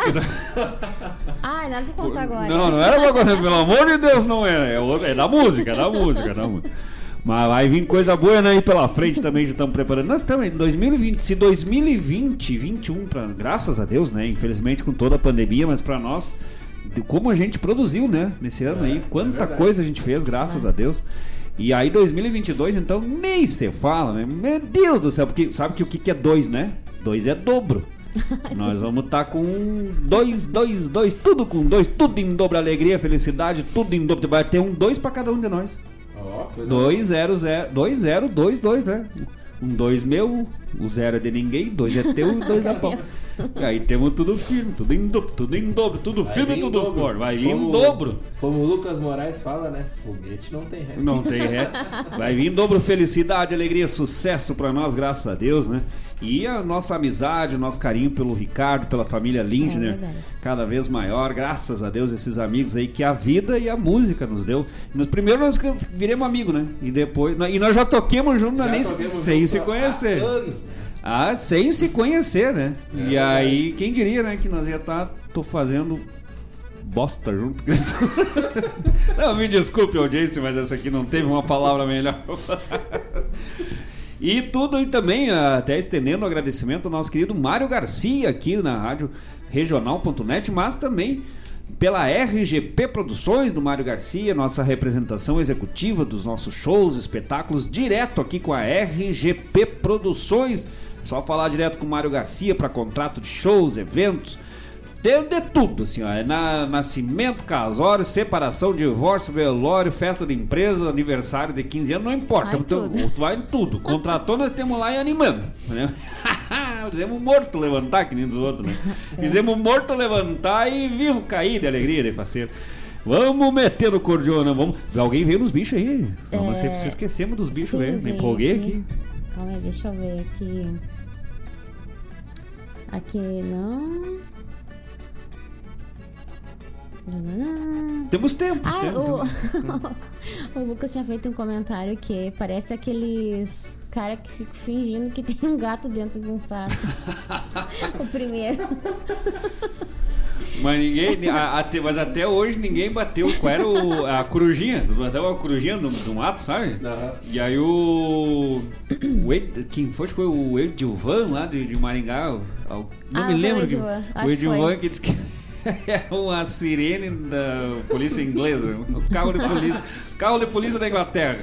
Ai, nada pra contar agora. Não era pra contar, pelo amor de Deus, não é. É da música, Mas vai vir coisa boa aí pela frente também, já estamos preparando. Nós estamos em 2020, se 2021, graças a Deus, né? Infelizmente com toda a pandemia, mas pra nós, como a gente produziu, né? Nesse ano aí, quanta coisa a gente fez, graças a Deus. E aí 2022, então, nem se fala, né? Meu Deus do céu, porque sabe que o que é 2, né? 2 é dobro. Nós vamos estar com 2, tudo com 2, tudo em dobro, alegria, felicidade, tudo em dobro. Vai ter 2 pra cada um de nós. 2, 0, 0, 2, 0, 2, 2, né? 2 meu, o 0 é de ninguém, 2 é teu e 2 é pau. E aí temos tudo firme, tudo em dobro, tudo firme e tudo forte. Vai vir em dobro. Como o Lucas Moraes fala, né? Foguete não tem ré. Não tem ré. Vai vir em dobro, felicidade, alegria, sucesso pra nós, graças a Deus, né? E a nossa amizade, o nosso carinho pelo Ricardo, pela família Lindner, cada vez maior, graças a Deus, esses amigos aí que a vida e a música nos deu. Primeiro nós viremos amigos, né? E depois. E nós já toquemos juntos, sem se conhecer. Sem se conhecer, né? E aí, quem diria, né, que nós ia estar fazendo bosta junto. Não, me desculpe, audiência, mas essa aqui não teve uma palavra melhor. E tudo, e também até estendendo o agradecimento ao nosso querido Mário Garcia aqui na Rádio Regional.net, mas também pela RGP Produções do Mário Garcia, nossa representação executiva dos nossos shows, espetáculos, direto aqui com a RGP Produções. Só falar direto com o Mário Garcia para contrato de shows, eventos, de tudo, assim, ó. Nascimento, casório, separação, divórcio, velório, festa de empresa, aniversário de 15 anos, não importa. Vai em tudo. Contratou, nós temos lá e animando. Né? Fizemos morto levantar, que nem dos outros, né? Fizemos morto levantar e vivo cair de alegria, de parceiro. Vamos meter no cordiona, vamos. Alguém veio nos bichos aí. Você esquecemos dos bichos, velho. Me empolguei aqui. Calma aí, deixa eu ver aqui. Aqui não. Temos tempo. O Lucas tinha feito um comentário que parece aqueles cara que ficam fingindo que tem um gato dentro de um saco. O primeiro. Mas até hoje ninguém bateu. Qual era a corujinha? Nós bateu a corujinha de um ato, sabe? Uhum. E aí quem foi? Foi o Edilvan lá de Maringá. Não me lembro. O Edilvan que disse que é uma sirene da polícia inglesa. O carro de polícia da Inglaterra.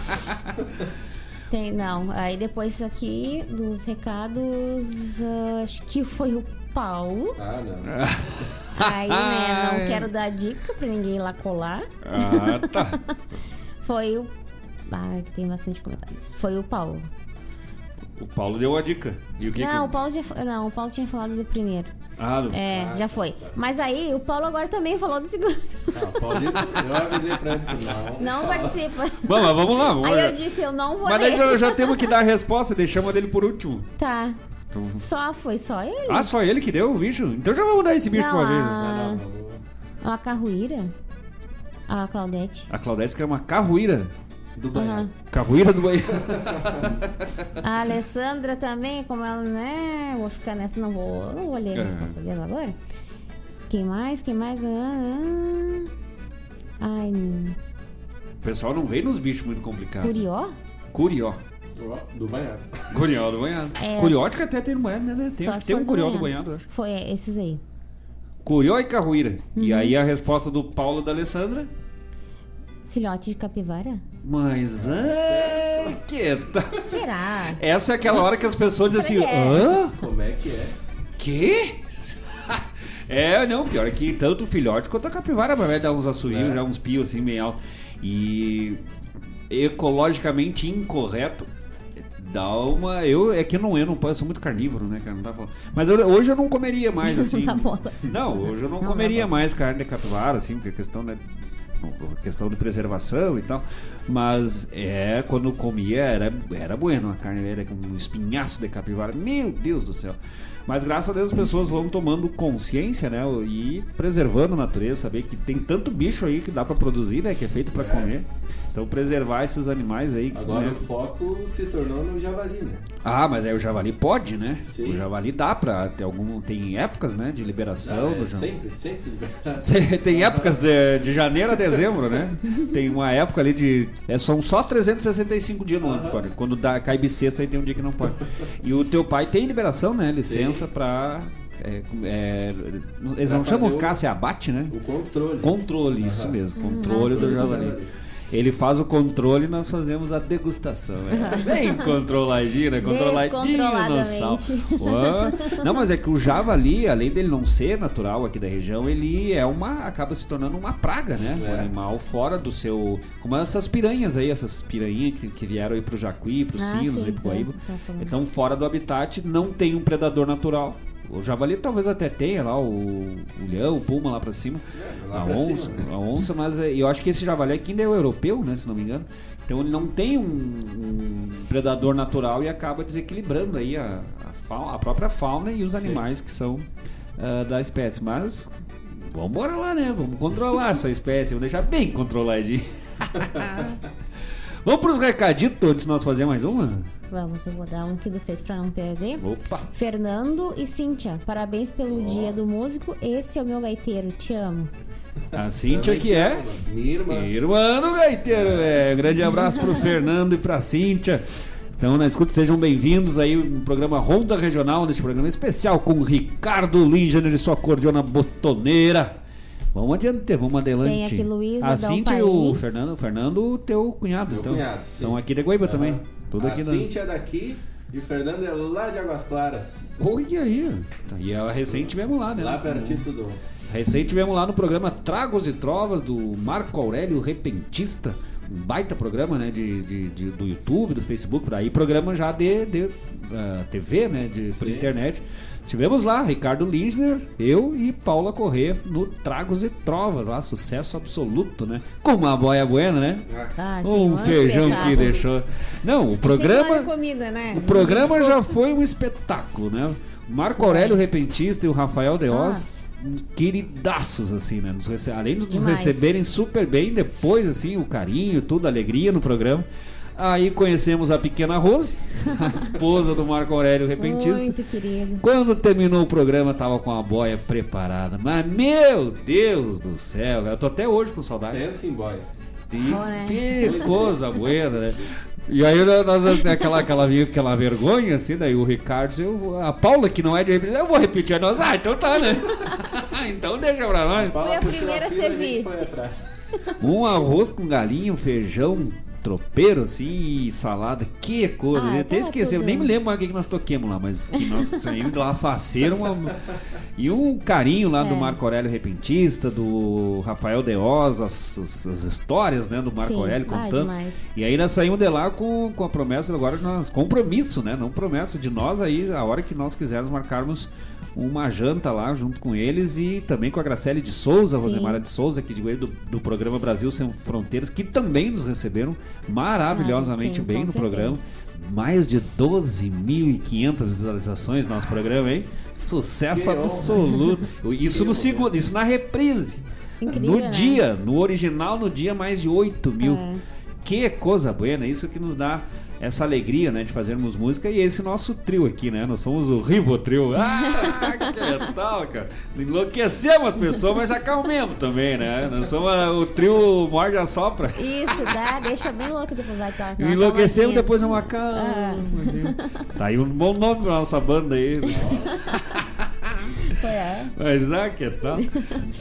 Não. Aí depois aqui dos recados, acho que foi o Paulo. Não. Aí, né, não quero dar dica pra ninguém ir lá colar. Tá. Foi o... que tem bastante comentários. Foi o Paulo. O Paulo deu a dica. E o que o Paulo tinha falado do primeiro. Já foi. Mas aí, o Paulo agora também falou do segundo. Eu avisei pra ele que não participa. Vamos lá. Aí eu disse, eu não vou ler. Mas daí já temos que dar a resposta, deixamos dele por último. Tá. Foi só ele. Só ele que deu o bicho? Então já vamos dar esse bicho pra uma vez. A Carruíra? A Claudete. A Claudete que é uma carruíra do banheiro. Carruíra do banheiro. A Alessandra também, como ela, né? Vou ficar nessa, não vou ler a resposta dela agora. Quem mais? Ai. O pessoal não veio nos bichos muito complicados. Curió. Do banhado. Curió do banhado. Curiótica até tem no banhado, né? Tem um curió do banhado, acho. Foi esses aí. Curió e carruíra. E aí a resposta do Paulo e da Alessandra? Filhote de capivara? Mas que tá... Será? Essa é aquela hora que as pessoas dizem assim, hã? Como é que é? Que? Não, pior é que tanto o filhote quanto a capivara vai dar uns assovios, já uns pios assim, meio alto. E ecologicamente incorreto, dá uma... É que eu não posso, eu sou muito carnívoro, né, cara? Não dá pra... Mas hoje eu não comeria mais, assim... Não, hoje eu não comeria mais carne de capivara, assim, porque a questão de preservação e tal, mas quando comia era bueno, a carne era com um espinhaço de capivara, meu Deus do céu. Mas graças a Deus as pessoas vão tomando consciência, né, e preservando a natureza, saber que tem tanto bicho aí que dá pra produzir, né, que é feito pra comer. Então preservar esses animais aí. Agora, né? O foco se tornou no javali, né? Mas aí o javali pode, né? Sim. O javali dá pra ter tem épocas, né, de liberação do javali. Sempre liberação. Tem épocas de janeiro a dezembro, né? Tem uma época ali são só 365 dias no ano, pode. Quando cai bissexta aí tem um dia que não pode. E o teu pai tem liberação, né? Licença pra... eles não chamam caça e abate, né? O controle. Controle, isso mesmo. Controle do javali. Ele faz o controle e nós fazemos a degustação. Bem controladinho, né? Controladinho no sal. Não, mas é que o javali, além dele não ser natural aqui da região, ele acaba se tornando uma praga, né? Um animal fora do seu... Como essas piranhas aí, essas piranhas que vieram aí pro Jacuí, pro Sinos, aí pro Guaíba. Então, fora do habitat, não tem um predador natural. O javali talvez até tenha lá o leão, o puma lá pra cima, a onça, mas eu acho que esse javali aqui ainda é o europeu, né, se não me engano. Então ele não tem um predador natural e acaba desequilibrando aí a própria fauna e os animais que são da espécie. Mas vamos embora lá, né? Vamos controlar essa espécie, vamos deixar bem controladinho. Vamos pros recaditos antes de nós fazer mais uma? Vamos, eu vou dar um que do Fez pra não perder. Opa! Fernando e Cíntia, parabéns pelo dia do músico. Esse é o meu gaiteiro, te amo. A Cíntia que é minha irmã do gaiteiro, velho. Grande abraço pro Fernando e pra Cíntia. Então, na escuta, sejam bem-vindos aí no programa Ronda Regional, neste programa especial com Ricardo Linger e sua cordiona botoneira. Vamos adiante, vamos adelante. Tem aqui Luísa, a Cíntia e o Fernando, teu cunhado. Meu então, cunhado, são aqui de Guaíba também. Tudo a aqui Cíntia é daqui e o Fernando é lá de Águas Claras. Olha aí. E a recente tivemos lá, né? Lá pertinho tudo. Recente tivemos lá no programa Tragos e Trovas do Marco Aurélio Repentista. Um baita programa, né? Do YouTube, do Facebook, por aí. Programa já de TV, né? Por internet. Estivemos lá, Ricardo Linger, eu e Paula Corrêa no Tragos e Trovas, lá, sucesso absoluto, né? Com uma boia buena, né? Sim, feijão que deixou. Não, o programa. Comida, né? O programa já foi um espetáculo, né? O Marco Aurélio Repentista e o Rafael Deoz, queridaços, assim, né? Além de nos receberem super bem, depois, assim, o carinho, tudo, a alegria no programa. Aí conhecemos a pequena Rose, a esposa do Marco Aurélio Repentista. Muito querido. Quando terminou o programa, tava com a boia preparada. Mas, meu Deus do céu, eu tô até hoje com saudade. É assim, boia. Que coisa boa, né? E aí nós aquela vergonha, assim, daí o Ricardo, a Paula, que não é de repetir, eu vou repetir, nós, então tá, né? Então deixa pra nós. Fui a primeira a servir. Um arroz com galinha, um feijão tropeiro, assim, e salada, que coisa. Eu até esqueci, eu nem me lembro mais o que nós toquemos lá, mas que nós saímos lá faceiro e um carinho lá do Marco Aurélio Repentista, do Rafael Deoz, as histórias, né, do Marco Aurélio contando. E aí nós saímos de lá com a promessa, agora compromisso, né, não promessa de nós aí, a hora que nós quisermos marcarmos uma janta lá junto com eles e também com a Graciele de Souza, Rosemara de Souza, aqui do programa Brasil Sem Fronteiras, que também nos receberam maravilhosamente bem no programa. Mais de 12.500 visualizações no nosso programa, hein? Sucesso absoluto. Isso no segundo, isso na reprise. Incrível, no dia, no original, no dia, mais de 8 mil. Que coisa buena, isso que nos dá essa alegria, né, de fazermos música. E esse nosso trio aqui, né, nós somos o Rivotril. Que tal, cara? Enlouquecemos as pessoas, mas acalmemos também, né? Nós somos o trio Morde a Sopra. Isso, deixa bem louco, depois vai tocar. Enlouquecemos, depois é uma calma. Tá aí um bom nome pra nossa banda aí. Mas que tal?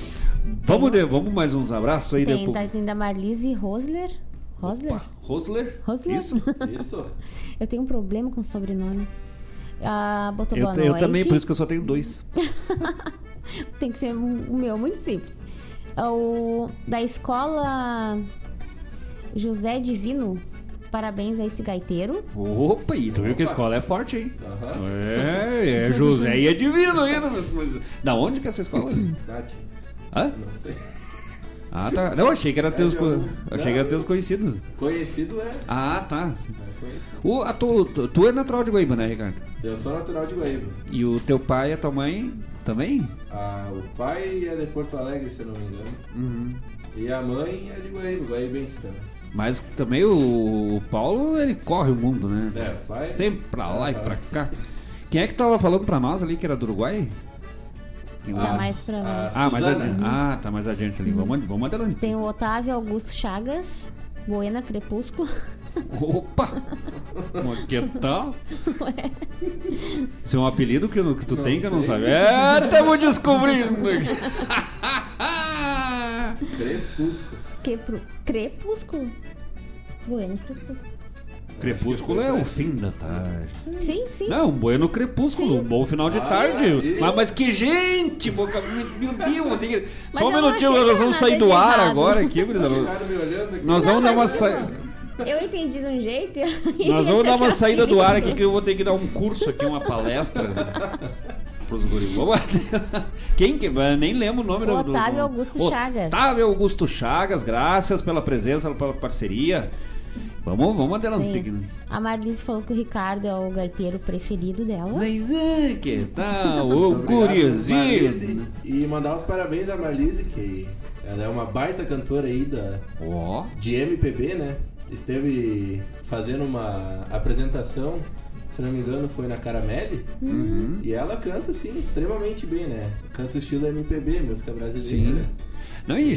Vamos mais uns abraços aí Tem, depois. tem da Marlise Rosler. Rosler? Rosler? Isso? Isso. Eu tenho um problema com sobrenomes. Botou boa noite. Eu também, por isso que eu só tenho 2. Tem que ser o meu, muito simples. Da escola José Divino. Parabéns a esse gaiteiro. Opa, e tu viu que a escola é forte, hein? Aham. É José e é divino ainda. Mas da onde que é essa escola? Nath. Hã? Não sei. Ah, tá. Não, achei que era teus conhecidos. Conhecido é. Ah, tá. É conhecido. Tu é natural de Guaíba, né, Ricardo? Eu sou natural de Guaíba. E o teu pai e a tua mãe também? O pai é de Porto Alegre, se eu não me engano. Uhum. E a mãe é de Guaíba, guaibense também. Mas também o Paulo, ele corre o mundo, né? É, o pai... Sempre pra lá e pra cá. Quem é que tava falando pra nós ali que era do Uruguai? Tá mais pra lá. Mais adiante. Tá mais adiante ali. Vamos adelante. Tem o Otávio Augusto Chagas, Buena Crepúsculo. Opa! Que tal? Isso é um apelido que tu tem que eu não sabe. Estamos descobrindo aqui. Crepúsculo. Crepúsculo? Bueno Crepúsculo. Crepúsculo é o fim da tarde. Sim. Não, um bueno crepúsculo, Sim. um bom final de tarde. Mas que gente! Meu Deus, tem que... Só um minutinho, nós vamos sair do ar agora aqui, gurizada. Nós vamos dar uma saída. Eu entendi de um jeito. Nós vamos dar uma saída do ar aqui, que eu vou ter que dar um curso aqui, uma palestra pros guris. Quem que... Nem lembro o nome do... Otávio Augusto Chagas. Otávio Augusto Chagas, graças pela presença, pela parceria. Vamos adelante. Sim. A Marlise falou que o Ricardo é o gaiteiro preferido dela. Mas que tal? Ô, curiosinho. E mandar os parabéns à Marlise, que ela é uma baita cantora aí de MPB, né? Esteve fazendo uma apresentação, se não me engano, foi na Caramelli. Uhum. E ela canta, assim, extremamente bem, né? Canta o estilo MPB, música brasileira. Sim. Não, e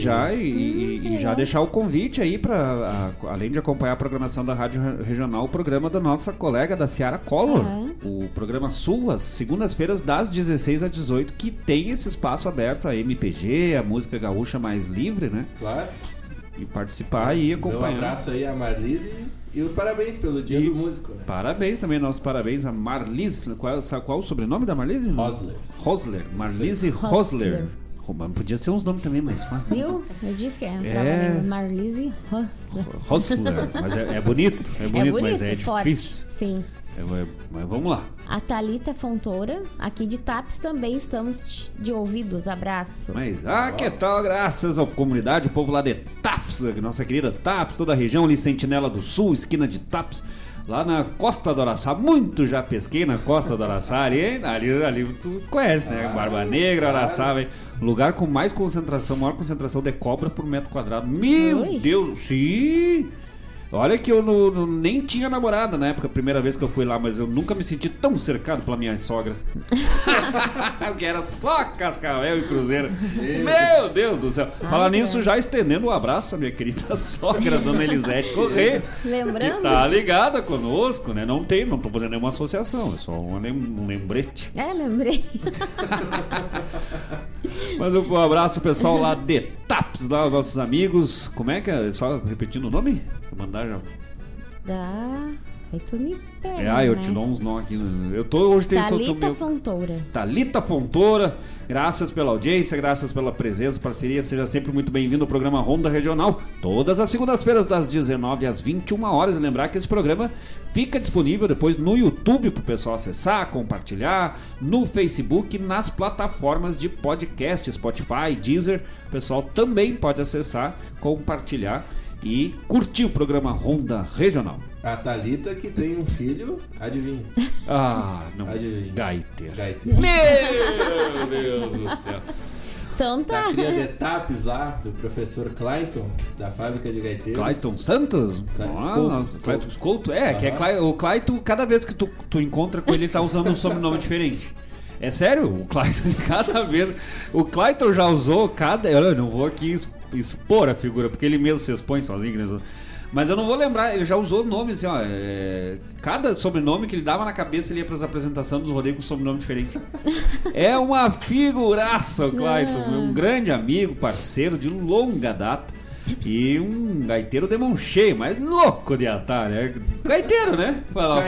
já deixar o convite aí para, além de acompanhar a programação da Rádio Regional, o programa da nossa colega da Ciara Collor, o programa Sul, às segundas-feiras das 16 às 18, que tem esse espaço aberto a MPG, a música gaúcha mais livre, né? Claro. E participar e acompanhar. Um abraço aí a Marlise e os parabéns pelo Dia do Músico, né? Parabéns também, nossos parabéns a Marlise. Qual o sobrenome da Marlise? Rosler. Marlise Rosler. Podia ser uns nomes também, mas fácil. Viu? Eu disse que é Marlise Rosler. Mas é bonito, mas é forte. Difícil. Sim. Mas vamos lá. A Thalita Fontoura, aqui de Tapes, também estamos de ouvidos. Abraço. Mas, que tal? Graças à comunidade, o povo lá de Tapes, nossa querida Tapes, toda a região ali, Sentinela do Sul, esquina de Tapes, lá na Costa do Araçá. Muito já pesquei na Costa do Araçá ali tu conhece, né? Barba Negra, Araçá, véio. Lugar com maior concentração de cobra por metro quadrado. Meu Deus, sim! Olha que eu nem tinha namorada na época, a primeira vez que eu fui lá, mas eu nunca me senti tão cercado pela minha sogra. Porque era só Cascavel e Cruzeiro. Meu Deus do céu. Falar nisso, já estendendo um abraço à minha querida sogra, dona Elisete Corrêa. Lembrando? Que tá ligada conosco, né? Não tô fazendo nenhuma associação, é só um lembrete. Lembrei. Mas um abraço pessoal lá de Tapes, lá os nossos amigos. Como é que é? Só repetindo o nome? Vou mandar já. Aí tu me pega, eu te dou uns nó aqui. Hoje tem Thalita Fontoura. Thalita Fontoura, graças pela audiência, graças pela presença, parceria. Seja sempre muito bem-vindo ao programa Ronda Regional, todas as segundas-feiras das 19 às 21 horas. E lembrar que esse programa fica disponível depois no YouTube pro pessoal acessar, compartilhar, no Facebook, nas plataformas de podcast, Spotify, Deezer. O pessoal também pode acessar, compartilhar e curtir o programa Ronda Regional. A Thalita, que tem um filho, adivinha? Não. Adivinha. Gaiteiro. Meu Deus do céu. Então tá. Da cria de Tapes lá, do professor Clayton, da fábrica de gaiteiros. Clayton Santos? Clayton Couto? Que é o Clayton, cada vez que tu encontra com ele, tá usando um sobrenome diferente. É sério? O Clayton, cada vez... O Clayton já usou Eu não vou aqui expor a figura, porque ele mesmo se expõe sozinho, né? Mas eu não vou lembrar, ele já usou nomes assim, ó. Cada sobrenome que ele dava na cabeça, ele ia pras apresentações dos rodeios com sobrenome diferente. É uma figuraça, o Clayton. Um grande amigo, parceiro de longa data. E um gaiteiro de mão cheia, mas louco de atalho. É gaiteiro, né?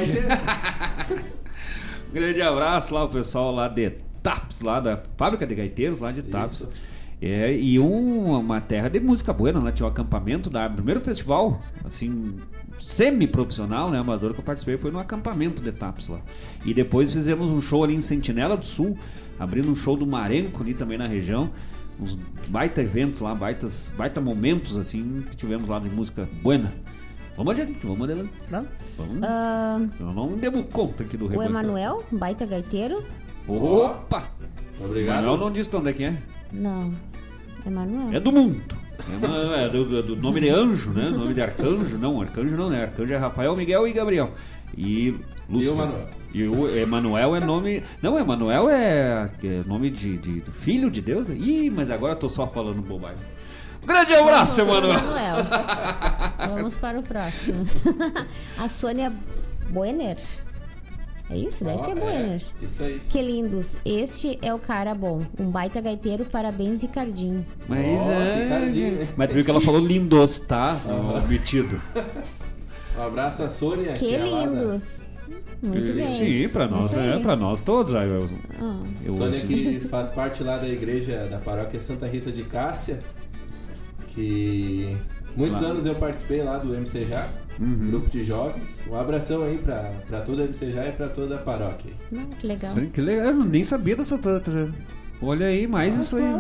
Um grande abraço lá, o pessoal lá de Taps, lá da fábrica de gaiteiros, lá de Taps. E uma terra de música boa, né? Tinha um acampamento da primeiro festival, assim, semi-profissional, né? Amador que eu participei, foi no acampamento de Taps lá. E depois fizemos um show ali em Sentinela do Sul, abrindo um show do Marenco ali também na região. Uns baita eventos lá, baita momentos assim que tivemos lá de música buena. Vamos adiante, vamos adelante. Vamos. Eu não demos conta aqui do rebanho. O Emanuel, baita gaiteiro. Opa! Obrigado. Emanuel não disse de onde é que é. Não, Emanuel. É do mundo. É do nome de anjo, né? Nome de arcanjo. Não, arcanjo não, né? Arcanjo é Rafael, Miguel e Gabriel. E Lúcio. E o Emanuel é nome... Não, Emanuel é nome de filho de Deus. Né? Ih, mas agora eu tô só falando bobagem. Um grande abraço, Emanuel. Vamos para o próximo. A Sônia Buener. É isso? Deve ser Buener. Isso aí. Que lindos. Este é o cara bom. Um baita gaiteiro. Parabéns, Ricardinho. Mas Ricardinho. Mas tu viu que ela falou lindos, tá? Omitido. Um abraço a Sônia. Que lindos. Muito bem. Sim, pra nós, pra nós todos. Sônia que faz parte lá da igreja da paróquia Santa Rita de Cássia, que muitos anos eu participei lá do MCJ, grupo de jovens. Um abração aí pra toda a MCJ e pra toda a paróquia. Que legal. Sim, que legal, eu nem sabia dessa tanta. Olha aí, mais isso aí.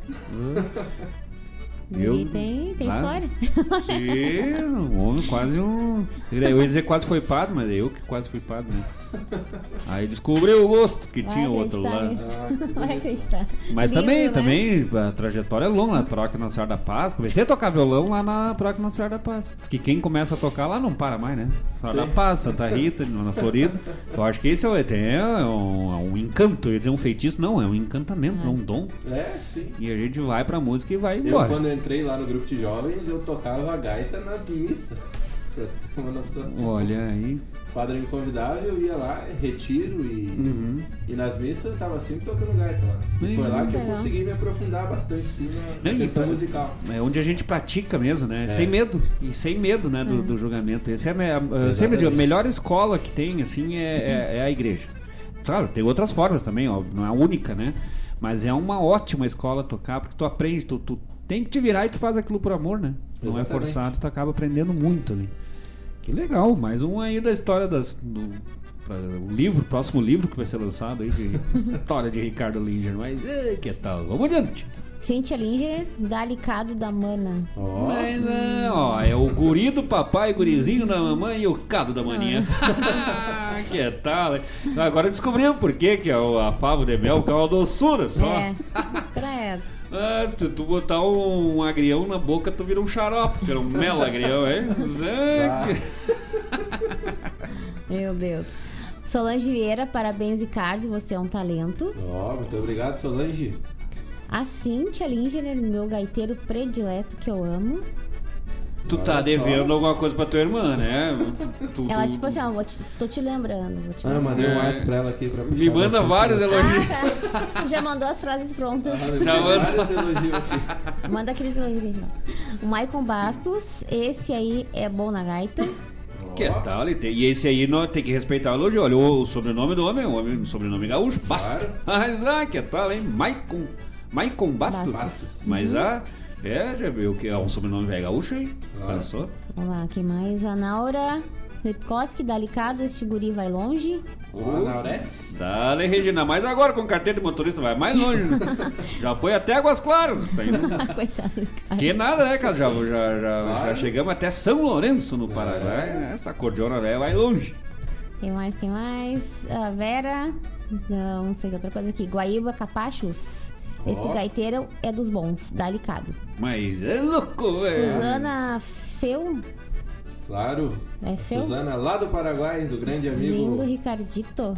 Tem história. Sim, um homem quase um... Eu ia dizer quase foi padre, mas é eu que quase fui padre, né? Aí descobriu o gosto que tinha o outro lado. Vai acreditar. Mas também a trajetória é longa na paróquia Nossa Senhora da Paz. Comecei a tocar violão lá na paróquia Nossa Senhora da Paz. Diz que quem começa a tocar lá não para mais, né? Senhora da Paz, Santa Rita, na Florida. Eu acho que esse é um encanto. Eu ia dizer um feitiço, não, é um encantamento, é um dom. É, sim. E a gente vai pra música e vai embora. Quando eu entrei lá no grupo de jovens, eu tocava a gaita nas missas. Pra você ter uma noção. Olha aí. O padre me convidava e eu ia lá, retiro e nas missas eu tava sempre tocando gaita lá. E foi lá que eu consegui me aprofundar bastante sim, na questão musical. É onde a gente pratica mesmo, né? Sem medo. E sem medo, né, do julgamento. Esse sempre digo, a melhor escola que tem, assim, é a igreja. Claro, tem outras formas também, óbvio, não é a única, né? Mas é uma ótima escola tocar, porque tu aprende, tu tem que te virar e tu faz aquilo por amor, né? Não é forçado, tu acaba aprendendo muito ali. Que legal, mais um aí da história o próximo livro que vai ser lançado aí, de história de Ricardo Linger, mas que tal? Vamos adiante. Cíntia Linger, Dalicado da Mana. Mas é o guri do papai, o gurizinho da mamãe e o cado da maninha. Que tal? Agora descobrimos por que é a favo de mel, que é uma doçura só. Credo. Se tu botar um agrião na boca, tu vira um xarope, vira um mel agrião, hein? Meu Deus. Solange Vieira, parabéns, Ricardo, você é um talento. Muito obrigado, Solange. A Cíntia Linger, meu gaiteiro predileto que eu amo. Tu tá devendo alguma coisa pra tua irmã, né? Ela tipo assim, tô te lembrando. Eu mandei um WhatsApp pra ela aqui pra puxar. Me manda vários elogios. Já mandou as frases prontas. Já manda vários elogios aqui. Manda aqueles elogios. O Maicon Bastos, esse aí é bom na gaita. Que tal? E esse aí tem que respeitar o elogio. Olha, o sobrenome do homem, o sobrenome gaúcho, Bastos. Mas que tal, hein? Maicon Bastos. Mas já viu que é um sobrenome velho gaúcho, hein? Pensou? Vamos lá, quem mais? A Naura Lipkoski, Dalicado, este guri vai longe. Nauretes. Dale, Regina, mas agora com carteira de motorista vai mais longe. Já foi até Águas Claras. Coitado, cara. Que nada, né, cara? Já chegamos até São Lourenço, no Paraná. Essa cordiona velha vai longe. Quem mais? A Vera, não sei que outra coisa aqui. Guaíba Capachos. Esse gaiteiro é dos bons, Dalicado. Mas é louco, velho. Suzana Feu. Claro. Feu? Suzana lá do Paraguai, do grande amigo. Lindo Ricardito.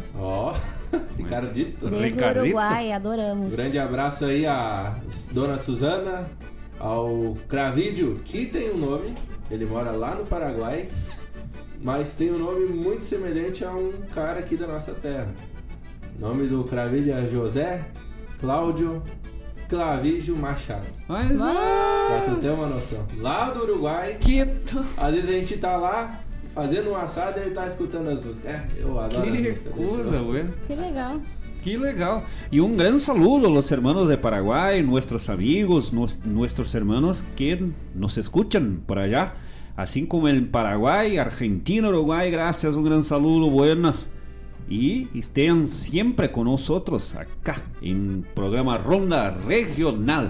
Ricardito. Desde o Uruguai, adoramos. Grande abraço aí a dona Suzana, ao Cravídio, que tem um nome, ele mora lá no Paraguai, mas tem um nome muito semelhante a um cara aqui da nossa terra. O nome do Cravídio é José Cláudio Clavígio Machado. Mas Pra tu ter uma noção. Lá do Uruguai, às vezes a gente tá lá fazendo um assado e ele tá escutando as músicas. Eu adoro as que músicas. coisa, güey. Que legal. Qué legal. Y un gran saludo a los hermanos de Paraguay, nuestros amigos, nuestros hermanos que nos escuchan por allá. Así como en Paraguay, Argentina, Uruguay, gracias, un gran saludo, buenas. Y estén siempre con nosotros acá en programa Ronda Regional.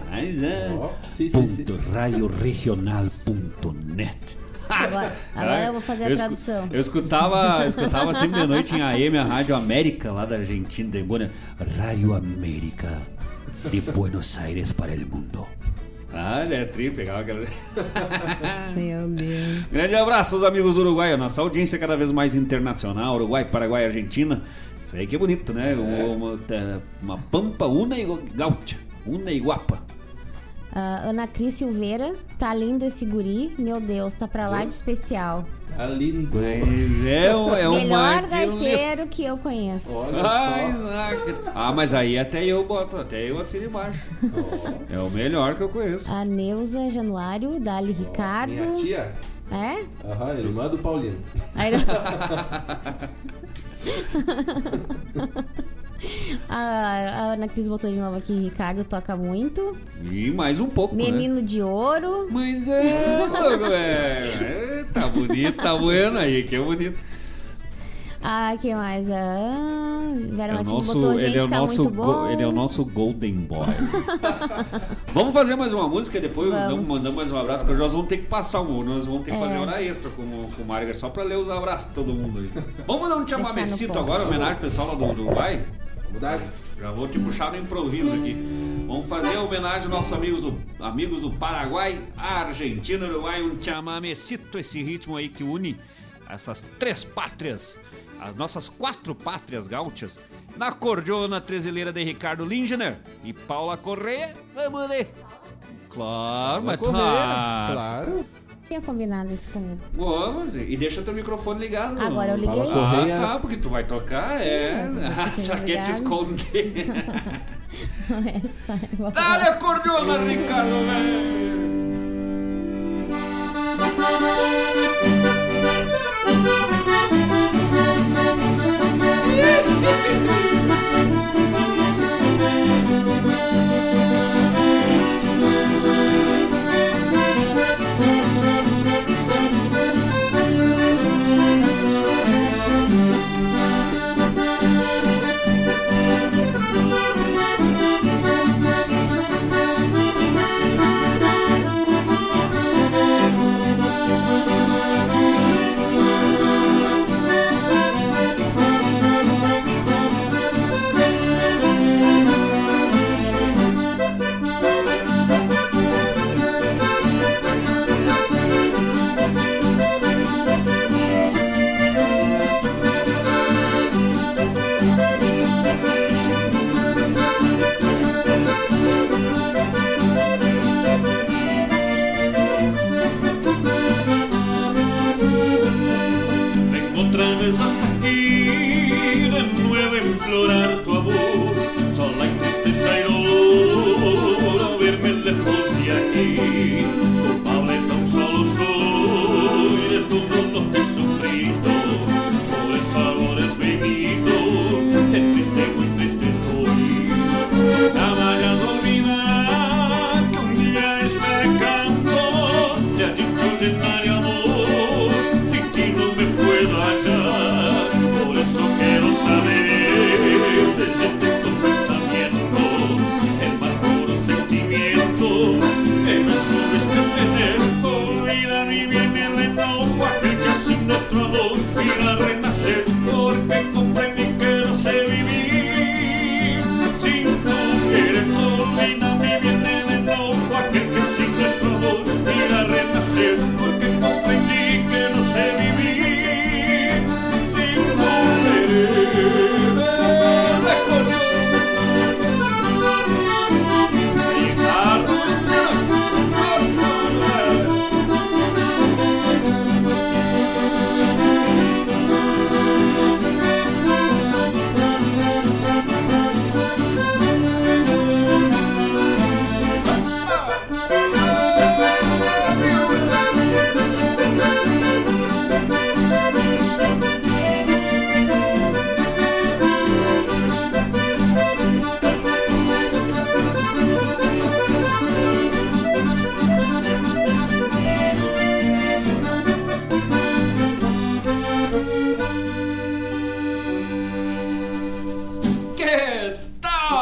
Radioregional.net. Agora eu vou fazer a tradução. Eu escutava sempre de noite em AM a Rádio América lá da Argentina, de Buenos Rádio América de Buenos Aires para o mundo. É tri, pegava aquela. Meu Deus. Grande abraço aos amigos do Uruguai, a nossa audiência cada vez mais internacional, Uruguai, Paraguai, Argentina. Isso aí que é bonito, né? Uma pampa una e gaúcha, una e guapa. Ana Cris Silveira, tá lindo esse guri, meu Deus, tá pra lá de especial. Tá lindo. Mas é melhor gaiteiro que eu conheço. Mas aí até eu assino embaixo. É o melhor que eu conheço. A Neuza Januário, Dali Ricardo. Minha tia. É? Irmã do Paulino. A Ana Cris botou de novo aqui, Ricardo toca muito. E mais um pouco, Menino de Ouro. Mas tá bonito, tá bueno aí, que é bonito. Que mais? Vera Martins botou, gente, tá muito bom. Ele é o nosso Golden Boy. Vamos fazer mais uma música e depois mandamos mais um abraço, porque nós vamos ter que passar nós vamos ter que fazer hora extra com o Marga, só pra ler os abraços de todo mundo aí. Vamos dar um chamamecito agora, homenagem ao pessoal lá do Uruguai? Já vou te puxar no improviso aqui. Vamos fazer a homenagem aos nossos amigos do Paraguai, Argentina, Uruguai, um chamamecito, esse ritmo aí que une essas três pátrias, as nossas 4 pátrias gaúchas, na cordiona trezileira de Ricardo Lindner e Paula Correia. Vamos ler. Claro, mas claro. Tinha combinado isso comigo. Vamos, e deixa teu microfone ligado. Agora eu liguei. Tá, porque tu vai tocar, já quer te esconder. Dale a cordiona, Ricardo, velho.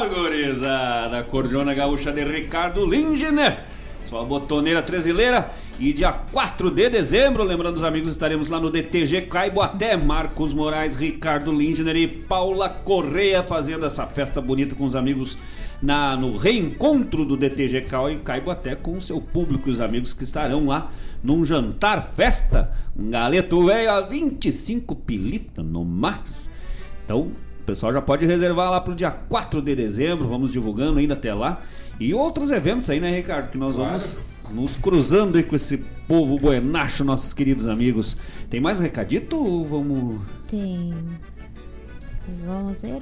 gurizada, acordeona gaúcha de Ricardo Lindner, sua botoneira trezileira. E dia 4 de dezembro, lembrando os amigos, estaremos lá no DTG Caiboaté. Marcos Moraes, Ricardo Lindner e Paula Correia fazendo essa festa bonita com os amigos no reencontro do DTG Caiboaté com o seu público e os amigos que estarão lá num jantar festa. Um galeto velho a 25 pilita no mais. Então o pessoal já pode reservar lá pro dia 4 de dezembro, vamos divulgando ainda até lá. E outros eventos aí, né, Ricardo, que nós vamos nos cruzando aí com esse povo buenacho, nossos queridos amigos. Tem mais recadito ou vamos... Tem. Vamos ver.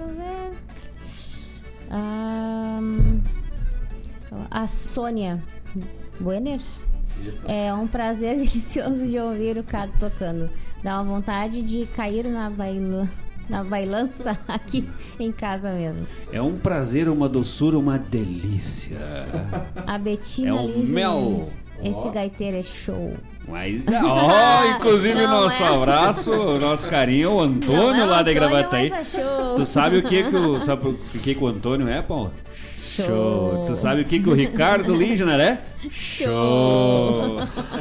A Sônia Buener. Isso. É um prazer delicioso de ouvir o Cado tocando. Dá uma vontade de cair na bailança aqui em casa mesmo. É um prazer, uma doçura, uma delícia. A Betina mel. Esse gaiteiro é show. Mas, inclusive nosso abraço, nosso carinho, o Antônio lá da Gravataí. Tu sabe o que o Antônio é, Paula? Show. Tu sabe o que o Ricardo Lindner é? Show.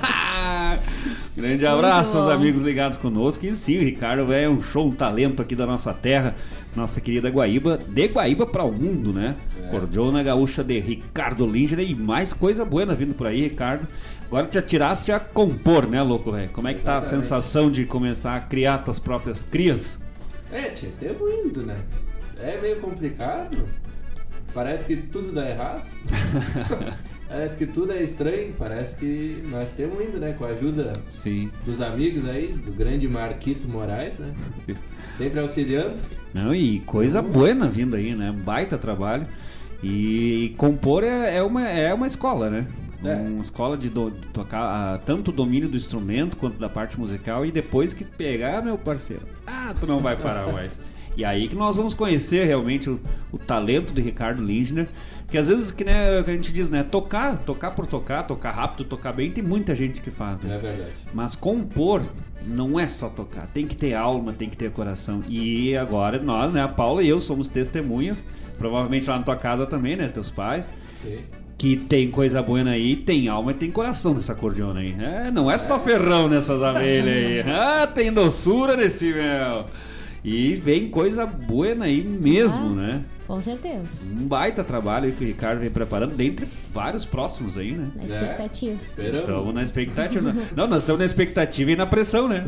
Grande abraço aos amigos ligados conosco. E sim, o Ricardo é um show, um talento aqui da nossa terra, nossa querida Guaíba, de Guaíba para o mundo, né? Cordiona gaúcha de Ricardo Lindner e mais coisa boa vindo por aí, Ricardo. Agora te atiraste a compor, né, louco, velho? Como é que tá a sensação de começar a criar tuas próprias crias? Tchê, temos indo, né? É meio complicado. Parece que tudo dá errado. Parece que tudo é estranho. Parece que nós temos indo, né? Com a ajuda dos amigos aí, do grande Marquito Moraes, né? Sempre auxiliando. Não, e coisa boa vindo aí, né? Baita trabalho. E compor é uma escola, né? Uma escola de tocar tanto o domínio do instrumento quanto da parte musical. E depois que pegar, meu parceiro, tu não vai parar mais. E aí que nós vamos conhecer realmente o talento de Ricardo Lindner. Porque às vezes, que a gente diz, né? Tocar por tocar rápido, tocar bem, tem muita gente que faz, né? É verdade. Mas compor não é só tocar, tem que ter alma, tem que ter coração. E agora nós, né? A Paula e eu somos testemunhas, provavelmente lá na tua casa também, né? Teus pais. Sim. Que tem coisa boa aí, tem alma e tem coração nessa acordeona aí. Não é só ferrão nessas abelhas aí. Tem doçura nesse mel. E vem coisa boa aí mesmo, né? Com certeza. Um baita trabalho aí que o Ricardo vem preparando, dentre vários próximos aí, né? Na expectativa. Esperamos. Estamos na expectativa. Não, nós estamos na expectativa e na pressão, né?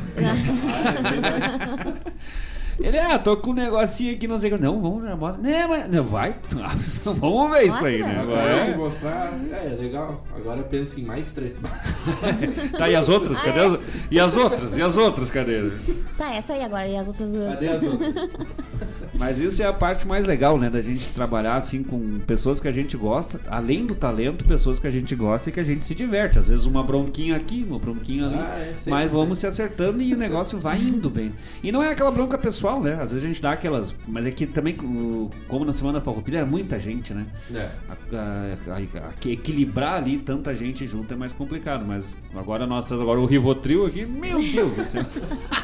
Ele, tô com um negocinho aqui, não sei o que. Não, vamos na mostra. Não, vai. Vamos ver isso aí, né? Agora te mostrar, legal. Agora pensa em mais 3. Tá, e as outras? Cadê as... E as outras? E as outras, cadê? Tá, essa aí agora. E as outras duas? Cadê as outras? Mas isso é a parte mais legal, né? Da gente trabalhar assim com pessoas que a gente gosta, além do talento, pessoas que a gente gosta e que a gente se diverte. Às vezes uma bronquinha aqui, uma bronquinha ali, mas vamos se acertando e o negócio vai indo bem. E não é aquela bronca pessoal, né? Às vezes a gente dá aquelas... Mas é que também, como na Semana da Farroupilha, é muita gente, né? Equilibrar ali tanta gente junto é mais complicado. Mas agora nós temos o Rivotril aqui, meu Deus do céu.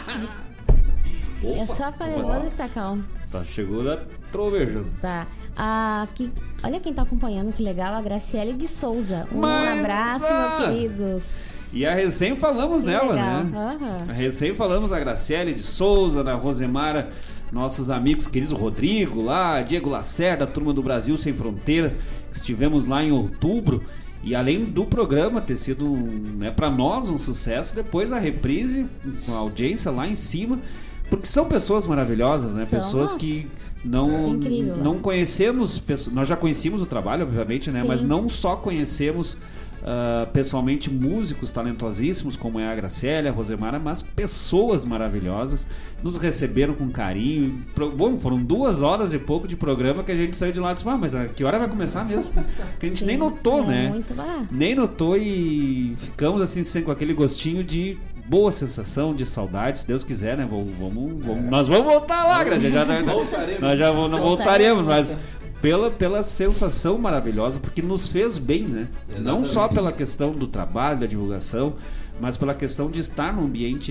É só ficar nervoso e estar calmo. Tá, chegou da trovejando. Tá. Aqui, olha quem tá acompanhando, que legal, a Graciele de Souza. Abraço, meu querido. E a recém falamos que nela, legal. Né? Uhum. A recém falamos da Graciele de Souza, da Rosemara, nossos amigos queridos Rodrigo lá, Diego Lacerda, a turma do Brasil Sem Fronteira, que estivemos lá em outubro. E além do programa ter sido, né, para nós um sucesso, depois a reprise com a audiência lá em cima. Porque são pessoas maravilhosas, né? Pessoas que não conhecemos, nós já conhecíamos o trabalho, obviamente, né? Sim. Mas não só conhecemos pessoalmente músicos talentosíssimos como é a Graciela, a Rosemara, mas pessoas maravilhosas, nos receberam com carinho. Bom, foram 2 horas e pouco de programa que a gente saiu de lá e disse, mas a que hora vai começar mesmo? Que a gente nem notou, né? Muito barato. Nem notou e ficamos assim com aquele gostinho de boa sensação, de saudade, se Deus quiser, né? Nós vamos voltar lá, Graciela. Nós já voltaremos, mas pela sensação maravilhosa, porque nos fez bem, né? Exatamente. Não só pela questão do trabalho, da divulgação, mas pela questão de estar num ambiente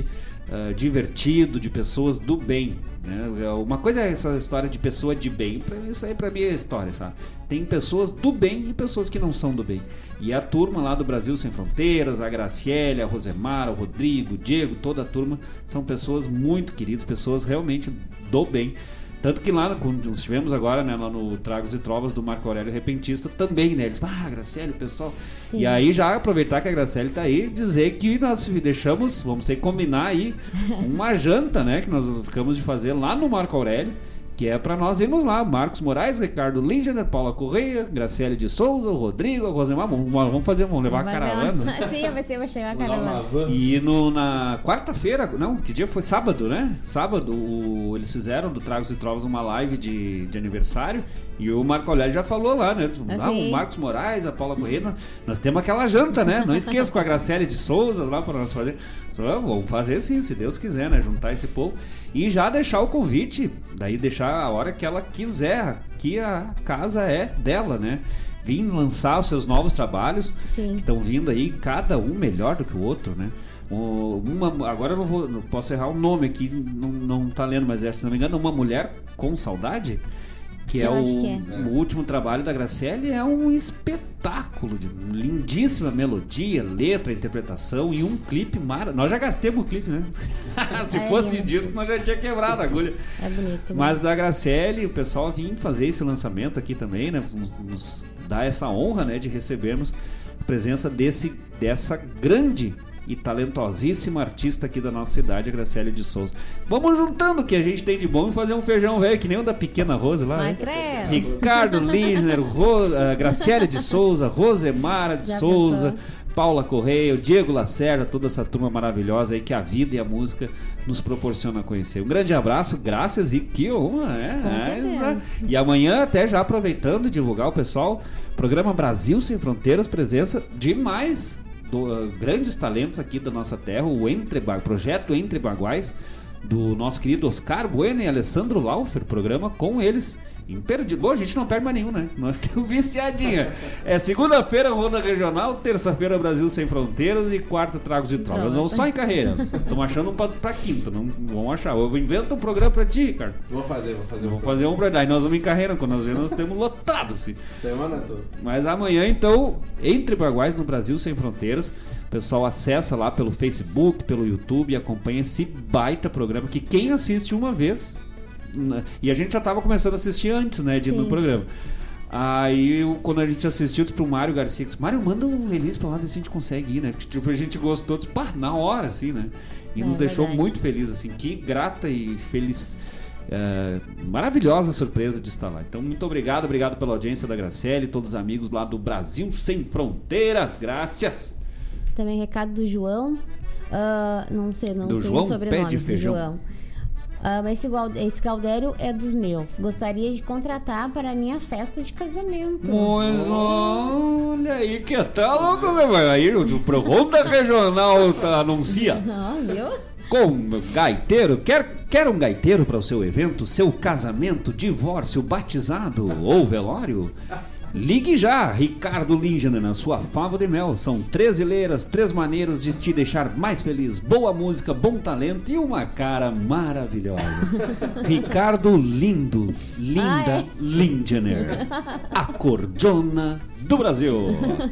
divertido, de pessoas do bem, né? Uma coisa é essa história de pessoa de bem, isso aí pra mim é história, sabe? Tem pessoas do bem e pessoas que não são do bem. E a turma lá do Brasil Sem Fronteiras, a Graciele, a Rosemara, o Rodrigo, o Diego, toda a turma, são pessoas muito queridas, pessoas realmente do bem. Tanto que lá, quando estivemos agora, né, lá no Tragos e Trovas do Marco Aurélio Repentista, também, né, eles, Graciele, pessoal. Sim. E aí já aproveitar que a Graciele tá aí, dizer que nós deixamos, vamos ter que combinar aí uma janta, né, que nós ficamos de fazer lá no Marco Aurélio, que é pra nós irmos lá, Marcos Moraes, Ricardo Lingener, Paula Correia, Graciele de Souza, o Rodrigo, a Rosemar, vamos levar a caravana. Sim, vai chegar a caravana. E na quarta-feira, não, que dia foi? Sábado, né? Sábado, eles fizeram do Tragos e Trovas uma live de aniversário, e o Marco Aurélio já falou lá, né? O Marcos Moraes, a Paula Correia, nós temos aquela janta, né? Não esqueça, com a Graciele de Souza lá para nós fazer. Vamos fazer sim, se Deus quiser, né? Juntar esse povo e já deixar o convite, daí deixar a hora que ela quiser, que a casa é dela, né? Vim lançar os seus novos trabalhos, sim, que estão vindo aí, cada um melhor do que o outro, né? Agora eu não posso errar o nome aqui, não tá lendo, mas se não me engano, Uma Mulher com Saudade, que é o último trabalho da Graciele, é um espetáculo de lindíssima melodia, letra, interpretação e um clipe maravilhoso. Nós já gastemos o clipe, né? Se fosse disco, nós já tinha quebrado a agulha. É bonito. Mas da Graciele, o pessoal vinha fazer esse lançamento aqui também, né? Nos dá essa honra, né, de recebermos a presença dessa grande e talentosíssima artista aqui da nossa cidade, a Graciele de Souza. Vamos juntando o que a gente tem de bom e fazer um feijão velho, que nem o da Pequena Rose lá. Ricardo Lindner, Graciele de Souza, Rosemara de Souza, Paula Correia, o Diego Lacerda, toda essa turma maravilhosa aí que a vida e a música nos proporciona a conhecer. Um grande abraço, graças e que honra, né? E amanhã, até já aproveitando, divulgar o pessoal, programa Brasil Sem Fronteiras, presença de mais grandes talentos aqui da nossa terra, o projeto Entre Baguais, do nosso querido Oscar Bueno e Alessandro Laufer, programa com eles imperdível. Bom, a gente não perde mais nenhum, né? Nós temos viciadinha. É segunda-feira Ronda Regional, terça-feira Brasil Sem Fronteiras e quarta Tragos de Trovas. Nós vamos só em carreira. Estamos achando um pra quinta, não vamos achar. Eu invento um programa pra ti, Ricardo. Vou fazer um pra daí. Nós vamos em carreira, quando nós vemos, nós temos lotado, assim. Semana toda. Mas amanhã, então, Entre Baguais no Brasil Sem Fronteiras. O pessoal acessa lá pelo Facebook, pelo YouTube e acompanha esse baita programa que quem assiste uma vez... E a gente já estava começando a assistir antes, né, de ir no programa. Aí, quando a gente assistiu, disse pro Mário Garcia, disse, Mário, manda um release pra lá, ver se a gente consegue ir, né? Tipo, a gente gostou, disse, na hora, assim, né? E nos deixou muito felizes, assim, que grata e feliz, maravilhosa surpresa de estar lá. Então, muito obrigado pela audiência da Graciele, todos os amigos lá do Brasil Sem Fronteiras, graças. Também recado do João, não sei, não do tem João sobrenome. Pé de Feijão. João. Esse Galdério é dos meus. Gostaria de contratar para a minha festa de casamento. Mas olha aí, que tá louco, meu? Aí o Ronda Regional anuncia. Viu? Com gaiteiro, quer um gaiteiro para o seu evento, seu casamento, divórcio, batizado ou velório? Ligue já, Ricardo Lingener, na sua fava de mel. São 13 leiras, 3 maneiras de te deixar mais feliz. Boa música, bom talento e uma cara maravilhosa. Ricardo Linda Lingener, a cordiona do Brasil.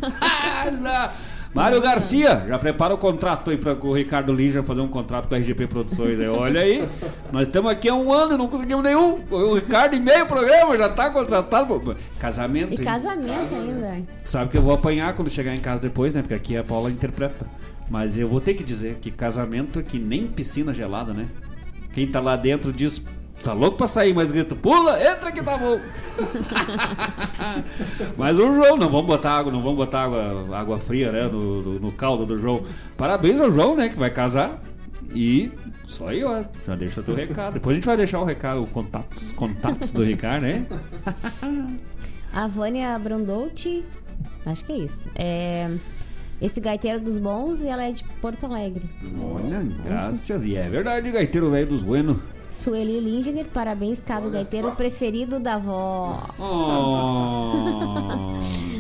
Mário Garcia, já prepara o contrato aí para o Ricardo Lingener fazer um contrato com a RGP Produções. Aí, olha aí, nós estamos aqui há um ano e não conseguimos nenhum. O Ricardo, em meio programa, já está contratado. Casamento. E casamento ainda. Sabe que eu vou apanhar quando chegar em casa depois, né? Porque aqui a Paula interpreta. Mas eu vou ter que dizer que casamento é que nem piscina gelada, né? Quem tá lá dentro diz... Tá louco pra sair, mas grita, pula, entra que tá bom. Mas o João, não vamos botar água fria, né, no caldo do João. Parabéns ao João, né, que vai casar. E só aí, ó, já deixa teu recado. Depois a gente vai deixar o recado, o contatos do Ricardo, né? A Vânia Brandolti, acho que é isso. Esse gaiteiro dos bons e ela é de Porto Alegre. Olha, graças. E é verdade, gaiteiro velho dos buenos. Sueli Lingener, parabéns, Cado Gaiteiro preferido da avó.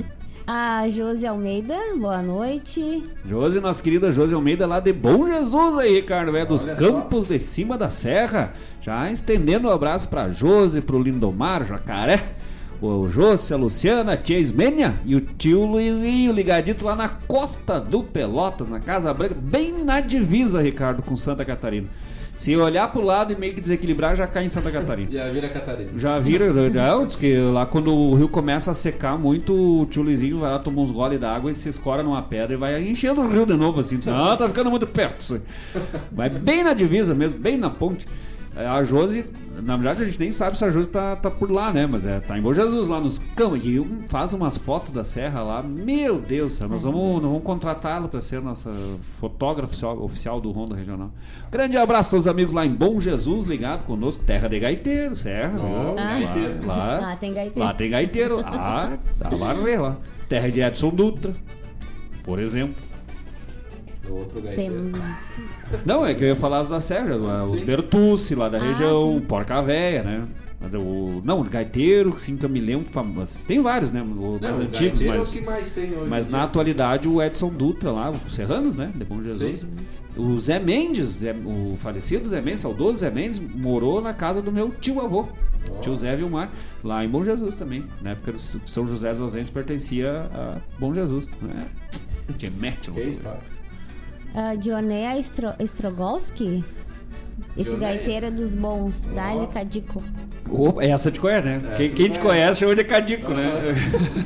A Josi Almeida, boa noite. Josi, nossa querida Josi Almeida, lá de Bom Jesus aí, Ricardo, é dos Olha Campos de Cima da Serra. Já estendendo um abraço pra Josi, pro Lindomar, Jacaré, o Josi, a Luciana, a tia Ismênia e o tio Luizinho, ligadito lá na costa do Pelotas, na Casa Branca, bem na divisa, Ricardo, com Santa Catarina. Se olhar pro lado e meio que desequilibrar, já cai em Santa Catarina. Já vira Catarina. Já vira, diz que lá quando o rio começa a secar muito, o tio Luizinho vai lá, toma uns goles d'água e se escora numa pedra e vai enchendo o rio de novo, assim. Ah, tá ficando muito perto isso aí. Vai bem na divisa mesmo, bem na ponte. A Josi, na verdade a gente nem sabe se a Josi tá por lá, né? Mas tá em Bom Jesus, lá nos campos. E faz umas fotos da serra lá. Meu Deus, nós vamos contratá-la para ser nossa fotógrafa oficial do Ronda Regional. Grande abraço a todos os amigos lá em Bom Jesus, ligado conosco. Terra de gaiteiro, serra. Lá tem gaiteiro. Lá tem gaiteiro. Lá lá. Terra de Edson Dutra, por exemplo. Outro gaiteiro. Não, é que eu ia falar os da Serra, os Bertucci lá da região, sim. Porca Véia, né? Mas o gaiteiro, sim, que eu me lembro, famoso. Tem vários, né? Mais antigos, mas. É o que mais tem hoje, mas na atualidade o Edson Dutra lá, os Serranos, né? De Bom Jesus. Sim. O Zé Mendes, o falecido Zé Mendes, saudoso Zé Mendes, morou na casa do meu tio-avô, tio Zé Vilmar, lá em Bom Jesus também. Na época do São José dos Ausentes pertencia a Bom Jesus, né? Tinha mete Dionéia Strogalski, esse gaiteiro dos bons, Dali Cadico. Essa te conhece, né? Quem te conhece chama de Cadico, né?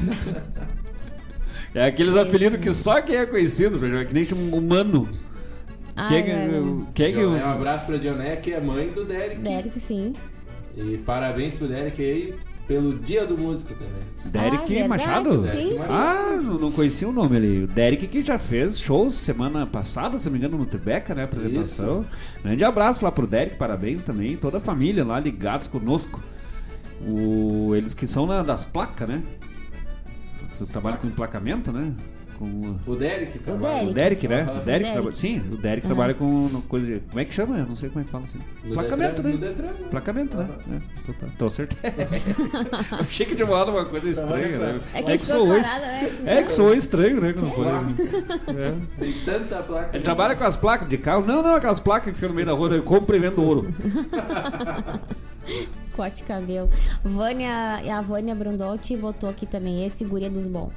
É aqueles apelidos que só quem é conhecido, que nem chama humano. Um abraço pra Dionéia, que é mãe do Derek. Derek, sim. E parabéns pro Derek aí pelo Dia do Músico também. Derek Machado? Sim, sim. Não conhecia o nome ali. O Derek que já fez shows semana passada, se não me engano, no Tribeca, né? Apresentação. Isso. Grande abraço lá pro Derek, parabéns também. Toda a família lá ligados conosco. Eles que são das placas, né? Você trabalha com emplacamento, né? O Derek trabalha. O Derek, né? O Derek trabalha. Sim, o Derek trabalha com coisa. Como é que chama? Eu não sei como é que fala assim. Placamento, né? Placamento, né? Tô acertando. Achei que tinha falado uma coisa estranha, né? É que soou estranho, né? Quando tem tanta placa. Ele trabalha com as placas de carro. Não, aquelas placas que ficam no meio da rua. Eu compro e vendo ouro. Corte cabelo. A Vânia Brundotti botou aqui também esse guria dos bons.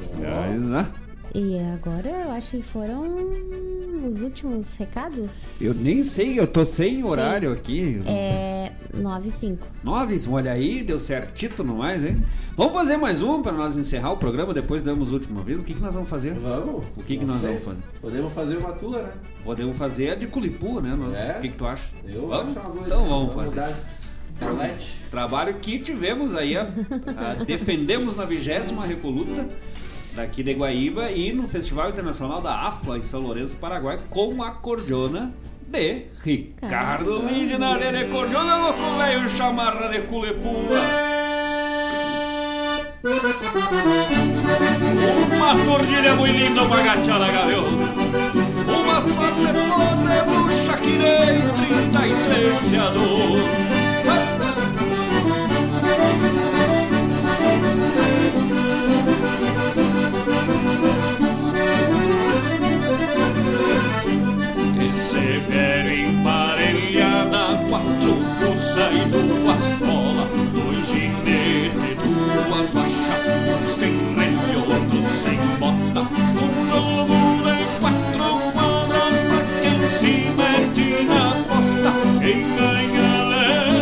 E agora eu acho que foram os últimos recados. Eu nem sei, eu tô sem horário aqui. 9h05. 9, olha aí, deu certito no mais, hein? Vamos fazer mais um para nós encerrar o programa, depois damos o último aviso. O que nós vamos fazer? Vamos. O que nós vamos fazer? Podemos fazer uma tua, né? Podemos fazer a de Culipu, né? O que tu acha? Vamos? Então vamos fazer. Trabalho que tivemos aí, defendemos na 20ª Recoluta daqui de Guaíba e no Festival Internacional da AFLA em São Lourenço, Paraguai, com a cordiona de Ricardo Lindner, de cordiona louco velho, chamarra de Culepua. Uma tordilha muito linda, uma gachada gaviota, uma sorte de bruxa que nem 33 seador. Emparelhada, 4 fuças e 2 colas, 2 ginetes, 2 faixas, sem relho, outro sem bota, jogo de 4 quadras pra quem se mete na costa, quem ganha leva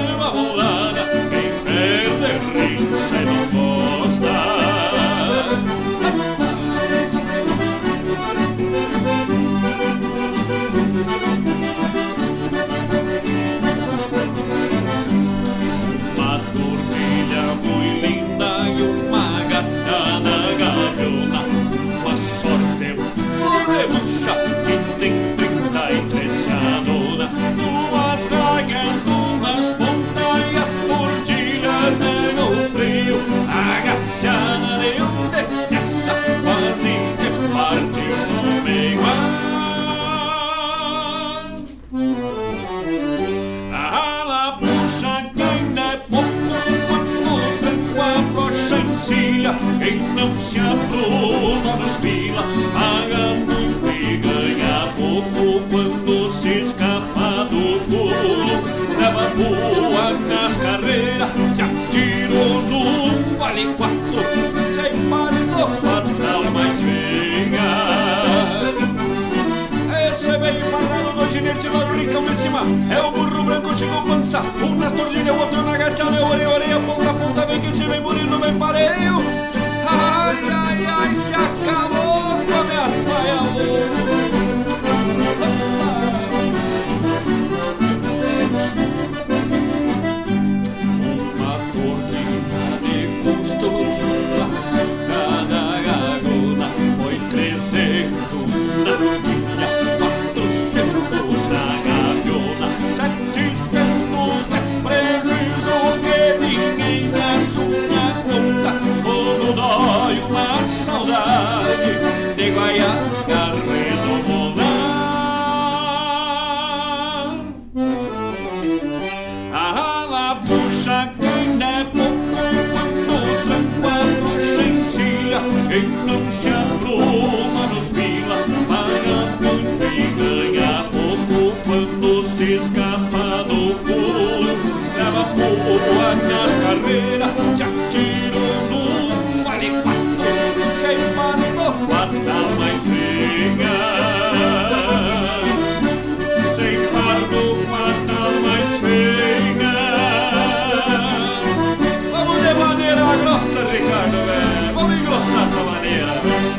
vale 4, sem par do fatal mais venha. Esse veio parado no ginete lá do ricão de cima. É o burro branco, chegou pança. Um na tordilha, o outro na gachada. Orelha, ponta a ponta, vem que se vem bonito, vem pareio. Ai, ai, ai, se acabou com as minhas paias. De Guaiaca redomolar. A la puxa quem der pouco quando tranquado se encilha. Quem não se abruma nos pila, paga muito e ganha pouco quando se escapa do pulo. Leva boa nas carreiras, já tiro no vale 4. Fatal mais venha, sem par do fatal mais venha. Vamos de maneira grossa, Ricardo, velho. Vamos engrossar essa maneira.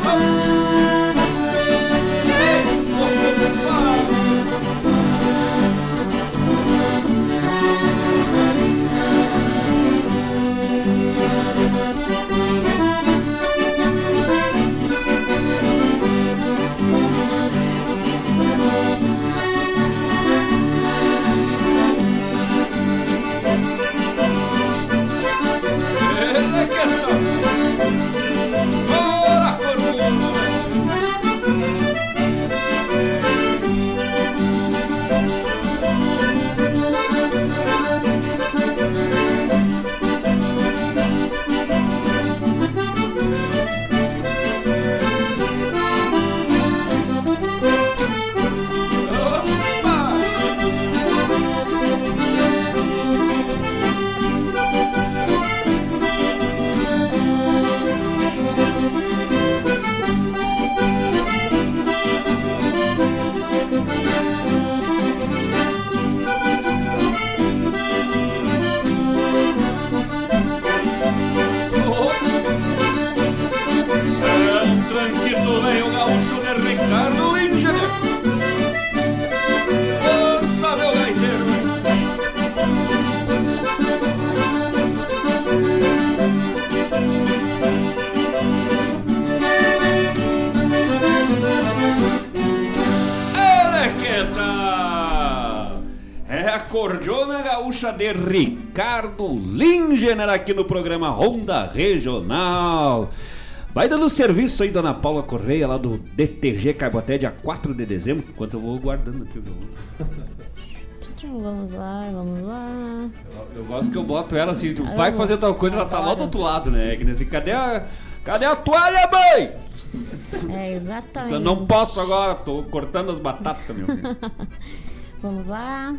Cordiona Gaúcha de Ricardo Lingener aqui no programa Ronda Regional. Vai dando serviço aí, dona Paula Correia, lá do DTG Caiboté, dia 4 de dezembro, enquanto eu vou guardando aqui o violão. Vamos lá, vamos lá. Eu gosto que eu boto ela assim, tu vai fazer tal coisa, ela tá lá do outro lado, né? Que assim, cadê a toalha, mãe? É, exatamente. Eu não posso agora, tô cortando as batatas, meu filho. Vamos lá.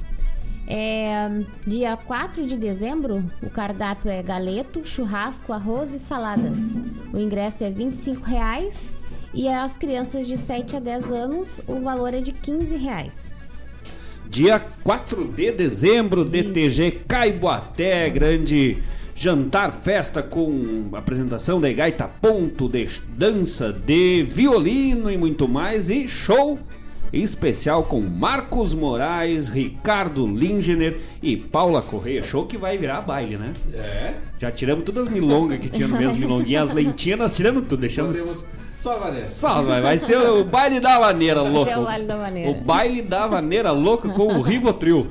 Dia 4 de dezembro, o cardápio é galeto, churrasco, arroz e saladas. O ingresso é R$25 e as crianças de 7 a 10 anos, o valor é de R$15. Dia 4 de dezembro, DTG Caiboté, grande jantar, festa com apresentação de gaita ponto, de dança, de violino e muito mais, e show especial com Marcos Moraes, Ricardo Lingener e Paula Correia. Show que vai virar baile, né? É. Já tiramos todas as milongas que tinha no mesmo milonguinha, as lentinhas nós tiramos tudo, deixamos... Só a maneira. Só, vai ser o baile da maneira, louco. Vai ser o baile da maneira. O baile da maneira, louco, com o Rivotril.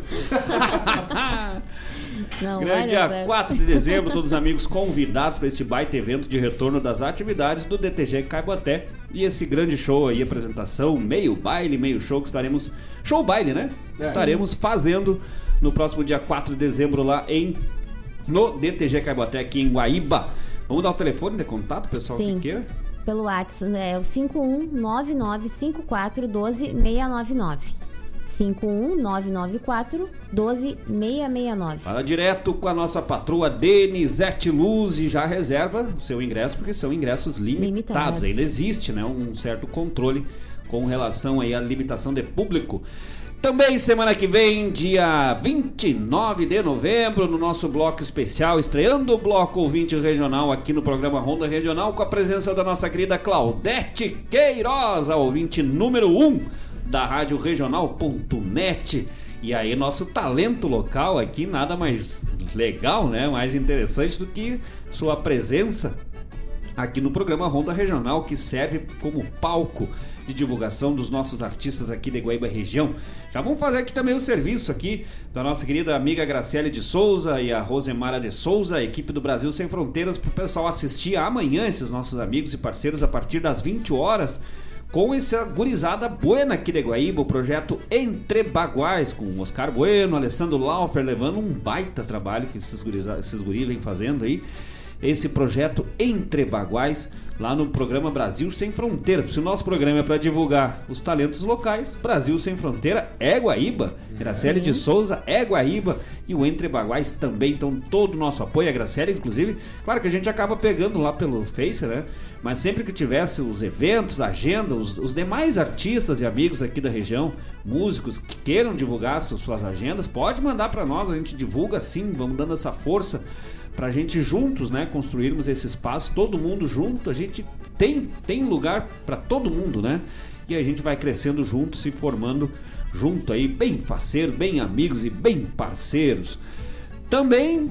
Não, grande dia 4 de dezembro, todos os amigos convidados para esse baita evento de retorno das atividades do DTG Caiboté. E esse grande show aí, apresentação, meio baile, meio show, que estaremos... Show baile, né? É. Estaremos fazendo no próximo dia 4 de dezembro lá no DTG Caiboté, aqui em Guaíba. Vamos dar o telefone de contato, pessoal? Sim. Que é? Pelo WhatsApp, é o 51995412-699. 51994-12669. Fala direto com a nossa patroa Denizete Luz e já reserva o seu ingresso, porque são ingressos limitados. Ainda existe, né, um certo controle com relação aí à limitação de público. Também semana que vem, dia 29 de novembro, no nosso bloco especial, estreando o bloco Ouvinte Regional aqui no programa Ronda Regional, com a presença da nossa querida Claudete Queiroz, a ouvinte número 1 da Rádio Regional.net. E aí nosso talento local aqui, nada mais legal, né, mais interessante do que sua presença aqui no programa Ronda Regional, que serve como palco de divulgação dos nossos artistas aqui de Guaíba região. Já vamos fazer aqui também o serviço aqui da nossa querida amiga Graciele de Souza e a Rosemara de Souza, a equipe do Brasil Sem Fronteiras, para o pessoal assistir amanhã esses nossos amigos e parceiros a partir das 20 horas com essa gurizada buena aqui de Guaíba, o projeto Entre Baguais, com o Oscar Bueno, Alessandro Laufer, levando um baita trabalho que esses guris vêm fazendo aí. Esse projeto Entre Baguais, lá no programa Brasil Sem Fronteira. Se o nosso programa é para divulgar os talentos locais, Brasil Sem Fronteira é Guaíba, Graciele de Souza é Guaíba e o Entre Baguais também. Então todo o nosso apoio, a Graciele inclusive, claro que a gente acaba pegando lá pelo Face, né? Mas sempre que tivesse os eventos, a agenda, os demais artistas e amigos aqui da região, músicos que queiram divulgar suas agendas, pode mandar para nós, a gente divulga sim, vamos dando essa força pra gente juntos, né, construirmos esse espaço, todo mundo junto. A gente tem lugar pra todo mundo, né, e a gente vai crescendo junto, se formando junto aí, bem parceiro, bem amigos e bem parceiros. Também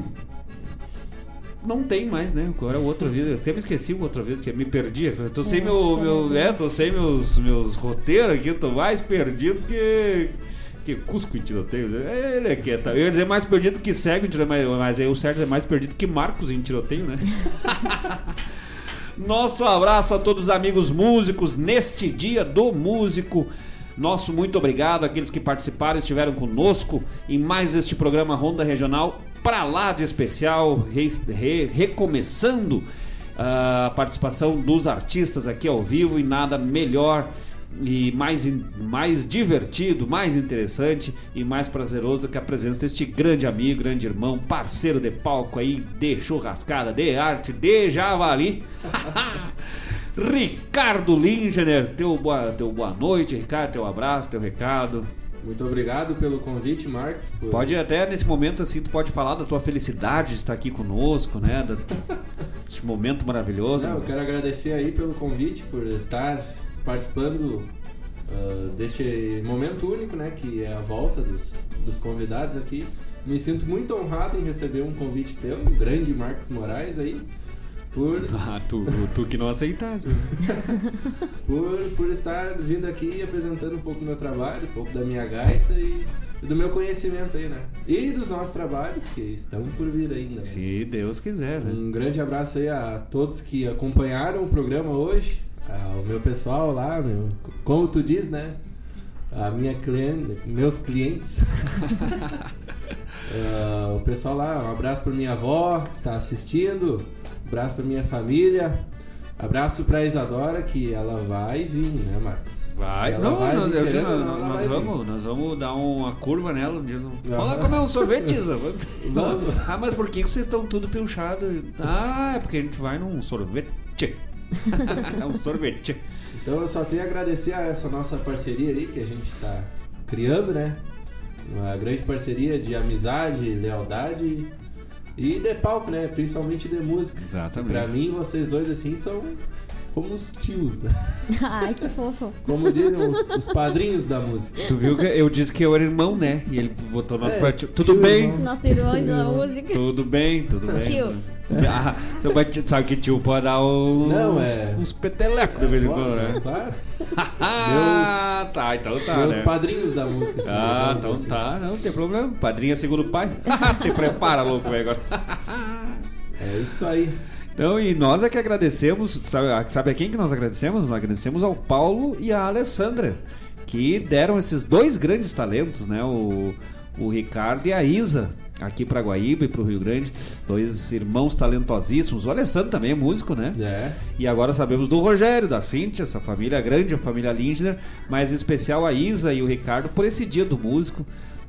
não tem mais, né, agora outra vez, eu até me esqueci outra vez, que me perdi, eu tô sem tô sem meus roteiros aqui, eu tô mais perdido que Cusco em tiroteio. Ele é quieto. Eu ia dizer mais perdido que cego em tiroteio, mas o certo é mais perdido que Marcos em tiroteio, né? Nosso abraço a todos os amigos músicos neste dia do músico. Nosso muito obrigado àqueles que participaram, estiveram conosco em mais este programa Ronda Regional, pra lá de especial, recomeçando a participação dos artistas aqui ao vivo, e nada melhor e mais divertido, mais interessante e mais prazeroso do que a presença deste grande amigo, grande irmão, parceiro de palco aí, de churrascada, de arte, de javali. Ricardo Lingener, teu boa noite, Ricardo, teu abraço, teu recado. Muito obrigado pelo convite, Marcos. Pode até nesse momento assim, tu pode falar da tua felicidade de estar aqui conosco, né? Deste momento maravilhoso. Eu quero agradecer aí pelo convite, por estar participando deste momento único, né, que é a volta dos convidados aqui. Me sinto muito honrado em receber um convite teu, o grande Marcos Moraes aí, tu que não aceitaste. por estar vindo aqui e apresentando um pouco do meu trabalho, um pouco da minha gaita e do meu conhecimento aí, né? E dos nossos trabalhos que estão por vir ainda. Né? Se Deus quiser, né? Um grande abraço aí a todos que acompanharam o programa hoje. O meu pessoal lá, como tu diz, né? A minha cliente, meus clientes. O pessoal lá, um abraço pra minha avó que tá assistindo, um abraço pra minha família, abraço pra Isadora, que ela vai vir, né, Marcos? Vai, nós vamos dar uma curva nela. Vamos lá comer um sorvete, Isa. Mas por que vocês estão tudo pilchados? É porque a gente vai num sorvete. É um sorvete. Então eu só tenho a agradecer a essa nossa parceria aí que a gente está criando, né? Uma grande parceria de amizade, lealdade e de palco, né? Principalmente de música. Exatamente. Pra mim, vocês dois assim são como os tios, né? Ai, que fofo. Como dizem os padrinhos da música. Tu viu que eu disse que eu era irmão, né? E ele botou nosso partido. Tudo bem? Irmão. Nosso irmão da música. Tudo bem. Tio. Seu batido, sabe que tio pode dar uns petelecos de vez em quando, né? Claro. Então tá, meus padrinhos da música. Assim, então assim. Tá, não tem problema. Padrinho é segundo pai. Te prepara, louco, velho, agora. É isso aí. Então, e nós é que agradecemos, sabe a quem que nós agradecemos? Nós agradecemos ao Paulo e à Alessandra, que deram esses dois grandes talentos, né? O Ricardo e a Isa, aqui pra Guaíba e pro Rio Grande. 2 irmãos talentosíssimos. O Alessandro também é músico, né? E agora sabemos do Rogério, da Cíntia, essa família grande, a família Lindner, mas em especial a Isa e o Ricardo por esse dia do músico.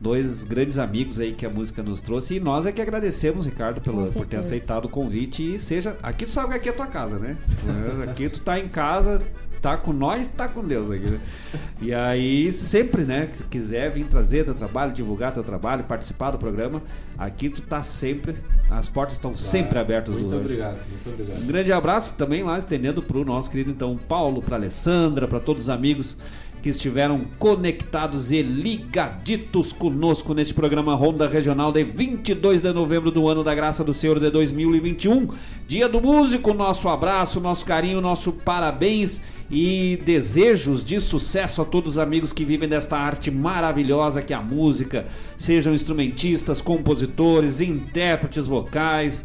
2 grandes amigos aí que a música nos trouxe. E nós é que agradecemos, Ricardo, por ter aceitado o convite. E seja... Aqui tu sabe que aqui é tua casa, né? Aqui tu tá em casa, tá com nós, tá com Deus aqui, né? E aí, sempre, né? Se quiser vir trazer teu trabalho, divulgar teu trabalho, participar do programa, aqui tu tá sempre... As portas estão sempre abertas. Muito obrigado, muito obrigado. Um grande abraço também lá, estendendo pro nosso querido, então, Paulo, pra Alessandra, pra todos os amigos que estiveram conectados e ligaditos conosco neste programa Ronda Regional de 22 de novembro do ano da graça do Senhor de 2021. Dia do Músico, nosso abraço, nosso carinho, nosso parabéns e desejos de sucesso a todos os amigos que vivem desta arte maravilhosa que é a música, sejam instrumentistas, compositores, intérpretes vocais,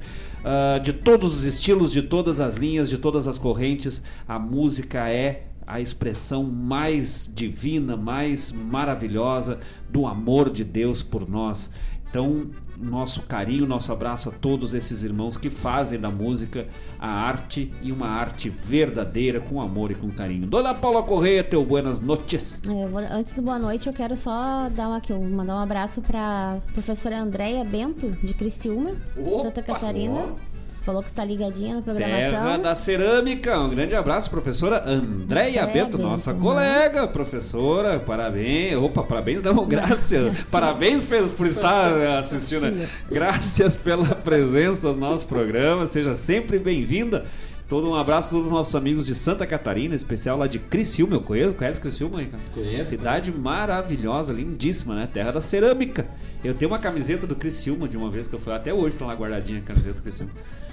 de todos os estilos, de todas as linhas, de todas as correntes. A música é a expressão mais divina, mais maravilhosa do amor de Deus por nós. Então, nosso carinho, nosso abraço a todos esses irmãos que fazem da música a arte, e uma arte verdadeira, com amor e com carinho. Dona Paula Correia, teu buenas noches. Antes do boa noite, eu quero só mandar um abraço para professora Andréia Bento, de Criciúma, Santa Catarina. Falou que está ligadinha na programação. Terra da Cerâmica. Um grande abraço, professora Andréia Bento, nossa colega, professora. Parabéns. Opa, parabéns não, graças. Parabéns por estar assistindo. Graças pela presença no nosso programa. Seja sempre bem-vinda. Um abraço a todos os nossos amigos de Santa Catarina, em especial lá de Criciúma. Eu conhece Criciúma, hein, cara? Conheço. Cidade maravilhosa, lindíssima, né? Terra da Cerâmica. Eu tenho uma camiseta do Criciúma de uma vez que eu fui. Até hoje tá lá guardadinha a camiseta do Criciúma.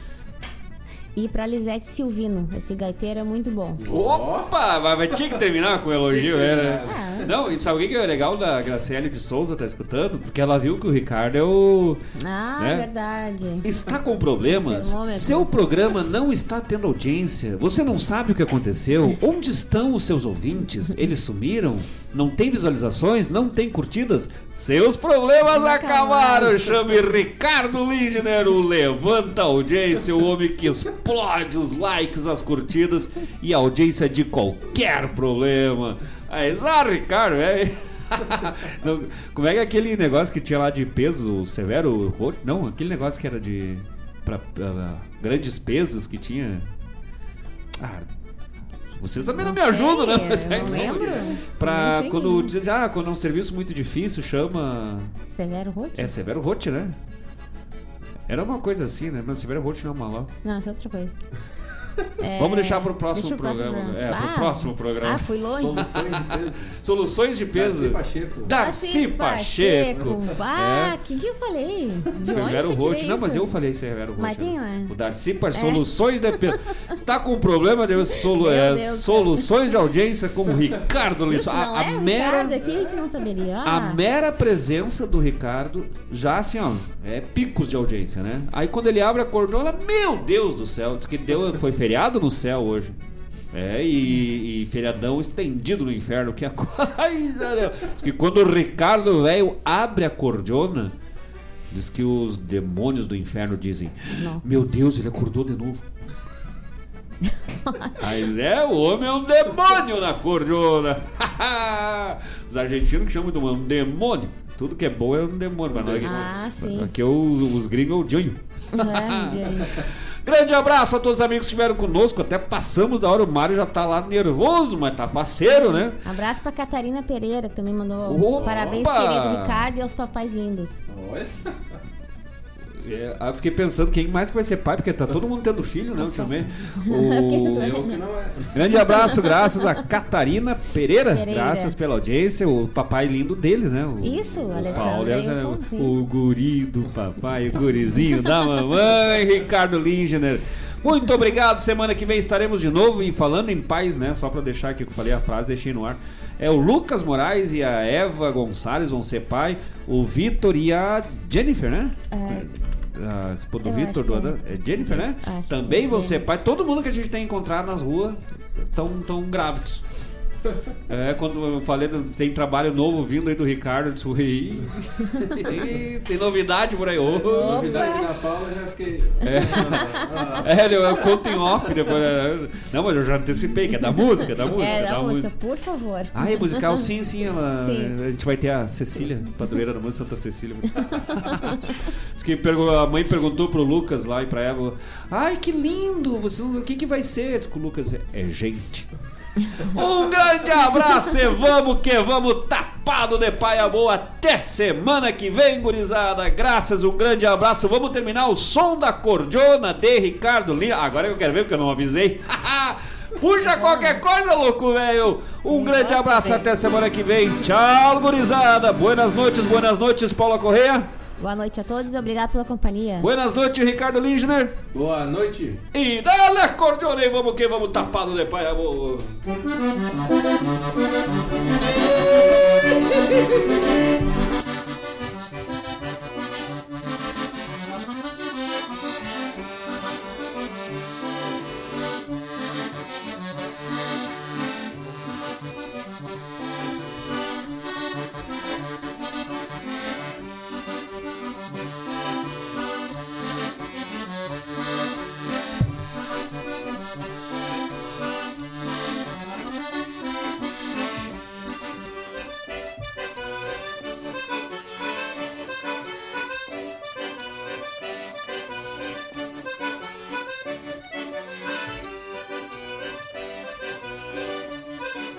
E pra Lisete Silvino, esse gaiteiro é muito bom. Opa! Mas tinha que terminar com o elogio, né? Não, e sabe o que é legal da Graciele de Souza tá escutando? Porque ela viu que o Ricardo é o... né? Verdade. Está com problemas? Seu programa não está tendo audiência. Você não sabe o que aconteceu? Onde estão os seus ouvintes? Eles sumiram? Não tem visualizações? Não tem curtidas? Seus problemas acabaram! Chame Ricardo Lindner, o Levanta Audiência, o homem que explode os likes, as curtidas e a audiência de qualquer problema. Aí, Ricardo, velho. Como é que aquele negócio que tinha lá de peso, o Severo Roth? Não, aquele negócio que era de... pra grandes pesos que tinha... Vocês também não me ajudam, né? Eu não lembro. Pra quando dizem, quando é um serviço muito difícil, chama... Severo Roth? É, Severo Roth, né? Era uma coisa assim, né? Mas Severo Roth não é malão. Não, isso é outra coisa. Vamos deixar pro próximo programa. Pro próximo programa. Fui longe. Soluções de peso. Darcy Pacheco. O que eu falei? De Severo Roth. Não, mas eu falei Severo Roth. Mas tem, o Darcy Pacheco. Soluções de peso. Está com problema de soluções de audiência com o Ricardo Lins. Ricardo aqui, a gente não saberia. A mera presença do Ricardo já assim, ó, é picos de audiência, né? Aí quando ele abre a cordona, meu Deus do céu, diz que foi feriado no céu hoje. E feriadão estendido no inferno, que é coisa, né? Diz que quando o Ricardo, velho, abre a cordona, diz que os demônios do inferno dizem: meu Deus, ele acordou de novo. Mas o homem é um demônio na cordona. Os argentinos que chamam de um demônio. Tudo que é bom é um demônio. Sim. Aqui os gringos é o Janho. Grande abraço a todos os amigos que estiveram conosco. Até passamos da hora, o Mário já tá lá nervoso, mas tá faceiro, né? Abraço pra Catarina Pereira, que também mandou parabéns, querido Ricardo, e aos papais lindos. Oi? Eu fiquei pensando quem mais que vai ser pai, porque tá todo mundo tendo filho, né, ultimamente. Eu que não é. Grande abraço, graças a Catarina Pereira. Graças pela audiência, o papai lindo deles, né? Isso, Alessandro. O guri do papai, o gurizinho da mamãe, Ricardo Lindner. Muito obrigado, semana que vem estaremos de novo. E falando em pais, né, só pra deixar aqui que eu falei a frase, deixei no ar. O Lucas Moraes e a Eva Gonçalves vão ser pai. O Vitor e a Jennifer, né? A esposa do Vitor, é Jennifer, né? Também vão ser pai. Todo mundo que a gente tem encontrado nas ruas estão grávidos. Quando eu falei, tem trabalho novo vindo aí do Ricardo, eu disse, ui, tem novidade por aí. Novidade da Paula, eu já fiquei... Eu conto em off depois. Não, mas eu já antecipei, que é da música, da música, por favor. É musical, sim, ela, sim. A gente vai ter a Cecília, padroeira da música, Santa Cecília. Diz que a mãe perguntou pro Lucas lá e pra Eva, ai, que lindo, o que vai ser? Diz que o Lucas é gente. Um grande abraço e vamos tapado de paia boa até semana que vem, gurizada. Graças, um grande abraço. Vamos terminar o som da cordiona de Ricardo Lima. Agora eu quero ver porque eu não avisei. Puxa qualquer coisa, louco, velho. Um grande abraço até semana que vem. Tchau, gurizada. Buenas noites, Paula Correia. Boa noite a todos e obrigado pela companhia. Buenas noites, Ricardo Lindner. Boa noite. E dale a cordiona e vamos tapado de pai, amor.